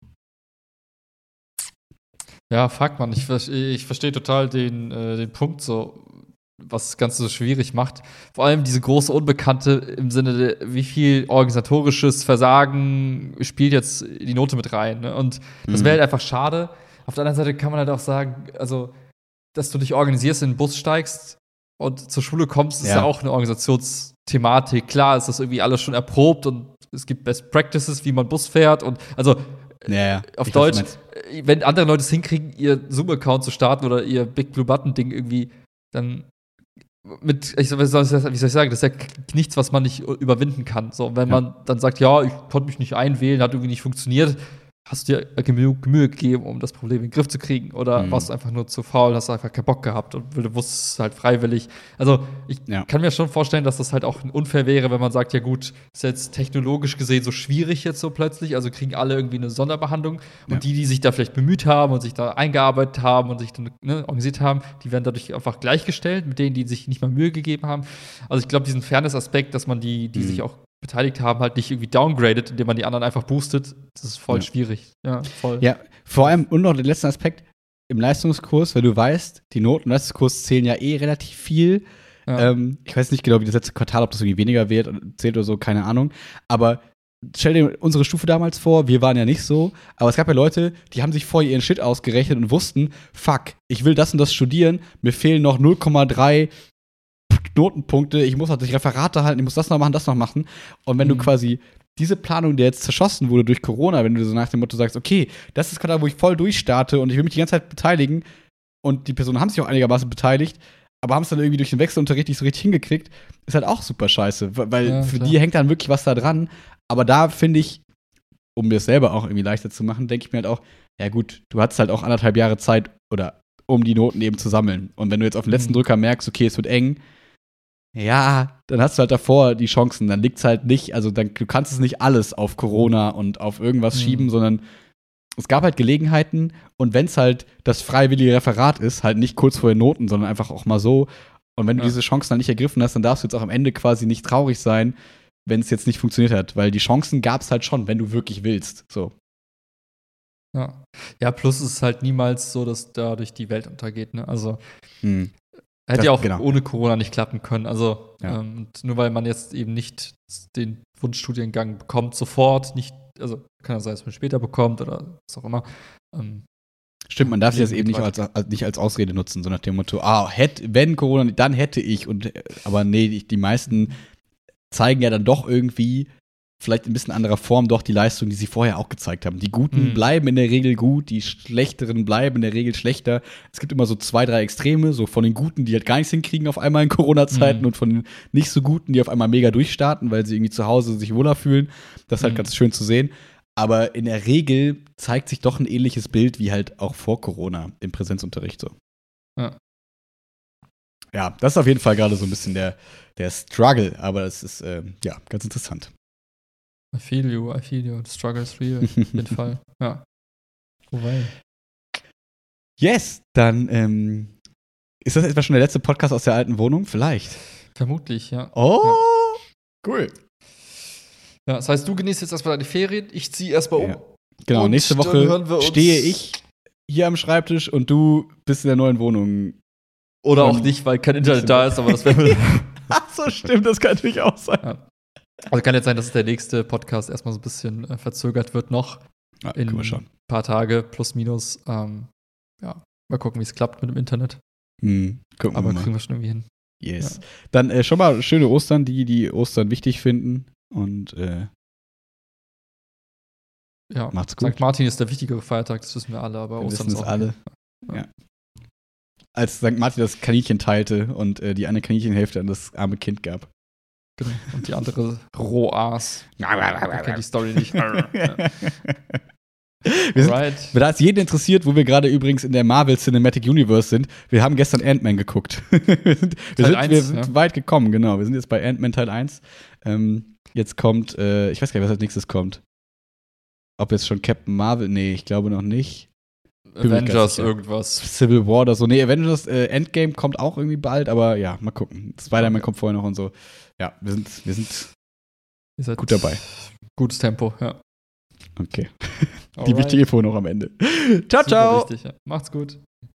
Ja, fuck, man, ich, ver- ich verstehe total den, äh, den Punkt so, was das Ganze so schwierig macht. Vor allem diese große Unbekannte im Sinne, de, wie viel organisatorisches Versagen spielt jetzt die Note mit rein. Ne? Und das wäre Mhm. halt einfach schade. Auf der anderen Seite kann man halt auch sagen, also, dass du dich organisierst, in den Bus steigst und zur Schule kommst, ist ja, Ja. auch eine Organisationsthematik. Klar ist das irgendwie alles schon erprobt und es gibt Best Practices, wie man Bus fährt und also Ja, ja. auf Ich weiß, was Deutsch, du meinst. äh, wenn andere Leute es hinkriegen, ihr Zoom-Account zu starten oder ihr Big Blue Button-Ding irgendwie, dann mit, ich, wie soll ich wie soll ich sagen, das ist ja k- nichts, was man nicht überwinden kann. So, wenn Ja. man dann sagt, ja, ich konnte mich nicht einwählen, hat irgendwie nicht funktioniert, hast du dir genug Mühe gegeben, um das Problem in den Griff zu kriegen? Oder Mhm. warst du einfach nur zu faul, hast einfach keinen Bock gehabt und du wusstest es halt freiwillig? Also, ich Ja. kann mir schon vorstellen, dass das halt auch unfair wäre, wenn man sagt, ja gut, ist jetzt technologisch gesehen so schwierig jetzt so plötzlich, also kriegen alle irgendwie eine Sonderbehandlung und Ja. die, die sich da vielleicht bemüht haben und sich da eingearbeitet haben und sich dann ne, organisiert haben, die werden dadurch einfach gleichgestellt mit denen, die sich nicht mal Mühe gegeben haben. Also ich glaube, diesen Fairness-Aspekt, dass man die, die Mhm. sich auch beteiligt haben, halt nicht irgendwie downgradet, indem man die anderen einfach boostet, das ist voll Ja. schwierig. Ja, voll. Ja, vor allem, und noch der letzte Aspekt, im Leistungskurs, weil du weißt, die Noten im Leistungskurs zählen ja eh relativ viel. Ja. Ähm, ich weiß nicht genau, wie das letzte Quartal, ob das irgendwie weniger wird, zählt oder so, keine Ahnung. Aber stell dir unsere Stufe damals vor, wir waren ja nicht so, aber es gab ja Leute, die haben sich vorher ihren Shit ausgerechnet und wussten, fuck, ich will das und das studieren, mir fehlen noch null Komma drei Notenpunkte, ich muss natürlich Referate halten, ich muss das noch machen, das noch machen. Und wenn du Mhm. quasi diese Planung, die jetzt zerschossen wurde durch Corona, wenn du so nach dem Motto sagst, okay, das ist gerade, wo ich voll durchstarte und ich will mich die ganze Zeit beteiligen und die Personen haben sich auch einigermaßen beteiligt, aber haben es dann irgendwie durch den Wechselunterricht nicht so richtig hingekriegt, ist halt auch super scheiße, weil Ja, für klar. die hängt dann wirklich was da dran. Aber da finde ich, um mir es selber auch irgendwie leichter zu machen, denke ich mir halt auch, ja gut, du hattest halt auch anderthalb Jahre Zeit oder um die Noten eben zu sammeln. Und wenn du jetzt auf den letzten Mhm. Drücker merkst, okay, es wird eng, ja, dann hast du halt davor die Chancen. Dann liegt's halt nicht, also dann, du kannst es nicht alles auf Corona und auf irgendwas Mhm. schieben, sondern es gab halt Gelegenheiten und wenn es halt das freiwillige Referat ist, halt nicht kurz vor den Noten, sondern einfach auch mal so. Und wenn du Ja. diese Chancen dann nicht ergriffen hast, dann darfst du jetzt auch am Ende quasi nicht traurig sein, wenn es jetzt nicht funktioniert hat, weil die Chancen gab's halt schon, wenn du wirklich willst. So. Ja. Ja, plus ist es halt niemals so, dass dadurch die Welt untergeht. Ne? Also Hm. hätte Das- ja auch genau. ohne Corona nicht klappen können. Also Ja. ähm, und nur weil man jetzt eben nicht den Wunschstudiengang bekommt, sofort, nicht, also kann ja sein, dass man später bekommt oder was auch immer. Ähm, Stimmt, man darf sich das Leben eben nicht geht als, als, nicht als Ausrede nutzen, so nach dem Motto, ah, hätt, wenn Corona, dann hätte ich. Und, äh, aber nee, die, die meisten zeigen ja dann doch irgendwie, vielleicht in ein bisschen anderer Form, doch die Leistung, die sie vorher auch gezeigt haben. Die Guten Mhm. bleiben in der Regel gut, die Schlechteren bleiben in der Regel schlechter. Es gibt immer so zwei, drei Extreme, so von den Guten, die halt gar nichts hinkriegen auf einmal in Corona-Zeiten Mhm. und von den nicht so Guten, die auf einmal mega durchstarten, weil sie irgendwie zu Hause sich wohler fühlen. Das ist halt Mhm. ganz schön zu sehen. Aber in der Regel zeigt sich doch ein ähnliches Bild wie halt auch vor Corona im Präsenzunterricht so. Ja. Ja, das ist auf jeden Fall gerade so ein bisschen der, der Struggle, aber das ist äh, ja ganz interessant. I feel you, I feel you. The struggle is real. Auf jeden Fall. Ja. Wobei. Yes, dann ähm, ist das etwa schon der letzte Podcast aus der alten Wohnung? Vielleicht. Vermutlich, ja. Oh, cool. Ja, das heißt, du genießt jetzt erstmal deine Ferien, ich ziehe erstmal um. Ja. Genau, Und nächste dann Woche hören wir uns- stehe ich hier am Schreibtisch und du bist in der neuen Wohnung. Oder auch Und- nicht, weil kein Internet da ist, aber das wäre. Ach so, stimmt, das kann natürlich auch sein. Ja. Also kann jetzt sein, dass der nächste Podcast erstmal so ein bisschen äh, verzögert wird noch. Ja, In können wir schon. ein paar Tage, plus minus. Ähm, ja, mal gucken, wie es klappt mit dem Internet. Hm, gucken Aber wir mal. kriegen wir schon irgendwie hin. Yes. Dann äh, schon mal schöne Ostern, die, die Ostern wichtig finden. Und äh, Ja, macht's gut. Sankt Martin ist der wichtigere Feiertag, das wissen wir alle, aber Wir Ostern wissen ist es auch. alle. Ja. Ja. Als Sankt Martin das Kaninchen teilte und äh, die eine Kaninchenhälfte an das arme Kind gab. Genau. Und die andere Rohas. Ich kenne die Story nicht. Ja. Wir sind, Right. Da ist jeden interessiert, wo wir gerade übrigens in der Marvel Cinematic Universe sind. Wir haben gestern Ant-Man geguckt. wir sind, wir Teil sind, eins, wir sind ja. weit gekommen, genau. Wir sind jetzt bei Ant-Man Teil eins. Ähm, jetzt kommt, äh, ich weiß gar nicht, was als nächstes kommt. Ob jetzt schon Captain Marvel? Nee, ich glaube noch nicht. Bin mir nicht ganz Avengers sicher. irgendwas. Civil War oder so. Nee, Avengers äh, Endgame kommt auch irgendwie bald, aber ja, mal gucken. Spider-Man Okay. kommt vorher noch und so. Ja, wir sind, wir sind Ihr seid gut dabei. Gutes Tempo, ja. Okay. Die Alright. wichtige Info noch am Ende. Ciao, Super ciao. wichtig, ja. Macht's gut.